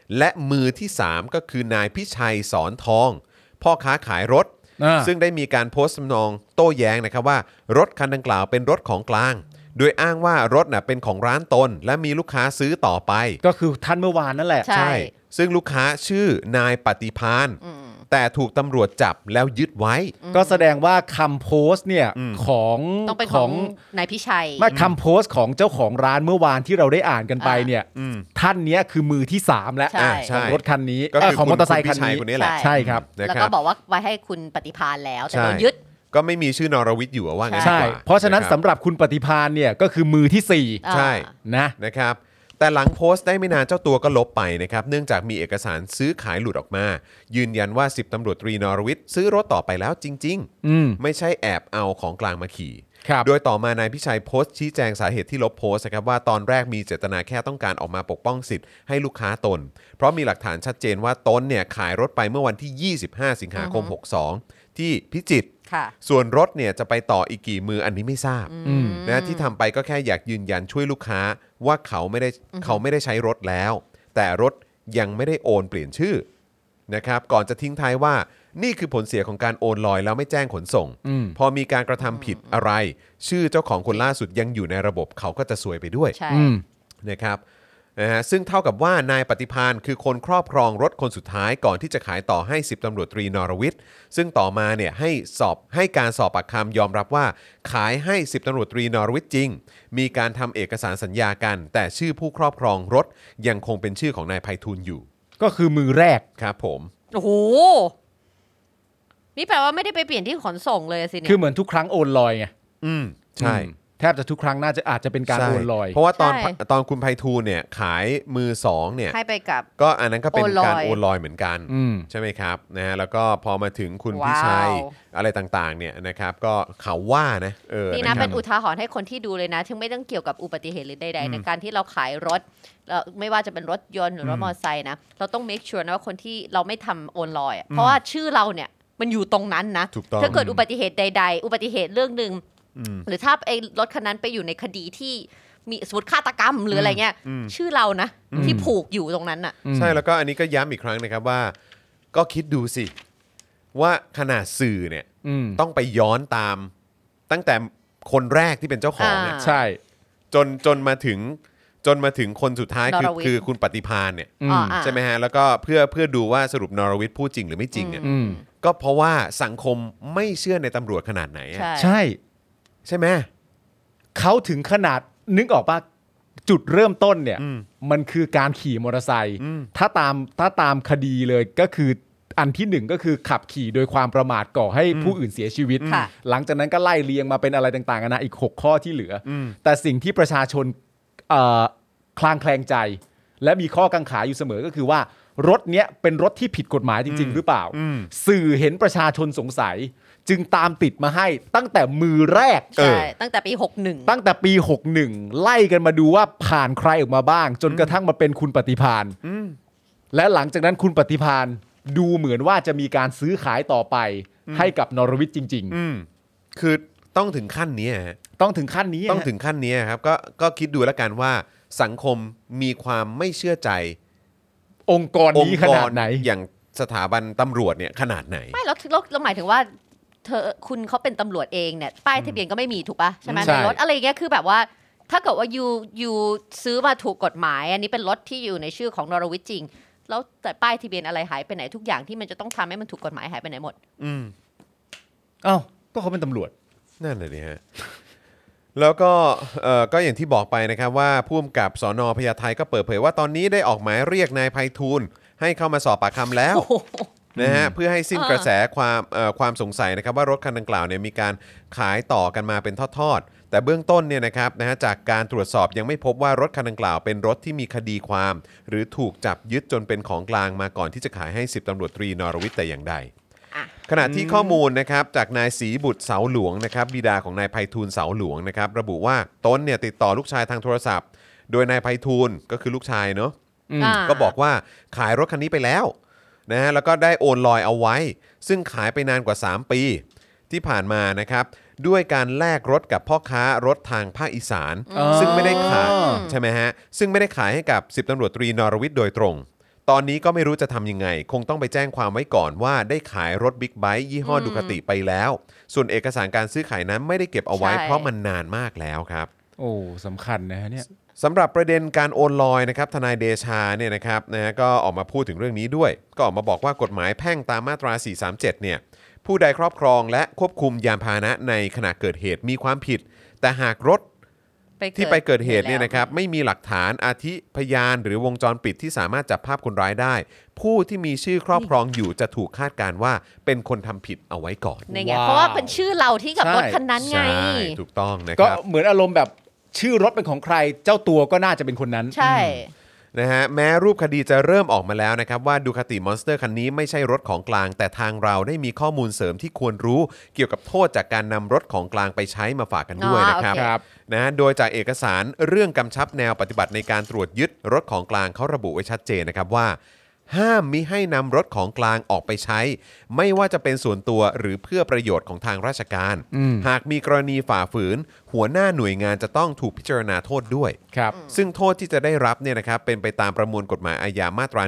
และมือที่3ก็คือนายพิชัยสอนทองพ่อค้าขายรถซึ่งได้มีการโพสต์ทำนองโต้แย้งนะครับว่ารถคันดังกล่าวเป็นรถของกลางโดยอ้างว่ารถน่ะเป็นของร้านตนและมีลูกค้าซื้อต่อไปก็คือท่านเมื่อวานนั่นแหละใช่ซึ่งลูกค้าชื่อนายปฏิพานแต่ถูกตำรวจจับแล้วยึดไว้ก็แสดงว่าคำโพสต์เนี่ยของต้องเป็นของนายพิชัยไม่คำโพสต์ของเจ้าของร้านเมื่อวานที่เราได้อ่านกันไปเนี่ยท่านนี้คือมือที่3แล้วของรถคันนี้ของมอเตอร์ไซค์คันนี้ใช่ครับแล้วก็บอกว่าไว้ให้คุณปฏิพานแล้วแต่โดนยึดก็ไม่มีชื่อนรวิทย์อยู่ว่างั้นใช่เพราะฉะนั้นสำหรับคุณปฏิพานเนี่ยก็คือมือที่4 ใช่นะครับแต่หลังโพสต์ได้ไม่นานเจ้าตัวก็ลบไปนะครับเนื่องจากมีเอกสารซื้อขายหลุดออกมายืนยันว่า10ตำรวจตรีนรวิทย์ซื้อรถต่อไปแล้วจริงๆไม่ใช่แอบเอาของกลางมาขี่โดยต่อมานายพิชัยโพสต์ชี้แจงสาเหตุที่ลบโพสต์นะครับว่าตอนแรกมีเจตนาแค่ต้องการออกมาปกป้องสิทธิ์ให้ลูกค้าตนเพราะมีหลักฐานชัดเจนว่าตนเนี่ยขายรถไปเมื่อวันที่25สิงหาคม62ที่พิจิตรส่วนรถเนี่ยจะไปต่ออีกกี่มืออันนี้ไม่ทราบนะที่ทำไปก็แค่อยากยืนยันช่วยลูกค้าว่าเขาไม่ได้ใช้รถแล้วแต่รถยังไม่ได้โอนเปลี่ยนชื่อนะครับก่อนจะทิ้งท้ายว่านี่คือผลเสียของการโอนลอยแล้วไม่แจ้งขนส่งพอมีการกระทำผิดอะไรชื่อเจ้าของคนล่าสุดยังอยู่ในระบบเขาก็จะซวยไปด้วยนะครับซึ่งเท่ากับว่านายปฏิพานคือคนครอบครองรถคนสุดท้ายก่อนที่จะขายต่อให้10ตำรวจตรีนรวิทย์ซึ่งต่อมาเนี่ยให้การสอบปากคำยอมรับว่าขายให้10ตำรวจตรีนรวิทย์จริงมีการทำเอกสารสัญญากันแต่ชื่อผู้ครอบครองรถยังคงเป็นชื่อของนายไพฑูรย์อยู่ก็คือมือแรกครับผมโอ้โหนี่แปลว่าไม่ได้ไปเปลี่ยนที่ขนส่งเลยสิเนี่ยคือเหมือนทุกครั้งโอนลอยไงใช่แทบจะทุกครั้งอาจจะเป็นการโอนลอยเพราะว่าตอนคุณไพฑูรย์เนี่ยขายมือ2เนี่ยให้ไปกับก็อันนั้นก็เป็นการโอนลอยเหมือนกันใช่ไหมครับนะฮะแล้วก็พอมาถึงคุณพิชัยอะไรต่างๆเนี่ยนะครับก็เขาว่านะนี่นะเป็นอุทาหรณ์ให้คนที่ดูเลยนะที่ไม่ต้องเกี่ยวกับอุบัติเหตุหรือใดๆในการที่เราขายรถไม่ว่าจะเป็นรถยนต์หรือรถมอเตอร์ไซค์นะเราต้อง make sure นะว่าคนที่เราไม่ทำโอนลอยเพราะว่าชื่อเราเนี่ยมันอยู่ตรงนั้นนะถ้าเกิดอุบัติเหตุใดๆอุบัติเหตุเรื่องนึงหรือถ้าไอ้รถคันนั้นไปอยู่ในคดีที่มีสมมติฆาตกรรมหรืออะไรเงี้ยชื่อเรานะที่ผูกอยู่ตรงนั้นน่ะใช่แล้วก็อันนี้ก็ย้ำอีกครั้งนะครับว่าก็คิดดูสิว่าขนาดสื่อเนี่ยต้องไปย้อนตามตั้งแต่คนแรกที่เป็นเจ้าของเนี่ยใช่จนมาถึงคนสุดท้ายคือคุณปฏิพานเนี่ยใช่ไหมฮะแล้วก็เพื่อดูว่าสรุปนรวิทย์พูดจริงหรือไม่จริงเนี่ยก็เพราะว่าสังคมไม่เชื่อในตำรวจขนาดไหนใช่ไหมเขาถึงขนาดนึกออกป่ะจุดเริ่มต้นเนี่ยมันคือการขี่มอเตอร์ไซค์ถ้าตามคดีเลยก็คืออันที่1ก็คือขับขี่โดยความประมาทก่อให้ผู้อื่นเสียชีวิตหลังจากนั้นก็ไล่เรียงมาเป็นอะไรต่างๆนะอีก6ข้อที่เหลือแต่สิ่งที่ประชาชนคลางแคลงใจและมีข้อกังขาอยู่เสมอก็คือว่ารถเนี้ยเป็นรถที่ผิดกฎหมายจริงๆหรือเปล่าสื่อเห็นประชาชนสงสัยจึงตามติดมาให้ตั้งแต่มือแรกใช่ตั้งแต่ปี61 ตั้งแต่ปี61ไล่กันมาดูว่าผ่านใครออกมาบ้างจนกระทั่งมาเป็นคุณปฏิพานและหลังจากนั้นคุณปฏิพานดูเหมือนว่าจะมีการซื้อขายต่อไปให้กับนรวิทย์จริงๆคือต้องถึงขั้นนี้ต้องถึงขั้นนี้ต้องถึงขั้นนี้ครับก็คิดดูแล้วกันว่าสังคมมีความไม่เชื่อใจองค์กรนี้ขนาดไหนอย่างสถาบันตำรวจเนี่ยขนาดไหนไม่เราหมายถึงว่าคุณเขาเป็นตำรวจเองเนี่ยป้ายทะเบียนก็ไม่มีถูกป่ะใช่ไหมในรถอะไรเงี้ยคือแบบว่าถ้าเกิดว่ายูซื้อมาถูกกฎหมายอันนี้เป็นรถที่อยู่ในชื่อของนรวิทย์จริงแล้วแต่ป้ายทะเบียนอะไรหายไปไหนทุกอย่างที่มันจะต้องทำให้มันถูกกฎหมายหายไปไหนหมดอ้าวก็เขาเป็นตำรวจนั่นเลยนี่ฮะแล้วก็อย่างที่บอกไปนะครับว่าผู้กำกับสน.พญาไทก็เปิดเผยว่าตอนนี้ได้ออกหมายเรียกนายไพฑูรย์ให้เข้ามาสอบปากคำแล้วนะฮะเพื่อให้สิ้นกระแสความสงสัยนะครับว่ารถคันดังกล่าวเนี่ยมีการขายต่อกันมาเป็นทอดๆแต่เบื้องต้นเนี่ยนะครับนะฮะจากการตรวจสอบยังไม่พบว่ารถคันดังกล่าวเป็นรถที่มีคดีความหรือถูกจับยึดจนเป็นของกลางมาก่อนที่จะขายให้10ตำรวจตรีนรวิทย์แต่อย่างใดขณะที่ข้อมูลนะครับจากนายศรีบุตรเสาหลวงนะครับบิดาของนายไพฑูรย์เสาหลวงนะครับระบุว่าตนเนี่ยติดต่อลูกชายทางโทรศัพท์โดยนายไพฑูรย์ก็คือลูกชายเนาะก็บอกว่าขายรถคันนี้ไปแล้วนะฮะแล้วก็ได้โอนลอยเอาไว้ซึ่งขายไปนานกว่า3ปีที่ผ่านมานะครับด้วยการแลกรถกับพ่อค้ารถทางภาคอีสานซึ่งไม่ได้ขายใช่ไหมฮะซึ่งไม่ได้ขายให้กับ10ตำรวจตรีนรวิทย์โดยตรงตอนนี้ก็ไม่รู้จะทำยังไงคงต้องไปแจ้งความไว้ก่อนว่าได้ขายรถบิ๊กไบค์ยี่ห้อดูคาติไปแล้วส่วนเอกสารการซื้อขายนั้นไม่ได้เก็บเอาไว้เพราะมันนานมากแล้วครับโอ้สำคัญนะฮะเนี่ยสำหรับประเด็นการโอนลอยนะครับทนายเดชาเนี่ยนะครับนะก็ออกมาพูดถึงเรื่องนี้ด้วยก็ออกมาบอกว่ากฎหมายแพ่งตามมาตรา437เนี่ยผู้ใดครอบครองและควบคุมยานพาหนะในขณะเกิดเหตุมีความผิดแต่หากรถที่ไปเกิดเหตุเนี่ยนะครับไม่มีหลักฐานอาทิพยานหรือวงจรปิดที่สามารถจับภาพคนร้ายได้ผู้ที่มีชื่อครอบครองอยู่จะถูกคาดการณ์ว่าเป็นคนทำผิดเอาไว้ก่อนนี่ไงเพราะว่าเป็นชื่อเราที่กับรถคันนั้นไงถูกต้องนะครับก็เหมือนอารมณ์แบบชื่อรถเป็นของใครเจ้าตัวก็น่าจะเป็นคนนั้นใช่นะฮะแม้รูปคดีจะเริ่มออกมาแล้วนะครับว่าดูคาติมอนสเตอร์คันนี้ไม่ใช่รถของกลางแต่ทางเราได้มีข้อมูลเสริมที่ควรรู้เกี่ยวกับโทษจากการนำรถของกลางไปใช้มาฝากกันด้วยนะครับนะโดยจากเอกสารเรื่องกำชับแนวปฏิบัติในการตรวจยึดรถของกลางเขาระบุไว้ชัดเจนนะครับว่าห้ามมิให้นำรถของกลางออกไปใช้ไม่ว่าจะเป็นส่วนตัวหรือเพื่อประโยชน์ของทางราชการหากมีกรณีฝ่าฝืนหัวหน้าหน่วยงานจะต้องถูกพิจารณาโทษด้วยซึ่งโทษที่จะได้รับเนี่ยนะครับเป็นไปตามประมวลกฎหมายอาญามาตรา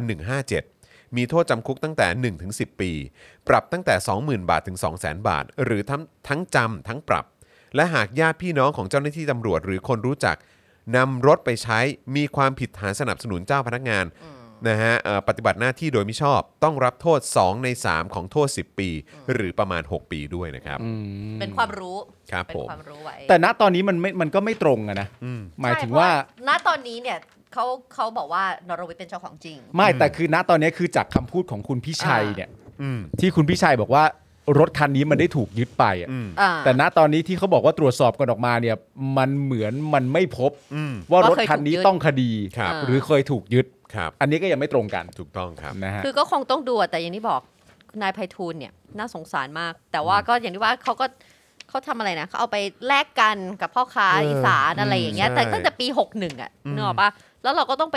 157มีโทษจำคุกตั้งแต่ 1-10 ปีปรับตั้งแต่ 20,000 บาทถึง 200,000 บาทหรือทั้งจำทั้งปรับและหากญาติพี่น้องของเจ้าหน้าที่ตำรวจหรือคนรู้จักนำรถไปใช้มีความผิดฐานสนับสนุนเจ้าพนักงานนะฮะปฏิบัติหน้าที่โดยมิชอบต้องรับโทษ2ใน3ของโทษ10ปีหรือประมาณ6ปีด้วยนะครับเป็นความรู้ครับเป็นความรู้ไว้แต่ณตอนนี้มันก็ไม่ตรงอะนะหมายถึงว่าณตอนนี้เนี่ยเขาบอกว่านรวิทย์เป็นเจ้าของจริงไม่แต่คือณตอนนี้คือจากคำพูดของคุณพิชัยเนี่ยที่คุณพิชัยบอกว่ารถคันนี้มันได้ถูกยึดไปแต่ณตอนนี้ที่เขาบอกว่าตรวจสอบกันออกมาเนี่ยมันเหมือนมันไม่พบว่ารถคันนี้ต้องคดีหรือเคยถูกยึดอันนี้ก็ยังไม่ตรงกันถูกต้องครับนะฮะคือก็คงต้องดูแต่อย่างที่บอกนายไพฑูรย์เนี่ยน่าสงสารมากแต่ว่าก็อย่างที่ว่าเขาทำอะไรนะเขาเอาไปแลกกันกับพ่อค้าอีสานอะไรอย่างเงี้ยแต่ตั้งแต่ปี61อ่ะนึกออกป่ะแล้วเราก็ต้องไป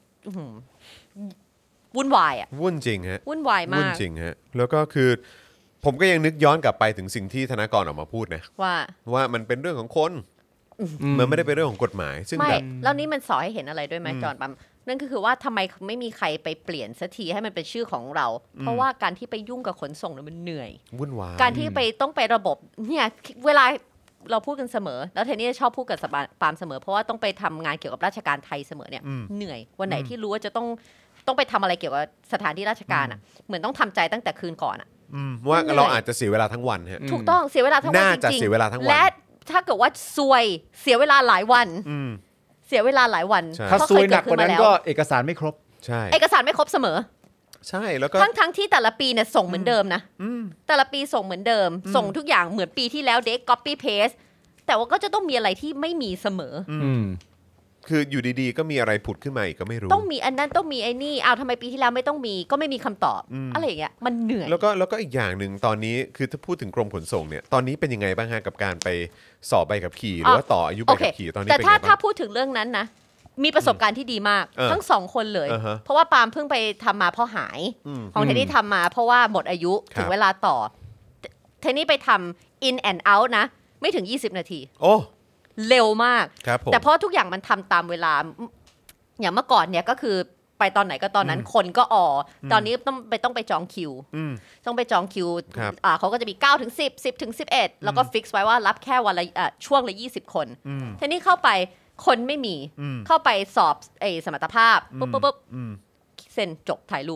วุ่นวายอ่ะวุ่นจริงฮะวุ่นวายมากวุ่นจริงฮะแล้วก็คือผมก็ยังนึกย้อนกลับไปถึงสิ่งที่ธนากรออกมาพูดนะว่ามันเป็นเรื่องของคนมันไม่ได้เป็นเรื่องของกฎหมายซึ่งแบบแล้วนี่มันสอนให้เห็นอะไรด้วยไหมจอนปั๊มนั่นก็คือว่าทำไมไม่มีใครไปเปลี่ยนสักทีให้มันเป็นชื่อของเราเพราะว่าการที่ไปยุ่งกับขนส่งมันเหนื่อยวุ่นวายการที่ไปต้องไประบบเนี่ยเวลาเราพูดกันเสมอแล้วเทนนี่ชอบพูดกับปาล์มเสมอเพราะว่าต้องไปทำงานเกี่ยวกับราชการไทยเสมอเนี่ยเหนื่อยวันไหนที่รู้ว่าจะต้องไปทำอะไรเกี่ยวกับสถานที่ราชการอ่ะเหมือนต้องทำใจตั้งแต่คืนก่อนอ่ะว่าเราอาจจะเสียเวลาทั้งวันฮะถูกต้องเสียเวลาทั้งวันจริงๆน่าจะเสียเวลาทั้งวันและถ้าเกิดว่าซวยเสียเวลาหลายวันเสียเวลาหลายวันถ้าซวยหนักกว่านั้นก็เอกสารไม่ครบใช่เอกสารไม่ครบเสมอใช่แล้วก็ทั้งที่แต่ละปีเนี่ยส่งเหมือนเดิมนะแต่ละปีส่งเหมือนเดิมส่งทุกอย่างเหมือนปีที่แล้วเด็ก copy paste แต่ว่าก็จะต้องมีอะไรที่ไม่มีเสมอคืออยู่ดีๆก็มีอะไรผุดขึ้นมาอีกก็ไม่รู้ต้องมีอันนั้นต้องมีไอ้นี่ทำไมปีที่แล้วไม่ต้องมีก็ไม่มีคำตอบอะไรอย่างเงี้ยมันเหนื่อยแล้วก็อีกอย่างหนึ่งตอนนี้คือถ้าพูดถึงกรมขนส่งเนี่ยตอนนี้เป็นยังไงบ้างฮะกับการไปสอบใบขับขี่หรือว่าต่ออายุใบขับขี่ตอนนี้แต่ถ้าพูดถึงเรื่องนั้นนะมีประสบการณ์ที่ดีมากทั้ง2คนเลยเพราะว่าปาล์มเพิ่งไปทำมาเพราะหายของเทนนี่ทำมาเพราะว่าหมดอายุถึงเวลาต่อเทนนี่ไปทำ in and out นะไม่ถึง20นาทีโอ้เร็วมากแต่เพราะทุกอย่างมันทำตามเวลาอย่างเมื่อก่อนเนี่ยก็คือไปตอนไหนก็ตอนนั้นคนก็ตอนนี้ต้องไปจองคิวต้องไปจองคิวเขาก็จะมี9ถึง10 10ถึง11แล้วก็ฟิกซ์ไว้ว่ารับแค่วันละช่วงละ20คนทีนี้เข้าไปคนไม่มีเข้าไปสอบสมรรถภาพปุ๊บเซ็นจบถ่ายรูป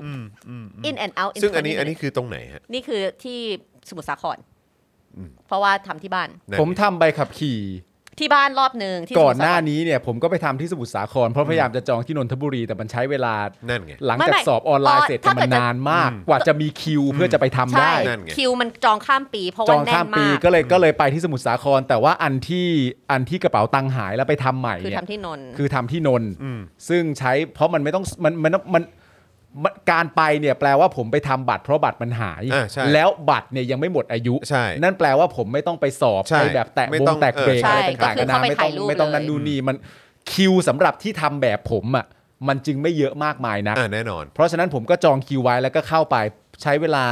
in and out ซึ่งอันนี้คือตรงไหนฮะนี่คือที่สมุทรสาครเพราะว่าทำที่บ้านผมทำใบขับขี่ที่บ้านรอบนึงก่อนหน้านี้เนี่ยผมก็ไปทำที่สมุทรสาครเพราะพยายามจะจองที่นนทบุรีแต่มันใช้เวลาหลังจากสอบออนไลน์เสร็จมันนานมากกว่าจะมีคิวเพื่อจะไปทำได้คิวมันจองข้ามปีเพราะว่าแน่นมากก็เลยไปที่สมุทรสาครแต่ว่าอันที่กระเป๋าตังค์หายแล้วไปทำใหม่เนี่ยคือทำที่นนท์ซึ่งใช้เพราะมันไม่ต้องมันการไปเนี่ยแปลว่าผมไปทำบัตรเพราะบัตรมันหายแล้วบัตรเนี่ยยังไม่หมดอายุนั่นแปลว่าผมไม่ต้องไปสอบไปแบบแตะวงแตกเบรกอะไรต่างๆนาไม่ต้องนั่นดูนี่มันคิวสำหรับที่ทำแบบผมอ่ะมันจึงไม่เยอะมากมายนะแน่นอนเพราะฉะนั้นผมก็จองคิวไว้แล้วก็เข้าไปใช้เวลา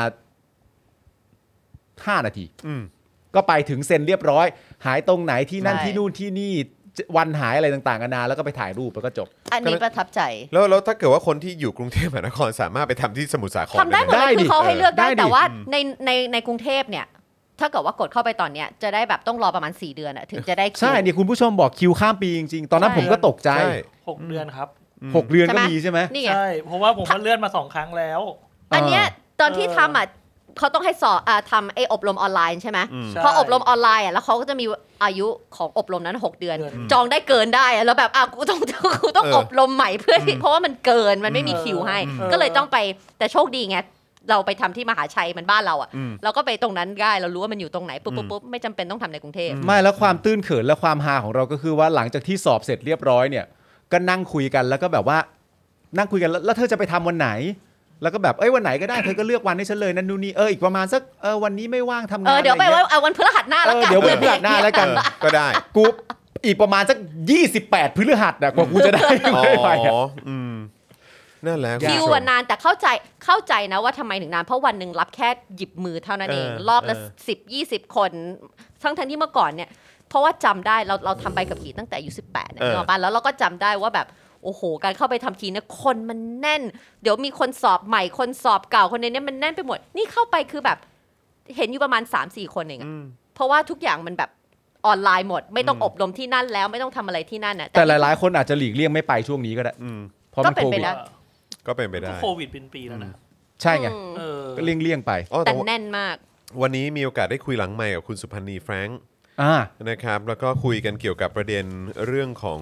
5นาทีก็ไปถึงเซ็นเรียบร้อยหายตรงไหนที่นั่นที่นู่นที่นี่วันหายอะไรต่างๆกันานาแล้วก็ไปถ่ายรูปแล้วก็จบอันนี้ประทับใจแล้วถ้าเกิดว่าคนที่อยู่กรุงเทพมหานครสามารถไปทำที่สมุทรสาครทำได้หมดเลยคือเขาให้เลือกได้แต่ว่าในกรุงเทพเนี่ยถ้าเกิดว่ากดเข้าไปตอนเนี้ยจะได้แบบต้องรอประมาณ4 เดือนถึงจะได้คิวใช่นี่คุณผู้ชมบอกคิวข้ามปีจริงๆตอนนั้นผมก็ตกใจ 6 เดือนครับ 6 เดือนก็มีใช่ไหมใช่เพราะว่าผมเลื่อนมา2 ครั้งแล้วอันเนี้ยตอนที่ทำเขาต้องให้สอบทำอบรมออนไลน์ใช่ไหมพออบรมออนไลน์แล้วเขาก็จะมีอายุของอบรมนั้น6 เดือนจองได้เกินได้แล้วแบบกูต้องอบรมใหม่เพื่อเพราะว่ามันเกินมันไม่มีคิวให้ก็เลยต้องไปแต่โชคดีไงเราไปทำที่มหาชัยมันบ้านเราเราก็ไปตรงนั้นได้เรารู้ว่ามันอยู่ตรงไหนปุ๊บไม่จำเป็นต้องทำในกรุงเทพไม่แล้วความตื้นเขินและความฮาของเราก็คือว่าหลังจากที่สอบเสร็จเรียบร้อยเนี่ยก็นั่งคุยกันแล้วก็แบบว่านั่งคุยกันแล้วเธอจะไปทำวันไหนแล้วก็แบบวันไหนก็ได้เธอก็เลือกวันให้ฉันเลยนั่นนู่นนี่อีกประมาณสักวันนี้ไม่ว่างทำงานเดี๋ยวไปวันพฤหัสหน้าแล้วกันเดี๋ยววันพฤหัสหน้าแล้วกันก็ได้กูอีกประมาณสัก28พฤหัสกว่ากูจะได้ไปนั่นแหละคิวนานแต่เข้าใจนะว่าทำไมถึงนานเพราะวันหนึ่งรับแค่หยิบมือเท่านั้นเองรอบละ10-20 คนทั้งที่เมื่อก่อนเนี่ยเพราะว่าจำได้เราทำใบขับขี่ตั้งแต่อายุ18เนี่ยแล้วเราก็จำได้ว่าแบบโอ้โหการเข้าไปทำทีเนี่ยคนมันแน่นเดี๋ยวมีคนสอบใหม่คนสอบเก่าคนในนี้มันแน่นไปหมดนี่เข้าไปคือแบบเห็นอยู่ประมาณ 3-4 คนเองเพราะว่าทุกอย่างมันแบบออนไลน์หมดไม่ต้องอบรมที่นั่นแล้วไม่ต้องทำอะไรที่นั่นแต่หลายๆคนอาจจะหลีกเลี่ยงไม่ไปช่วงนี้ก็ได้เพราะมันโควิดก็เป็นไปได้โควิดเป็นปีแล้วนะใช่ไงก็เลี่ยงไปแต่แน่นมากวันนี้มีโอกาสได้คุยหลังไมค์กับคุณสุพันธ์นีแฟรงค์นะครับแล้วก็คุยกันเกี่ยวกับประเด็นเรื่องของ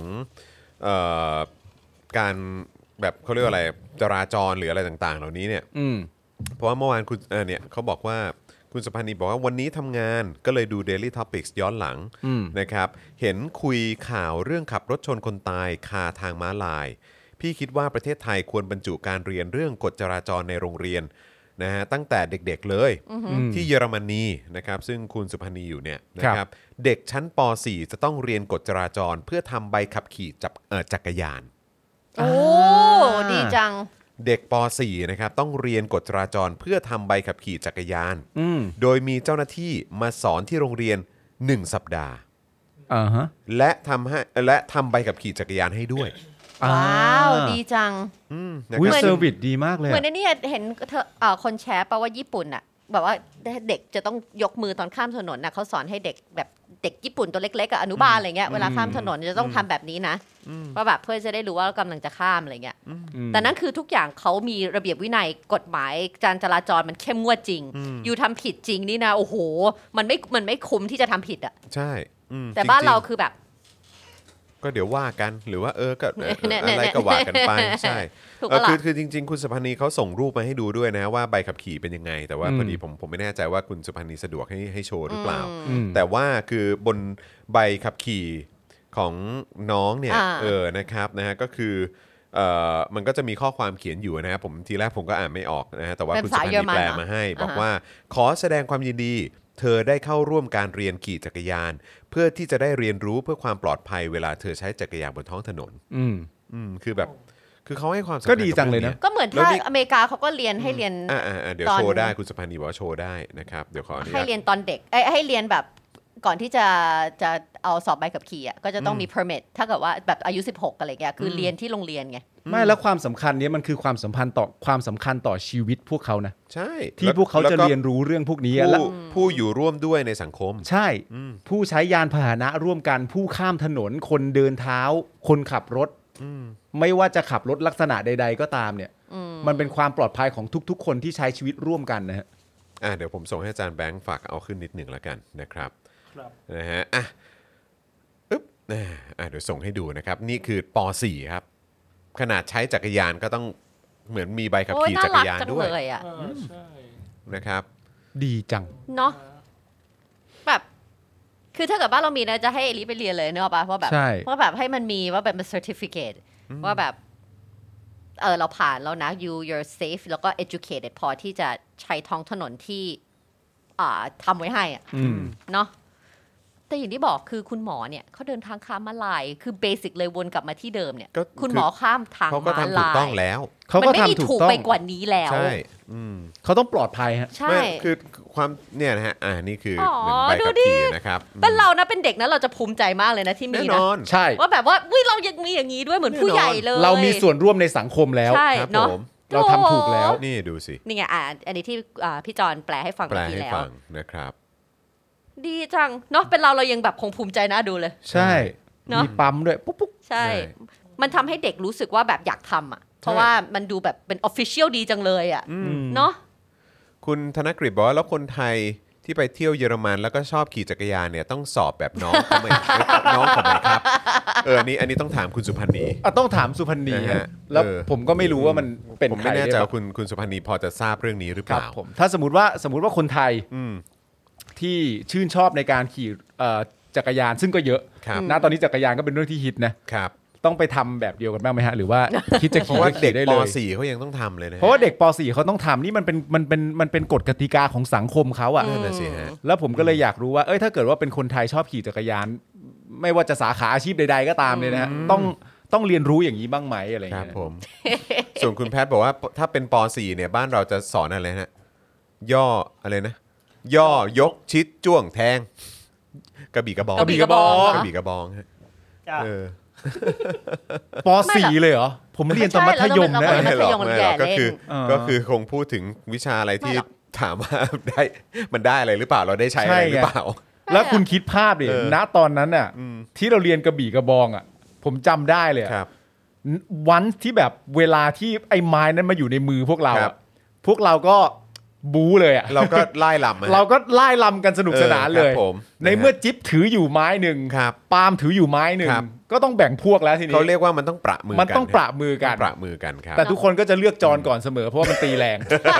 การแบบเขาเรียกว่าอะไรจราจรหรืออะไรต่างๆเหล่านี้เนี่ยเพราะว่าเมื่อวานคุณเนี่ยเขาบอกว่าคุณสุพันธ์นีบอกว่าวันนี้ทำงานก็เลยดู Daily Topics ย้อนหลังนะครับเห็นคุยข่าวเรื่องขับรถชนคนตายคาทางม้าลายพี่คิดว่าประเทศไทยควรบรรจุการเรียนเรื่องกฎจราจรในโรงเรียนนะฮะตั้งแต่เด็กๆเลยที่เยอรมนีนะครับซึ่งคุณสุพันธ์นีอยู่เนี่ยนะครับเด็กชั้นป .4 จะต้องเรียนกฎจราจรเพื่อทำใบขับขี่จักรยานโอ้ดีจังเด็กป .4 นะครับต้องเรียนกฎจราจรเพื่อทำใบขับขี่จักรยานโดยมีเจ้าหน้าที่มาสอนที่โรงเรียน1 สัปดาห์และทำใบขับขี่จักรยานให้ด้วยว้าวดีจังวิเซอร์วิสดีมากเลยเหมือนนี่เห็นคนแชร์ป่ะว่าญี่ปุ่นอ่ะแบบว่าเด็กจะต้องยกมือตอนข้ามถนนนะเขาสอนให้เด็กแบบเด็กญี่ปุ่นตัวเล็กๆอนุบาลอะไรเงี้ยเวลาข้ามถนนจะต้องทำแบบนี้นะว่าแบบเพื่อจะได้รู้ว่ากำลังจะข้ามอะไรเงี้ยแต่นั่นคือทุกอย่างเขามีระเบียบวินัยกฎหมายการจราจรมันเข้มงวดจริงอยู่ทำผิดจริงนี่นะโอ้โหมันไม่คุ้มที่จะทำผิดอ่ะใช่แต่บ้านเราคือแบบก็เดี๋ยวว่ากันหรือว่าก็อะไรก็ว่ากันไปใช่คือจริงๆคุณสุพันธ์นีเขาส่งรูปมาให้ดูด้วยนะว่าใบขับขี่เป็นยังไงแต่ว่าพอดีผมไม่แน่ใจว่าคุณสุพันธ์นีสะดวกให้โชว์หรือเปล่าแต่ว่าคือบนใบขับขี่ของน้องเนี่ยนะครับนะฮะก็คือมันก็จะมีข้อความเขียนอยู่นะครับผมทีแรกผมก็อ่านไม่ออกนะฮะแต่ว่าคุณสุพันธ์นีแปลมาให้บอกว่าขอแสดงความยินดีเธอได้เข้าร่วมการเรียนขี่จักรยานเพื่อที่จะได้เรียนรู้เพื่อความปลอดภัยเวลาเธอใช้จักรยานบนท้องถนนคือแบบคือเขาให้ความสำคัญก็ดีจังเลยนะก็เหมือนถ้าอเมริกาเขาก็เรียนให้เรียนเดี๋ยวโชว์ได้คุณสุพันธ์นีบอกว่าโชว์ได้นะครับเดี๋ยวขออนุญาตให้เรียนตอนเด็กให้เรียนแบบก่อนที่จะเอาสอบใบขับขี่ก็จะต้องมี permit ถ้าเกิดว่าแบบอายุ16อะไรเงี้ยคือเรียนที่โรงเรียนไงไม่แล้วความสำคัญนี้มันคือความสำคัญต่อชีวิตพวกเขานะใช่ที่พวกเขาจะเรียนรู้เรื่องพวกนี้และผู้อยู่ร่วมด้วยในสังคมใช่ผู้ใช้ยานพาหนะร่วมกันผู้ข้ามถนนคนเดินเท้าคนขับรถไม่ว่าจะขับรถลักษณะใดๆก็ตามเนี่ยมันเป็นความปลอดภัยของทุกๆคนที่ใช้ชีวิตร่วมกันนะฮะเดี๋ยวผมส่งให้อาจารย์แบงค์ฝากเอาขึ้นนิดหนึ่งแล้วกันนะครับนะฮะเดี๋ยวส่งให้ดูนะครับนี่คือป .4 ครับขนาดใช้จักรยานก็ต้องเหมือนมีใบขับขี่จักรยานด้วยนะครับดีจังเนาะแบบคือถ้าเกิดบ้านเรามีนะจะให้เอลิไปเรียนเลยเนอะป่ะว่าแบบให้มันมีว่าแบบเป็น certificate ว่าแบบเราผ่านแล้วนะ you're safe แล้วก็ educated พอที่จะใช้ท้องถนนที่ทำไว้ให้เนาะแต่อย่างที่บอกคือคุณหมอเนี่ยเขาเดินทางข้ามม้าลายคือเบสิกเลยวนกลับมาที่เดิมเนี่ยคุณหมอข้ามทางม้าลายเขาก็ทำถูกต้องแล้วมันไม่มีถูกไปกว่านี้แล้วใช่เขาต้องปลอดภัยฮะใช่คือความเนี่ยนะฮะนี่คือใบขับขี่นะครับเป็นเรานะเป็นเด็กนะเราจะภูมิใจมากเลยนะที่มีนะใช่ว่าแบบว่าเรายังมีอย่างนี้ด้วยเหมือนผู้ใหญ่เลยเรามีส่วนร่วมในสังคมแล้วใช่เนาะเราทำถูกแล้วนี่ดูสินี่ไงอันนี้ที่พี่จอนแปลให้ฟังเมื่อกี้แล้วนะครับดีจังเนาะเป็นเรายังแบบคงภูมิใจนะดูเลยใช่มีปั๊มด้วยปุ๊บปุ๊บใช่มันทำให้เด็กรู้สึกว่าแบบอยากทำอ่ะเพราะว่ามันดูแบบเป็น official ดีจังเลยอ่ะเนาะคุณธนกฤษบอกว่าแล้วคนไทยที่ไปเที่ยวเยอรมันแล้วก็ชอบขี่จักรยานเนี่ยต้องสอบแบบน้องทำไมน้องทำไมครับอันนี้ต้องถามคุณสุพันธ์นีต้องถามสุพันธ์นีแล้วผมก็ไม่รู้ว่ามันเป็นผมไม่แน่ใจว่าคุณสุพันธ์นีพอจะทราบเรื่องนี้หรือเปล่าผมถ้าสมมติว่าคนไทยที่ชื่นชอบในการขี่จักรยานซึ่งก็เยอะนะตอนนี้จักรยานก็เป็นเรื่องที่ฮิตนะครับต้องไปทำแบบเดียวกันบ้างไหมฮะหรือว่าคิดจะขี่ได้เลยป.4 เขายังต้องทำเลยนะเพราะว่าเด็กป.4 เขาต้องทำนี่มันเป็นกฎกติกาของสังคมเขาอ่ะแล้วผมก็เลยอยากรู้ว่าถ้าเกิดว่าเป็นคนไทยชอบขี่จักรยานไม่ว่าจะสาขาอาชีพใดๆก็ตามเลยนะฮะต้องเรียนรู้อย่างนี้บ้างไหมอะไรอย่างเงี้ยผมส่วนคุณแพทย์บอกว่าถ้าเป็นป.4 เนี่ยบ้านเราจะสอนอะไรฮะย่ออะไรนะย่อยกชิดจ้วงแทงกระบี่กระบองกระบี่กระบองฮะป.4 เลยเหรอผมเรียนตอนมัธยมนะไม่หรอกก็คือคงพูดถึงวิชาอะไรที่ถามว่ามันได้อะไรหรือเปล่าเราได้ใช้อะไรหรือเปล่าแล้วคุณคิดภาพดิณตอนนั้นน่ะที่เราเรียนกระบี่กระบองอ่ะผมจำได้เลยวันที่แบบเวลาที่ไอ้ไม้นั้นมาอยู่ในมือพวกเราก็บู๊เลยอ่ะเราก็ไล่ลำเราก็ไล่ลำกันสนุกสนานเลยในเมื่อจิ๊บถืออยู่ไม้หนึ่งปาล์มถืออยู่ไม้หนึ่งก็ต้องแบ่งพวกแล้วทีนี้เขาเรียกว่ามันต้องประมือกันมันต้องประมือกันครับแต่ทุกคนก็จะเลือกจอนก่อนเสมอเพราะว่ามันตีแรง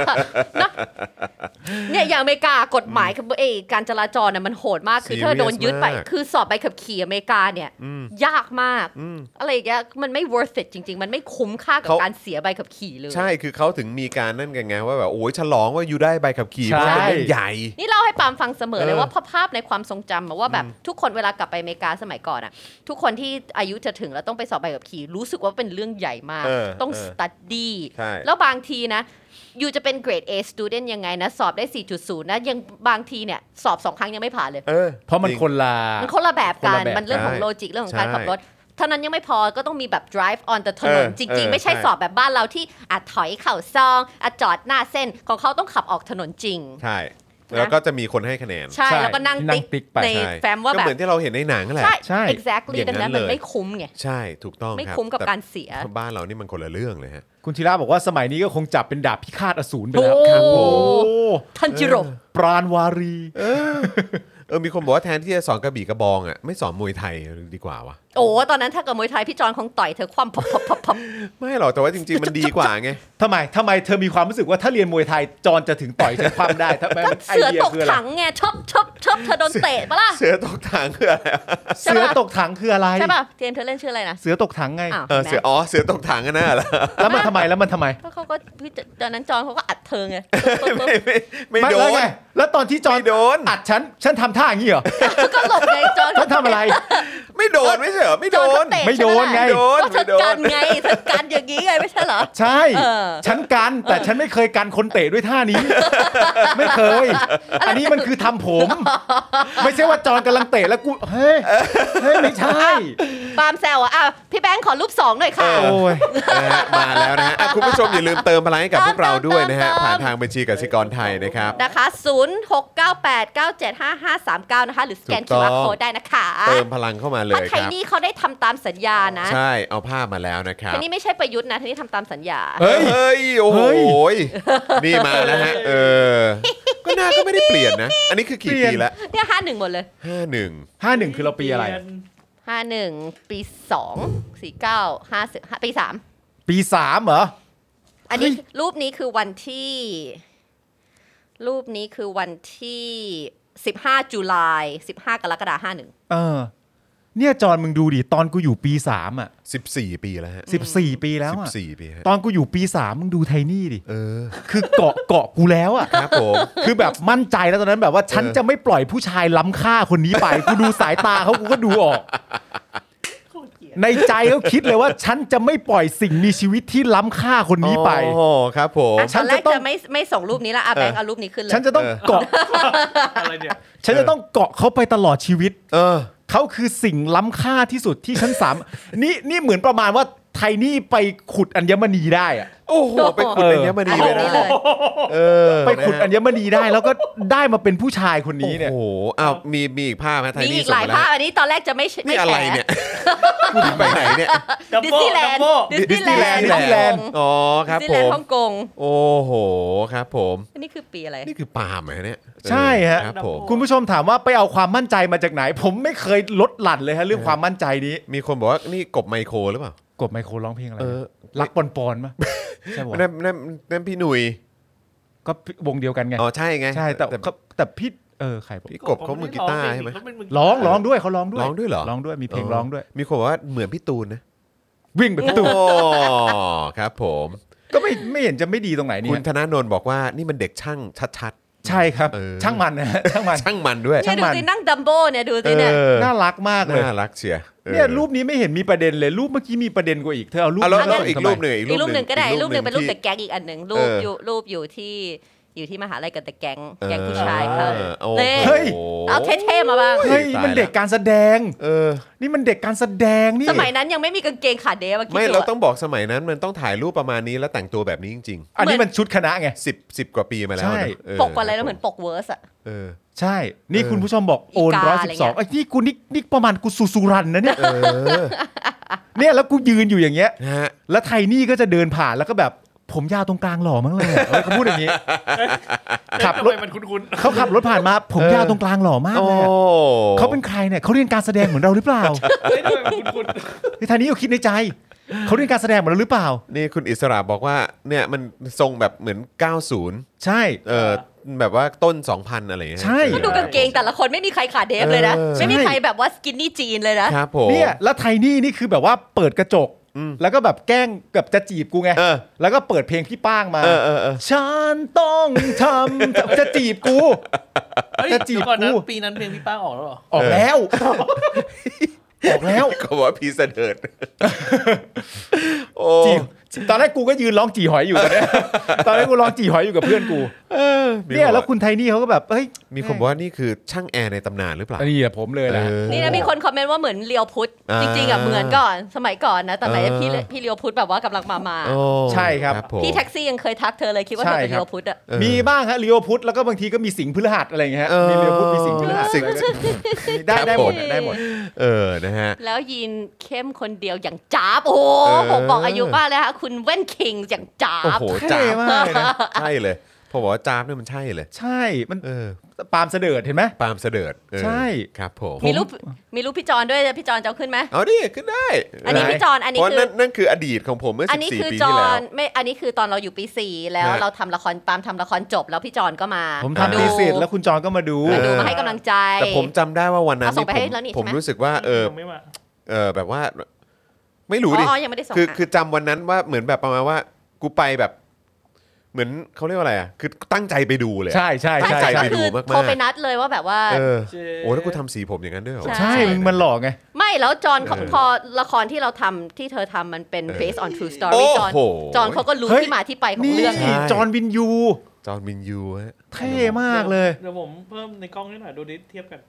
เนี่ยอย่างอเมริกากฎหมายการจราจรน่ะมันโหดมากคือถ้าโดนยึดไปคือสอบใบขับขี่อเมริกาเนี่ยยากมากอะไรอย่างเงี้ยมันไม่ worth it จริงๆมันไม่คุ้มค่ากับการเสียใบขับขี่เลยใช่คือเขาถึงมีการนั่นกันไงว่าแบบโอ้ยฉลองว่าอยู่ได้ใบขับขี่เพราะเป็นเรื่องใหญ่นี่เล่าให้ปาล์มฟังเสมอเลยว่าภาพในความทรงจำว่าแบบทุกคนเวลากลับไปอเมริกาสมัยก่อนอ่ะทุกคนที่อายุจะถึงแล้วต้องไปสอบใบขับขี่รู้สึกว่าเป็นเรื่องใหญ่มากต้อง study แล้วบางทีนะอยู่จะเป็น grade A student ยังไงนะสอบได้ 4.0 นะยังบางทีเนี่ยสอบ2ครั้งยังไม่ผ่านเลยเพราะมันคนละแบบกันมันเรื่องของโลจิกเรื่องของการขับรถเท่านั้นยังไม่พอก็ต้องมีแบบ drive on the ถนนจริงๆไม่ใช่สอบแบบบ้านเราที่ถอยเข่าซองจอดหน้าเส้นของเขาต้องขับออกถนนจริงใช่แล้วก็จะมีคนให้คะแนนใช่แล้วก็นั่งติ๊กในแฟ้มว่าแบบก็เหมือนที่เราเห็นในหนังแหละใช่ exactly ดังนั้นมันไม่คุ้มไงใช่ถูกต้องไม่คุ้มกับการเสียบ้านเรานี่มันคนละเรื่องเลยฮะคุณธีระบอกว่าสมัยนี้ก็คงจับเป็นดาบพิฆาตอสูรไปแล้วครับโอ้ทันจิโร่ปราณวารีมีคนบอกว่าแทนที่จะสอนกระบี่กระบองอ่ะไม่สอนมวยไทยดีกว่าวะโอ้ตอนนั้นถ้ากับมวยไทยพี่จอนคงต่อยเธอคว่ำพับไม่หรอกแต่ว่าจริงๆมันดีกว่าไงทำไมเธอมีความรู้สึกว่าถ้าเรียนมวยไทยจอนจะถึงต่อยเธอคว่ำได้ทำไมเสือตกถังไงชอบเธอโดนเตะปะล่ะเสือตกถังคืออะไรเสือตกถังคืออะไรใช่ป่ะเธอเล่นชื่ออะไรนะเสือตกถังไงเสือตกถังกันน่ะเหรอแล้วมันทำไมเขาก็ตอนนั้นจอนเขาก็อัดเธอไงไม่โดนแล้วตอนที่จอนโดนอัดฉันทำท่าอย่างนี้เหรอก็หลบไงจอนฉันทำอะไรไม่โดนไม่ใช่เหรอไม่โดนไงก็ฉันกันไงฉันกันอย่างนี้ไงไม่ใช่เหรอใช่ฉันกันแต่ฉันไม่เคยกันคนเตะด้วยท่านี้ไม่เคยอันนี้มันคือทำผมไม่ใช่ว่าจอนกำลังเตะแล้วกูเฮ้ยไม่ใช่ปาล์มแซวพี่แบงค์ขอรูป2หน่อยค่ะมาแล้วนะฮะคุณผู้ชมอย่าลืมเติมพลังให้กับพวกเราด้วยนะฮะผ่านทางบัญชีกสิกรไทยนะครับนะคะ0698975539นะคะหรือสแกน QR Code ได้นะคะเติมพลังเข้ามาเลยครับไทยนี่เขาได้ทำตามสัญญานะใช่เอาภาพมาแล้วนะครับทีนี้ไม่ใช่ประยุทธ์นะทีนี้ทำตามสัญญาเฮ้ยโอ้โหนี่มาแล้วฮะก็หน้าก็ไม่ได้เปลี่ยนนะอันนี้คือกี่ปีแล้วเนี่ย51หมดเลย 51คือเราปีอะไร 51ปี2 49 50ปี3 ปี3เหรออันนี้รูปนี้คือวันที่15 ตุลาคม15 กรกฎาคม51 เนี่ยจอนมึงดูดิตอนกูอยู่ปี3อ่ะ 14 ปีแล้วฮะ 14 ปีแล้วอ่ะ 14 ปีฮะตอนกูอยู่ปี3มึงดูไทนี่ดิคือเกาะกูแล้วอ่ะครับผมคือแบบมั่นใจแล้วตอนนั้นแบบว่าฉันจะไม่ปล่อยผู้ชายล้ำค่าคนนี้ไปกูดูสายตาเขากูก็ดูออกในใจเขาคิดเลยว่าฉันจะไม่ปล่อยสิ่งมีชีวิตที่ล้ำค่าคนนี้ไปโอ้ครับผมตอนแรกจะไม่ส่งรูปนี้แล้วแบงค์เอารูปนี้ขึ้นเลยฉันจะต้องเกาะอะไรเนี่ยฉันจะต้องเกาะเขาไปตลอดชีวิตเขาคือสิ่งล้ำค่าที่สุดที่ฉันนี่เหมือนประมาณว่าไทนี่ไปขุดอัญมณีได้อะโอ้โหไปขุดอัญมณีเลยไปขุดอัญมณีได้แล้วก็ได้มาเป็นผู้ชายคนนี้เนี่ยโอ้โหอ้าวมีอีกภาพไหมไทนี่มีอีกหลายภาพอันนี้ตอนแรกจะไม่นี่อะไรเนี่ยไปไหนเนี่ยดิสนีย์แลนด์อ๋อครับผมดิสนีย์แลนด์ฮ่องกงโอ้โหครับผมอันนี้คือปีอะไรนี่คือปาล์มเหรอเนี่ยใช่ฮะคุณผู้ชมถามว่าไปเอาความมั่นใจมาจากไหนผมไม่เคยลดหลั่นเลยฮะเรื่องความมั่นใจนี้มีคนบอกว่านี่กบไมโครหรือเปล่ากบไมโครร้องเพลงอะไรรักปอนๆมั้ยใช่ป่ะนั่นพี่หนุ่ยก็วงเดียวกันไงอ๋อใช่ไงใช่แต่พี่ใครพี่กบเขามือกีตาร์ใช่ไหมร้องด้วยเขาร้องด้วยเหรอร้องด้วยมีเพลงร้องด้วยมีคนบอกว่าเหมือนพี่ตูนนะวิ่งไปพี่ตูนครับผมก็ไม่เห็นจะไม่ดีตรงไหนนี่คุณธนาโนนบอกว่านี่มันเด็กช่างชัดใช่ครับช่างมันนะช่างมันด้วยเนี่ยดูสินั่งดัมโบ้เนี่ยดูสิเนี่ยน่ารักมากเลยน่ารักเชียเนี่ยรูปนี้ไม่เห็นมีประเด็นเลยรูปเมื่อกี้มีประเด็นกว่าอีกเธอเอารูปแล้วอีกรูปหนึ่งก็ได้รูปหนึ่งเป็นรูปแต่แก๊งอีกอันหนึ่งรูปอยู่ที่มหาลัยกับแต่แก๊งผู้ชายเขาเฮ้ยเอาเท่ๆมาบ้างเฮ้ยมันเด็กการแสดงนี่มันเด็กการแสดงนี่สมัยนั้นยังไม่มีกางเกงขาเดฟไม่เราต้องบอกสมัยนั้นมันต้องถ่ายรูปประมาณนี้แล้วแต่งตัวแบบนี้จริงๆอันนี้มันชุดคณะไง 10 กว่าปีมาแล้วปกอะไรแล้วเหมือนปกเวิร์สอ่ะใช่นี่คุณผู้ชมบอกโอน112ไอ้นี่กูนี่ประมาณกูสุรันนะเนี่ยเนี่ยแล้วกูยืนอยู่อย่างเงี้ยแล้วไทนี่ก็จะเดินผ่านแล้วก็แบบผมยาวตรงกลางหล่อมั้งเลยเขาพูดอย่างนี้ขับรถมันคุ้นเขาขับรถผ่านมาผมยาวตรงกลางหล่อมากเลยเขาเป็นใครเนี่ยเขาเรียนการแสดงเหมือนเราหรือเปล่าไอ้ไทนี่เขาคิดในใจเขาเรียนการแสดงเหมือนเราหรือเปล่านี่คุณอิสระบอกว่าเนี่ยมันทรงแบบเหมือน90 ใช่แบบว่าต้น 2000 อะไรอย่างเงี้ยใช่ดูกางเกงแต่ละคนไม่มีใครขาเดฟเลยนะไม่มีใครแบบว่าสกินนี่จีนเลยนะครับผมเนี่ยแล้วไทนี่คือแบบว่าเปิดกระจกแล้วก็แบบแกล้งแบบจะจีบกูไงแล้วก็เปิดเพลงพี่ป้างมาฉันต้องทำจะจีบกูจะจีบกูปีนั้นเพลงพี่ป้างออกแล้วหรอออกแล้วเขาบอกว่าพี่เสด็จโอ้ตอนแรกกูก็ยืนร้องจีหอยอยู่ตอนแรกกูร้องจีหอยอยู่กับเพื่อนกูเนี่ยแล้วคุณไทนี่เขาก็แบบเฮ้ยมีคนบอกว่านี่คือช่างแอร์ในตำนานหรือเปล่านี่แหละผมเลยแหละนี่นะมีคนคอมเมนต์ว่าเหมือนเลียวพุทธจริงๆอ่ะเหมือนก่อนสมัยก่อนนะแต่ไหนพี่เลียวพุทธแบบว่ากำลังมาใช่ครับพี่แท็กซี่ยังเคยทักเธอเลยคิดว่าเธอเป็นเลียวพุทธอ่ะมีบ้างฮะเลียวพุทธแล้วก็บางทีก็มีสิงห์พฤหัสอะไรอย่างเงี้ยมีเลียวพุทธมีสิงห์พฤหัสได้หมดนะฮะแล้วยีนเข้มคนเดียวอย่างจ๊าบโอ้ผมบอกอายุมากเลยค่ะคุณเว้นคิงอย่างจ๊าบโอ้โหจ๊าบมากนะใช่เลยพอบอกว่าจ๊าบเนี่ยมันใช่เลยใช่มันปาล์มเสดิร์ดเห็นไหมปาล์มเสดิร์ดใช่ครับผมมีรูปพี่จอนด้วยพี่จอนจะขึ้นไหมเอาดิขึ้นได้อันนี้พี่จอนอันนี้คือนั่นคืออดีตของผมเมื่อ14 ปีที่แล้วไม่อันนี้คือตอนเราอยู่ปี4แล้วเราทำละครปาล์มทำละครจบแล้วพี่จอนก็มาผมทำปี4แล้วคุณจอนก็มาดูมาให้กำลังใจแต่ผมจำได้ว่าวันนั้นผมรู้สึกว่าแบบว่าไม่รู้ดิคือจำวันนั้นว่าเหมือนแบบประมาณว่ากูไปแบบเหมือนเขาเรียกว่าอะไรอ่ะคือตั้งใจไปดูเลยใช่ตั้งใจไปดูมากๆโทรไปนัดเลยว่าแบบว่าโอ้แล้วกูทำสีผมอย่างนั้นด้วยเหรอใช่มันหล่อไงไม่แล้วจอนพอละครที่เราทำที่เธอทำมันเป็น based on true story จอนเขาก็รู้ที่มาที่ไปของเรื่องนี่จอนวินยูฮะเท่มากเลยเดี๋ยวผมเพิ่มในกล้องนิดหน่อยดูดิเทียบกัน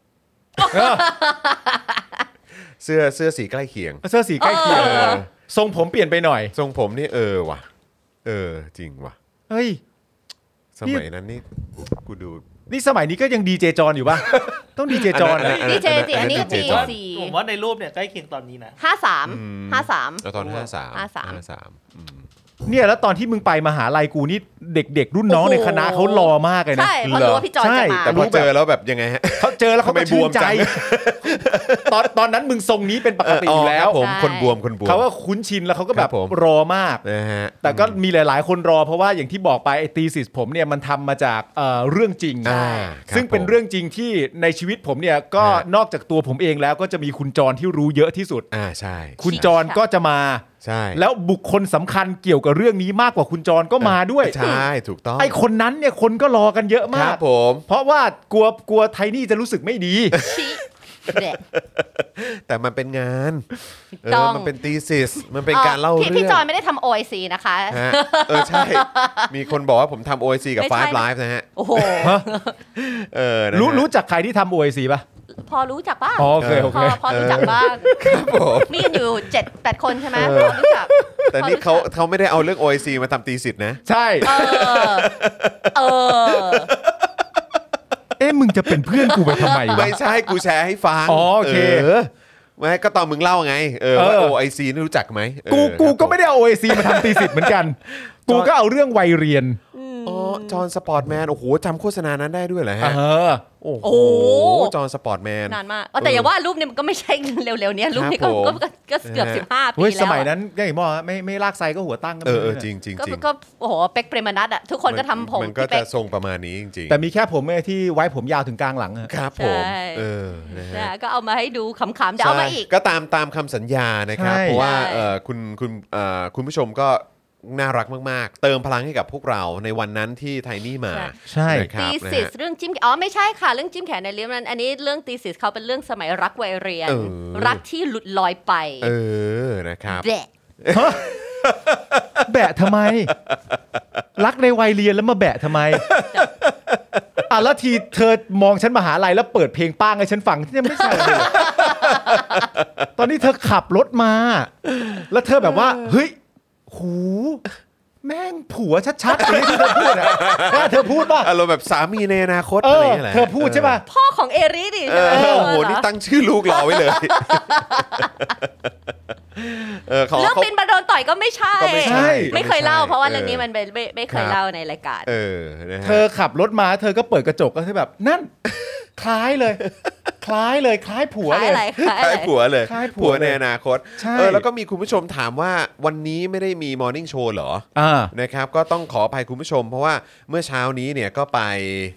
เสื้อสีใกล้เคียงทรงผมเปลี่ยนไปหน่อยทรงผมนี่ว่ะจริงว่ะเฮ้ยสมัยนั้นนี่กูดูนี่สมัยนี้ก็ยังดีเจจอนอยู่ป่ะต้องดีเจจอนดีเจสิอันนี้ปี 4ผมว่าในรูปเนี่ยใกล้เคียงตอนนี้นะ 53 ตอน53 เนี่ยแล้วตอนที่มึงไปมหาลัยกูนี่เด็กๆรุ่นน้องในคณะเขารอมากเลยนะใช่เพราะรู้ว่าพี่จอยจะมาแต่พอเจอแล้วแบบยังไงฮะเขาเจอแล้วเขาไม่ชื่นใจตอนนั้นมึงทรงนี้เป็นปกติอยู่แล้วผมคนบวมเขาก็คุ้นชินแล้วเขาก็แบบรอมากแต่ก็มีหลายๆคนรอเพราะว่าอย่างที่บอกไปไอ้ทีสิสผมเนี่ยมันทำมาจากเรื่องจริงซึ่งเป็นเรื่องจริงที่ในชีวิตผมเนี่ยก็นอกจากตัวผมเองแล้วก็จะมีคุณจรที่รู้เยอะที่สุดใช่คุณจรก็จะมาใช่แล้วบุคคลสำคัญเกี่ยวกับเรื่องนี้มากกว่าคุณจรก็มาด้วยใช่ถูกต้องไอ้คนนั้นเนี่ยคนก็รอกันเยอะมากครับผมเพราะว่ากลัวไทนี่จะรู้สึกไม่ดีแต่มันเป็นงานมันเป็นทีสิสมันเป็นการเล่าเรื่องพี่จอยไม่ได้ทำ OIC นะคะใช่มีคนบอกว่าผมทำ OIC กับ Five Live นะฮะโอ้โหรู้จักใครที่ทำ OIC ป่ะพอรู้จักบ้างโอเคพอรู้จักบ้างครับผมมีกันอยู่ 7-8 คนใช่ไหมพอรู้จักแต่นี่เขาไม่ได้เอาเรื่อง OIC มาทำตีสิทธ์นะใช่มึงจะเป็นเพื่อนกูไปทำไมวะไม่ใช่กูแชร์ให้ฟังโอเคไม่ก็ตอนมึงเล่าไงว่า OIC นี่รู้จักไหมกูก็ไม่ได้เอา OIC มาทำตีสิทธ์เหมือนกันกูก็เอาเรื่องวัยเรียนจอห์นสปอร์ตแมนโอ้โหจำโฆษณานั้นได้ด้วยเหรอฮะโอ้โหจอห์นสปอร์ตแมนนานมากแต่อย่าว่ารูปเนี่ยมันก็ไม่ใช่เร็วๆเนี้ยรูปนี้ก็เกือบ15 ปีแล้วสมัยนั้นก็อย่างว่าไม่ลากไซก็หัวตั้งกันจริงก็โอ้โหเป็กเปรมนัทอ่ะทุกคนก็ทำผมมันก็จะทรงประมาณนี้จริงๆแต่มีแค่ผมที่ไว้ผมยาวถึงกลางหลังครับผมก็เอามาให้ดูขำๆเดี๋ยวเอามาอีกก็ตามคำสัญญานะครับเพราะว่าคุณผู้ชมก็น่ารักมากๆเติมพลังให้กับพวกเราในวันนั้นที่ไทนี่มาใช่ตีสิสเรื่องจิ้มไม่ใช่ค่ะเรื่องจิ้มแขนในเรื่องนั้นอันนี้เรื่องตีสิสเขาเป็นเรื่องสมัยรักวัยเรียนรักที่หลุดลอยไปนะครับแบะทำไมรักในวัยเรียนแล้วมาแบะทำไมแล้วทีเธอมองฉันมหาลัยแล้วเปิดเพลงป้างให้ฉันฟังที่ไม่ใช่เลยตอนนี้เธอขับรถมาแล้วเธอแบบว่าเฮ้ยหูแม่งผัวชัดๆเลยที่เธอพูดอ่ะเธอพูดป่ะอารมณ์แบบสามีในอนาคตอะไรอย่างเงี้ยเธอพูดใช่ป่ะพ่อของเอริดิโอ้โหนี่ตั้งชื่อลูกรอไว้เลยเรื่องปินบาโดนต่อยก็ไม่ใช่ไม่เคยเล่าเพราะว่าเรื่องนี้มันไม่เคยเล่าในรายการเธอขับรถมาเธอก็เปิดกระจกก็คือแบบนั่นคล้ายเลยคล้ายผัวเลยคล้ายผัวเลยผัวในอนาคตแล้วก็มีคุณผู้ชมถามว่าวันนี้ไม่ได้มีมอร์นิ่งโชว์เหรอนะครับก็ต้องขออภัยคุณผู้ชมเพราะว่าเมื่อเช้านี้เนี่ยก็ไป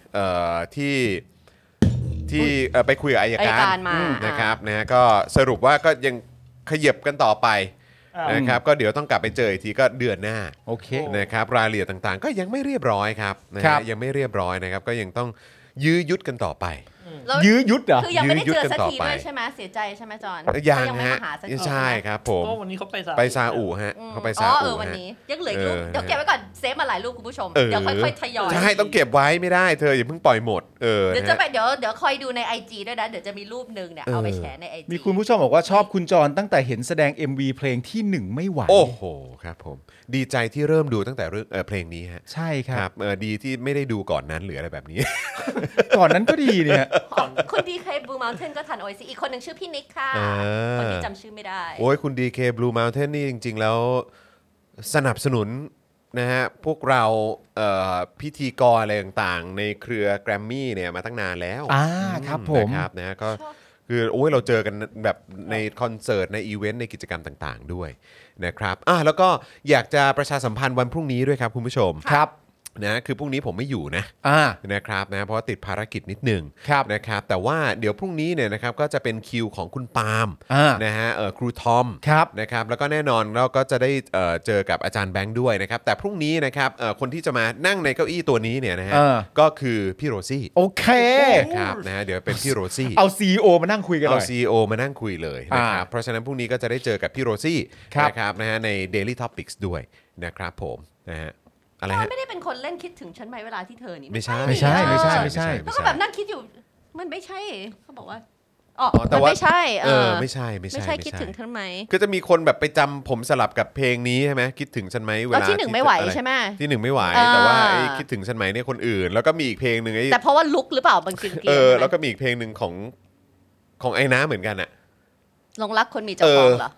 ที่ไปคุยกับอัยการนะครับนะก็สรุปว่าก็ยังขยับกันต่อไปนะครับก็เดี๋ยวต้องกลับไปเจออีกทีก็เดือนหน้าโอเคนะครับรายละเอียดต่างๆก็ยังไม่เรียบร้อยครับนะยังไม่เรียบร้อยนะครับก็ยังต้องยื้อยุดกันต่อไปยื้อยุดเหรอคือยังไม่ได้เจอสักทีด้วยใช่ไหมเสียใจใช่ไหมจอนยังฮะใช่ครับผมวันนี้เขาไปซาอุฮะเขาไปซาอุวันนี้ยังเหลือรูปเดี๋ยวเก็บไว้ก่อนเซฟมาหลายรูปคุณผู้ชมเดี๋ยวค่อยๆทยอยใช่ต้องเก็บไว้ไม่ได้เธออย่าเพิ่งปล่อยหมดเดี๋ยวจะไปเดี๋ยวคอยดูใน IG ด้วยนะเดี๋ยวจะมีรูปนึงเนี่ยเอาไปแชร์ใน IG มีคุณผู้ชมบอกว่าชอบคุณจรตั้งแต่เห็นแสดง MV เพลงที่1ไม่ไหวโอ้โหครับผมดีใจที่เริ่มดูตั้งแต่เพลงนี้ฮะใช่ครับดีที่ไม่ได้ดูก่อนนั้นหรืออะไรแบบนี้ก่อนนั้นก็ดีเนี่ยคุณดีเคบลูเมลเทนก็ทัน OIC อีกคนหนึ่งชื่อพี่นิกค่ะคนที่จำชื่อไม่ได้โอ้ยคุณดีเคบลูเมลเทนนี่จริงๆแล้วสนับสนุนนะฮะพวกเราพิธีกรอะไรต่างๆในเครือแกรมมี่เนี่ยมาตั้งนานแล้วครับผมนะครับนะก็คือโอ้ยเราเจอกันแบบในคอนเสิร์ตในอีเวนต์ในกิจกรรมต่างๆด้วยนะครับแล้วก็อยากจะประชาสัมพันธ์วันพรุ่งนี้ด้วยครับคุณผู้ชมครับนะคือพรุ่งนี้ผมไม่อยู่นะครับนะเพราะว่าติดภารกิจนิดนึงนะครับแต่ว่าเดี๋ยวพรุ่งนี้เนี่ยนะครับก็จะเป็นคิวของคุณปาล์มนะฮะครูทอมนะครับแล้วก็แน่นอนเราก็จะได้เจอกับอาจารย์แบงค์ด้วยนะครับแต่พรุ่งนี้นะครับคนที่จะมานั่งในเก้าอี้ตัวนี้เนี่ยนะฮะก็คือพี่โรซี่โอเคครับนะเดี๋ยวเป็นพี่โรซี่เอา CEO มานั่งคุยกันหน่อยเอา CEO มานั่งคุยเลยนะครับเพราะฉะนั้นพรุ่งนี้ก็จะได้เจอกับพี่โรซี่นะครับนะฮะใน Daily Topics ด้วยนะครับผมนะฮะอะไรฮะไม่ได้เป็นคนเล่นคิดถึงฉันไหมเวลาที่เธอนี่ไม่ใช่แล้วก็แบบนั่งคิดอยู่มันไม่ใช่เขาบอกว่าแต่ว่าไม่ใช่ไม่ใช่คิดถึงฉันไหมก็จะมีคนแบบไปจำผมสลับกับเพลงนี้ใช่ไหมคิดถึงฉันไหมเวลาที่1ไม่ไหวใช่ไหมที่1ไม่ไหวแต่ว่าคิดถึงฉันไหมเนี่ยคนอื่นแล้วก็มีอีกเพลงนึงแต่เพราะว่าลุกหรือเปล่าบางทีแล้วก็มีอีกเพลงนึงของไอ้น้าเหมือนกันอะลงรักคนมีเจ้าของเหรอ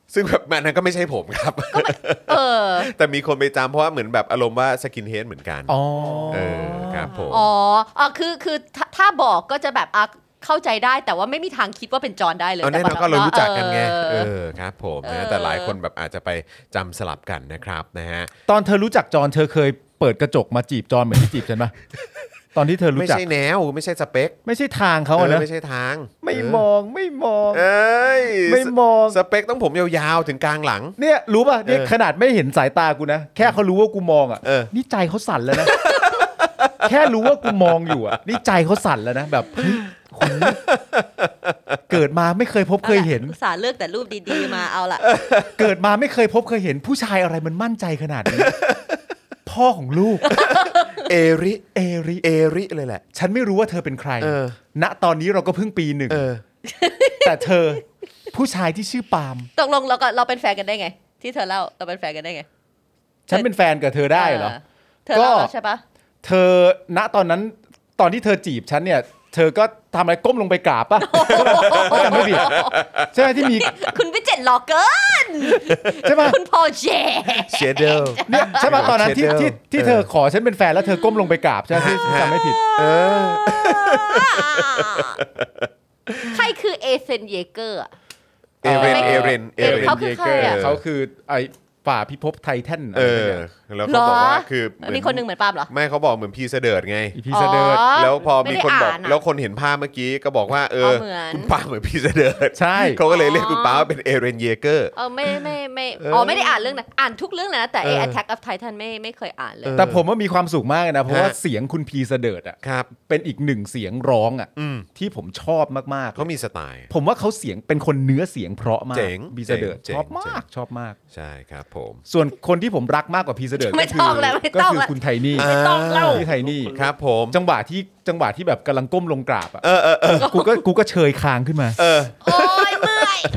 ซึ่งแบบนั้นก็ไม่ใช่ผมครับแต่มีคนไปจำเพราะว่าเหมือนแบบอารมณ์ว่าสกินเฮดเหมือนกันครับผมคือถ้าบอกก็จะแบบเข้าใจได้แต่ว่าไม่มีทางคิดว่าเป็นจอห์นได้เลยแน่นอนก็เรารู้จักกันไงครับผมนะแต่หลายคนแบบอาจจะไปจำสลับกันนะครับนะฮะตอนเธอรู้จักจอห์นเธอเคยเปิดกระจกมาจีบจอห์นเหมือนที่จีบฉันปะตอนที่เธอรู้จักไม่ใช่แนวไม่ใช่สเปคไม่ใช่ทางเขานะไม่ใช่ทางไม่มองไม่มองสเปคต้องผมยาวๆถึงกลางหลังเนี่ยรู้ป่ะเนี่ยขนาดไม่เห็นสายตากูนะแค่เขารู้ว่ากูมองอ่ะนี่ใจเขาสั่นแล้วนะแค่รู้ว่ากูมองอยู่อ่ะนี่ใจเขาสั่นแล้วนะแบบเกิดมาไม่เคยพบเคยเห็นสารเลือกแต่รูปดีๆมาเอาล่ะเกิดมาไม่เคยพบเคยเห็นผู้ชายอะไรมันมั่นใจขนาดนี้พ่อของลูกเอริเลยแหละฉันไม่รู้ว่าเธอเป็นใครณตอนนี้เราก็เพิ่งปีหนึ่งแต่เธอผู้ชายที่ชื่อปาล์มตกลงเราเป็นแฟนกันได้ไงที่เธอเล่าเราเป็นแฟนกันได้ไงฉันเป็นแฟนกับเธอได้เหรอเธอเล่าใช่ปะเธอณตอนนั้นตอนที่เธอจีบฉันเนี่ยเธอก็ทำอะไรก้มลงไปกราบป่ะจำไม่ผิดใช่ไหมที่มีคุณวิจิตรหล่อเกินใช่ป่ะคุณพอเชเดลเนี่ยใช่ป่ะตอนนั้นที่เธอขอฉันเป็นแฟนแล้วเธอก้มลงไปกราบใช่ไหมที่จำไม่ผิดใครคือเอเซนเยเกอร์เอเรนเขาคือใครอ่ะเขาคือไอฝ่าพิภพไททันแล้วเขาบอกว่าคือมีคนนึงเหมือนปาล์มเหรอไม่เขาบอกเหมือนพีเสดิร์ดไงพีเสดิร์ดแล้วพอมีคนบอกแล้วคนเห็นภาพเมื่อกี้ก็บอกว่าคุณปาล์มเหมือนพีเสดิร์ดใช่เขาก็เลยเรียกคุณปาล์มเป็นเอเรนเยเกอร์ไม่ได้อ่านเรื่องนั้นอ่านทุกเรื่องเลยนะแต่Attack of Titan ไม่เคยอ่านเลยแต่ผมว่ามีความสุขมากนะเพราะว่าเสียงคุณพีเสดิร์ดอ่ะเป็นอีกหนึ่งเสียงร้องอ่ะที่ผมชอบมากๆเขามีสไตล์ผมว่าเขาเสียงเป็นคนเนื้อเสียงเพราะมากพีเสดิร์ดชอบมากใช่ครับผมส่วนคนที่ผมรักมากกว่าพีเสดิร์ดก็คือคุณไทนี่ที่ไทนี่ครับผมจังหวะที่แบบกำลังก้มลงกราบอ่ะกูก็เชยคางขึ้นมาโอ้ยเมื่อย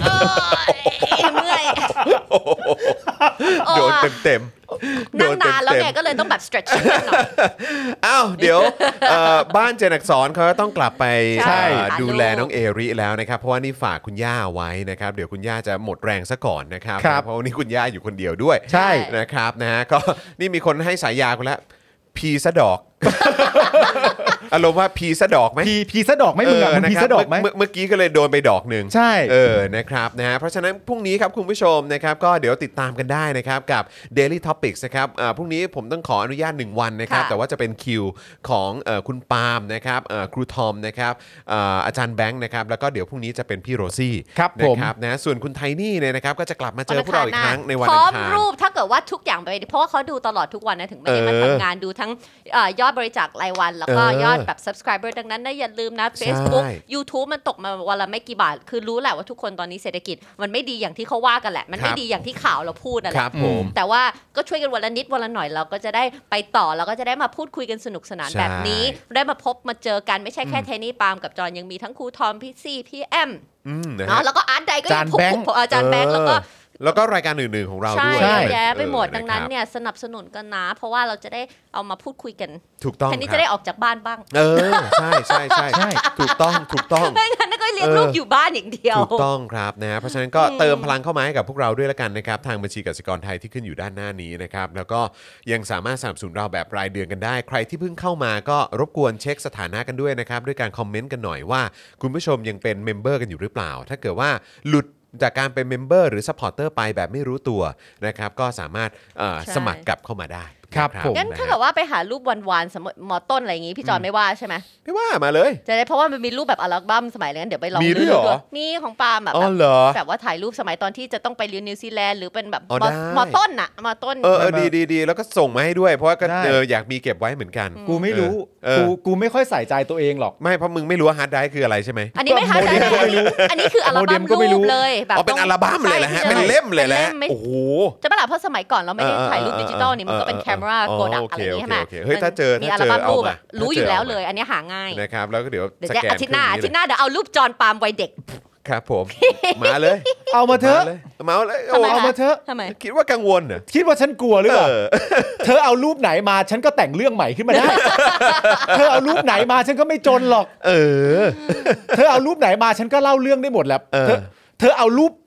โดนเต็มนั่งนานแล้วไงก็เลยต้องแบบ stretch หน่อยอ้าวเดี๋ยวบ้านเจนอักษรเขาต้องกลับไปดูแลน้องเอริแล้วนะครับเพราะว่านี่ฝากคุณย่าไว้นะครับเดี๋ยวคุณย่าจะหมดแรงซะก่อนนะครับเพราะวันนี้คุณย่าอยู่คนเดียวด้วยใช่นะครับนะฮะก็นี่มีคนให้สายยาคุณแล้วพีซะดอกอารมณ์ว่าพีซะดอกไหมพีซะดอกไหมมึงอ่ะมันพีซะดอกไหมเมื่อกี้ก็เลยโดนไปดอกนึงใช่นะครับนะฮะเพราะฉะนั้นพรุ่งนี้ครับคุณผู้ชมนะครับก็เดี๋ยวติดตามกันได้นะครับกับ Daily Topics นะครับพรุ่งนี้ผมต้องขออนุญาต1วันนะครับแต่ว่าจะเป็นคิวของคุณปาล์มนะครับครูทอมนะครับอาจารย์แบงค์นะครับแล้วก็เดี๋ยวพรุ่งนี้จะเป็นพี่โรซี่นะครับนะส่วนคุณไทนี่เนี่ยนะครับก็จะกลับมาเจอพวกเราอีกครั้งในวันอังคารพร้อมรูปถ้าเกิดว่าทุกอย่างไปเพราะว่าเขาดูตลอดทุกวันนะถึงไม่ได้มาทำงานดูทั้งยอดบริจาครายวันแล้วก็ยอดแบบ subscriber ดังนั้นนะอย่าลืมนะ Facebook YouTube มันตกมาวันละไม่กี่บาทคือรู้แหละว่าทุกคนตอนนี้เศรษฐกิจมันไม่ดีอย่างที่เขาว่ากันแหละมันไม่ดีอย่างที่ข่าวเราพูดนั่นแหละแต่ว่าก็ช่วยกันวันละนิดวันละหน่อยเราก็จะได้ไปต่อเราก็จะได้มาพูดคุยกันสนุกสนานแบบนี้ได้มาพบมาเจอกันไม่ใช่แค่เทนี่ปาล์มกับจอนยังมีทั้งครูทอมพี่ซี่พี่แอมเนาะแล้วก็อาร์ตไดก็ยังพบอาจารย์แบงค์แล้วก็รายการอื่นๆของเราด้วยใช่แย่ไปหมดดังนั้นเนี่ยสนับสนุนกันนะเพราะว่าเราจะได้เอามาพูดคุยกันถูกต้องแทนที่จะได้ออกจากบ้านบ้างใช่ถูกต้องไม่งั้นก็เลี้ยงลูกอยู่บ้านอย่างเดียวถูกต้องครับนะเพราะฉะนั้นก็เติมพลังเข้ามาให้กับพวกเราด้วยละกันนะครับทางบัญชีกสิกรไทยที่ขึ้นอยู่ด้านหน้านี้นะครับแล้วก็ยังสามารถสนับสนุนเราแบบรายเดือนกันได้ใครที่เพิ่งเข้ามาก็รบกวนเช็คสถานะกันด้วยนะครับด้วยการคอมเมนต์กันหน่อยว่าคุณผู้ชมยังเป็นเมมเบอร์กันอยู่หรือเปล่าถ้าเกิดว่าหลุดจากการเป็นเมมเบอร์หรือซัพพอร์เตอร์ไปแบบไม่รู้ตัวนะครับก็สามารถสมัครกลับเข้ามาได้ครับผมงั้นถ้าเกิดว่าไปหารูปวันๆสมมติมอต้นอะไรอย่างงี้พี่จอนไม่ว่าใช่ไหมไม่ว่ามาเลยจะได้เพราะว่ามันมีรูปแบบอัลบั้มสมัยนั้นเดี๋ยวไปลองดูมีของปาล์มแบบว่าถ่ายรูปสมัยตอนที่จะต้องไปเรียนนิวซีแลนด์หรือเป็นแบบมอต้นน่ะมอต้นดีแล้วก็ส่งมาให้ด้วยเพราะว่าก็อยากมีเก็บไว้เหมือนกันกูไม่รู้กูไม่ค่อยใส่ใจตัวเองหรอกไม่เพราะมึงไม่รู้ว่าฮาร์ดไดรฟ์คืออะไรใช่ไหมอันนี้ไม่ฮาร์ดไดรฟ์อันนี้คืออัลบั้มรูปเลยแบบเป็นอัลบั้มเลยแหละฮะเป็นเล่มเลยแหละโอ้โหจะไม่หลับเพราะสมัยก่อนเราไม่ได้ถ่ายรูปดิจิตอลนี่มันก็เป็นแคมราโกดักอะไรใช่ไหมเฮ้ยถ้าเจอเอามารู้อยู่แล้วเลยอันนี้หาง่ายนะครับแล้วก็เดี๋ยวอาทิตย์หน้าเดี๋ยวเอารูปจอนปาล์มวัยเด็กครับผมมาเลยเอามาเถอะมาเลยเอามาเถอะทำไมคิดว่ากังวลเหรอคิดว่าฉันกลัวหรือเปล่าเธอเอารูปไหนมาฉันก็แต่งเรื่องใหม่ขึ้นมาได้เธอเอารูปไหนมาฉันก็ไม่จนหรอกเธอเอารูปไหนมาฉันก็เล่าเรื่องได้หมดแหละเธอเอารูป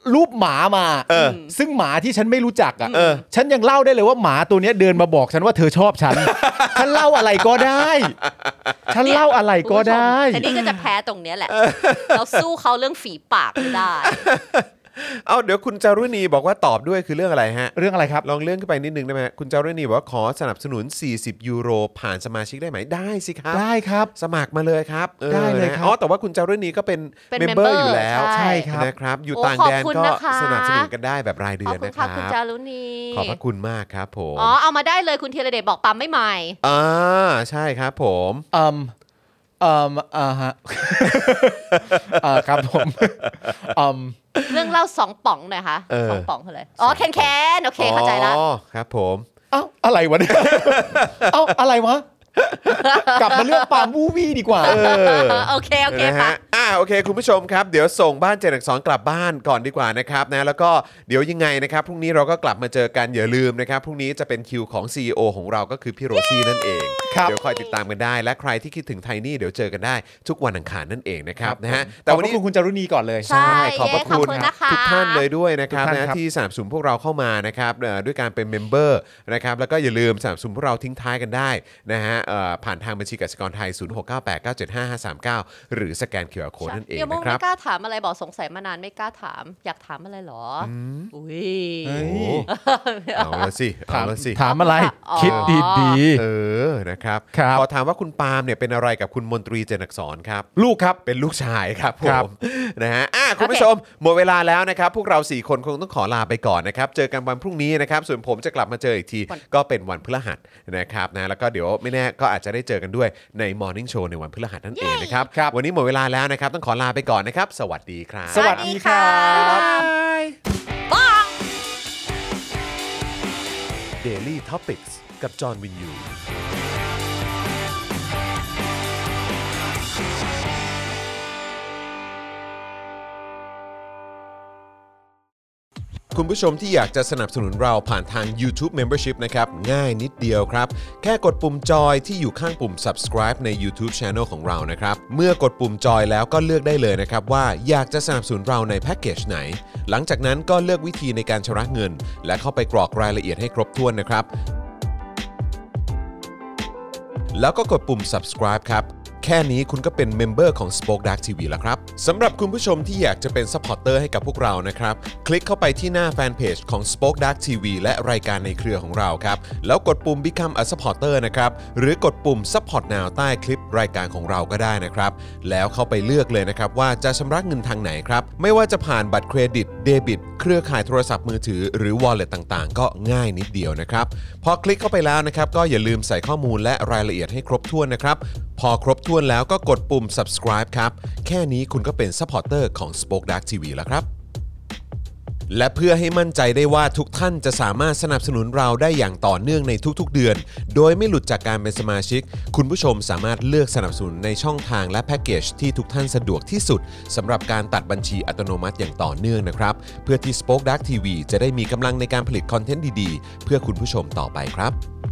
รูปหมามาซึ่งหมาที่ฉันไม่รู้จักอ่ะฉันยังเล่าได้เลยว่าหมาตัวนี้เดินมาบอกฉันว่าเธอชอบฉัน ฉันเล่าอะไรก็ได้ฉันเล่าอะไรก็ได้แต่นี่ก็จะแพ้ตรงเนี้ยแหละเราสู้เขาเรื่องฝีปากไม่ได้เอาเดี๋ยวคุณจารุณีบอกว่าตอบด้วยคือเรื่องอะไรฮะเรื่องอะไรครับลองเลื่อนขึ้นไปนิดนึงได้ไหมคุณจารุณีบอกว่าขอสนับสนุน40ยูโรผ่านสมาชิกได้ไหมได้สิครับได้ครับสมัครมาเลยครับได้เลยครับแต่ว่าคุณจารุณีก็เป็นเมมเบอร์อยู่แล้วใช่ครับนะครับอยู่ต่างแดนก็สนับสนุนกันได้แบบรายเดือนนะครับคุณจารุณีขอบพระคุณมากครับผมเอามาได้เลยคุณธีรเดชบอกปั๊มไม่ใหม่ใช่ครับผมฮะครับผมเรื่องเล่า2ป๋องหน่อยค่ะ2ป๋องคืออะไรแคนโอเคเข้าใจแล้วครับผมอะไรวะเนี่ยอะไรวะกลับมาเรื่องปาล์มวูวี่ดีกว่าโอเคค่ะโอเคคุณผู้ชมครับเดี๋ยวส่งบ้าน7 2กลับบ้านก่อนดีกว่านะครับนะแล้วก็เดี๋ยวยังไงนะครับพรุ่งนี้เราก็กลับมาเจอกันอย่าลืมนะครับพรุ่งนี้จะเป็นคิวของ CEO ของเราก็คือพี่โรซี่นั่นเองเดี๋ยวคอยติดตามกันได้และใครที่คิดถึงไทนี่เดี๋ยวเจอกันได้ทุกวันอังคารนั่นเองนะครับนะฮะแต่วันนี้คุณจารุณีก่อนเลยใช่ขอบพระคุณทุกท่านเลยด้วยนะครับนะที่สนับสนุนพวกเราเข้ามานะครับด้วยการเป็นเมมเบอร์นะครับแล้วก็อย่าลืมสนับสนุนพวกเราทิ้งท้ายกันได้นะฮะผ่านทางบัญชีกสิกรไทย0698975539หรือสแกน QR Code นั่นเองนะครับไม่กล้าถามอะไรบอกสงสัยมานานไม่กล้าถามอยากถามอะไรหรออุ้ยเอาละสิถามอะไรคิดดีๆนะครับขอถามว่าคุณปาล์มเนี่ยเป็นอะไรกับคุณมนตรีเจนอักษรครับลูกครับเป็นลูกชายครับผมนะฮะคุณผู้ชมหมดเวลาแล้วนะครับพวกเรา4คนคงต้องขอลาไปก่อนนะครับเจอกันวันพรุ่งนี้นะครับส่วนผมจะกลับมาเจออีกทีก็เป็นวันพฤหัสนะครับนะแล้วก็เดี๋ยวไม่แน่ก็อาจจะได้เจอกันด้วยใน Morning Show ในวันพฤหัสนั่นเองนะครับวันนี้หมดเวลาแล้วนะครับต้องขอลาไปก่อนนะครับสวัสดีครับสวัสดีครับบ๊ายบาย Daily Topics กับจอห์นวินยูคุณผู้ชมที่อยากจะสนับสนุนเราผ่านทาง YouTube Membership นะครับง่ายนิดเดียวครับแค่กดปุ่มจอยที่อยู่ข้างปุ่ม subscribe ใน YouTube Channel ของเรานะครับเมื่อกดปุ่มจอยแล้วก็เลือกได้เลยนะครับว่าอยากจะสนับสนุนเราในแพ็กเกจไหนหลังจากนั้นก็เลือกวิธีในการชำระเงินและเข้าไปกรอกรายละเอียดให้ครบถ้วนนะครับแล้วก็กดปุ่ม subscribe ครับแค่นี้คุณก็เป็นเมมเบอร์ของ Spoke Dark TV แล้วครับสำหรับคุณผู้ชมที่อยากจะเป็นซัพพอร์ตเตอร์ให้กับพวกเรานะครับคลิกเข้าไปที่หน้าแฟนเพจของ Spoke Dark TV และรายการในเครือของเราครับแล้วกดปุ่ม Become a supporter นะครับหรือกดปุ่ม Support Now ใต้คลิปรายการของเราก็ได้นะครับแล้วเข้าไปเลือกเลยนะครับว่าจะชำระเงินทางไหนครับไม่ว่าจะผ่านบัตรเครดิตเดบิตเครือข่ายโทรศัพท์มือถือหรือ Wallet ต่างๆก็ง่ายนิดเดียวนะครับพอคลิกเข้าไปแล้วนะครับก็อย่าลืมใส่ข้อมูลและรายละเอียดให้ครบถ้วนนะครับพอครบถ้วนแล้วก็กดปุ่ม subscribe ครับแค่นี้คุณก็เป็น supporter ของ Spoke Dark TV แล้วครับและเพื่อให้มั่นใจได้ว่าทุกท่านจะสามารถสนับสนุนเราได้อย่างต่อเนื่องในทุกๆเดือนโดยไม่หลุดจากการเป็นสมาชิกคุณผู้ชมสามารถเลือกสนับสนุนในช่องทางและแพ็กเกจที่ทุกท่านสะดวกที่สุดสำหรับการตัดบัญชีอัตโนมัติอย่างต่อเนื่องนะครับเพื่อที่ Spoke Dark TV จะได้มีกำลังในการผลิตคอนเทนต์ดีๆเพื่อคุณผู้ชมต่อไปครับ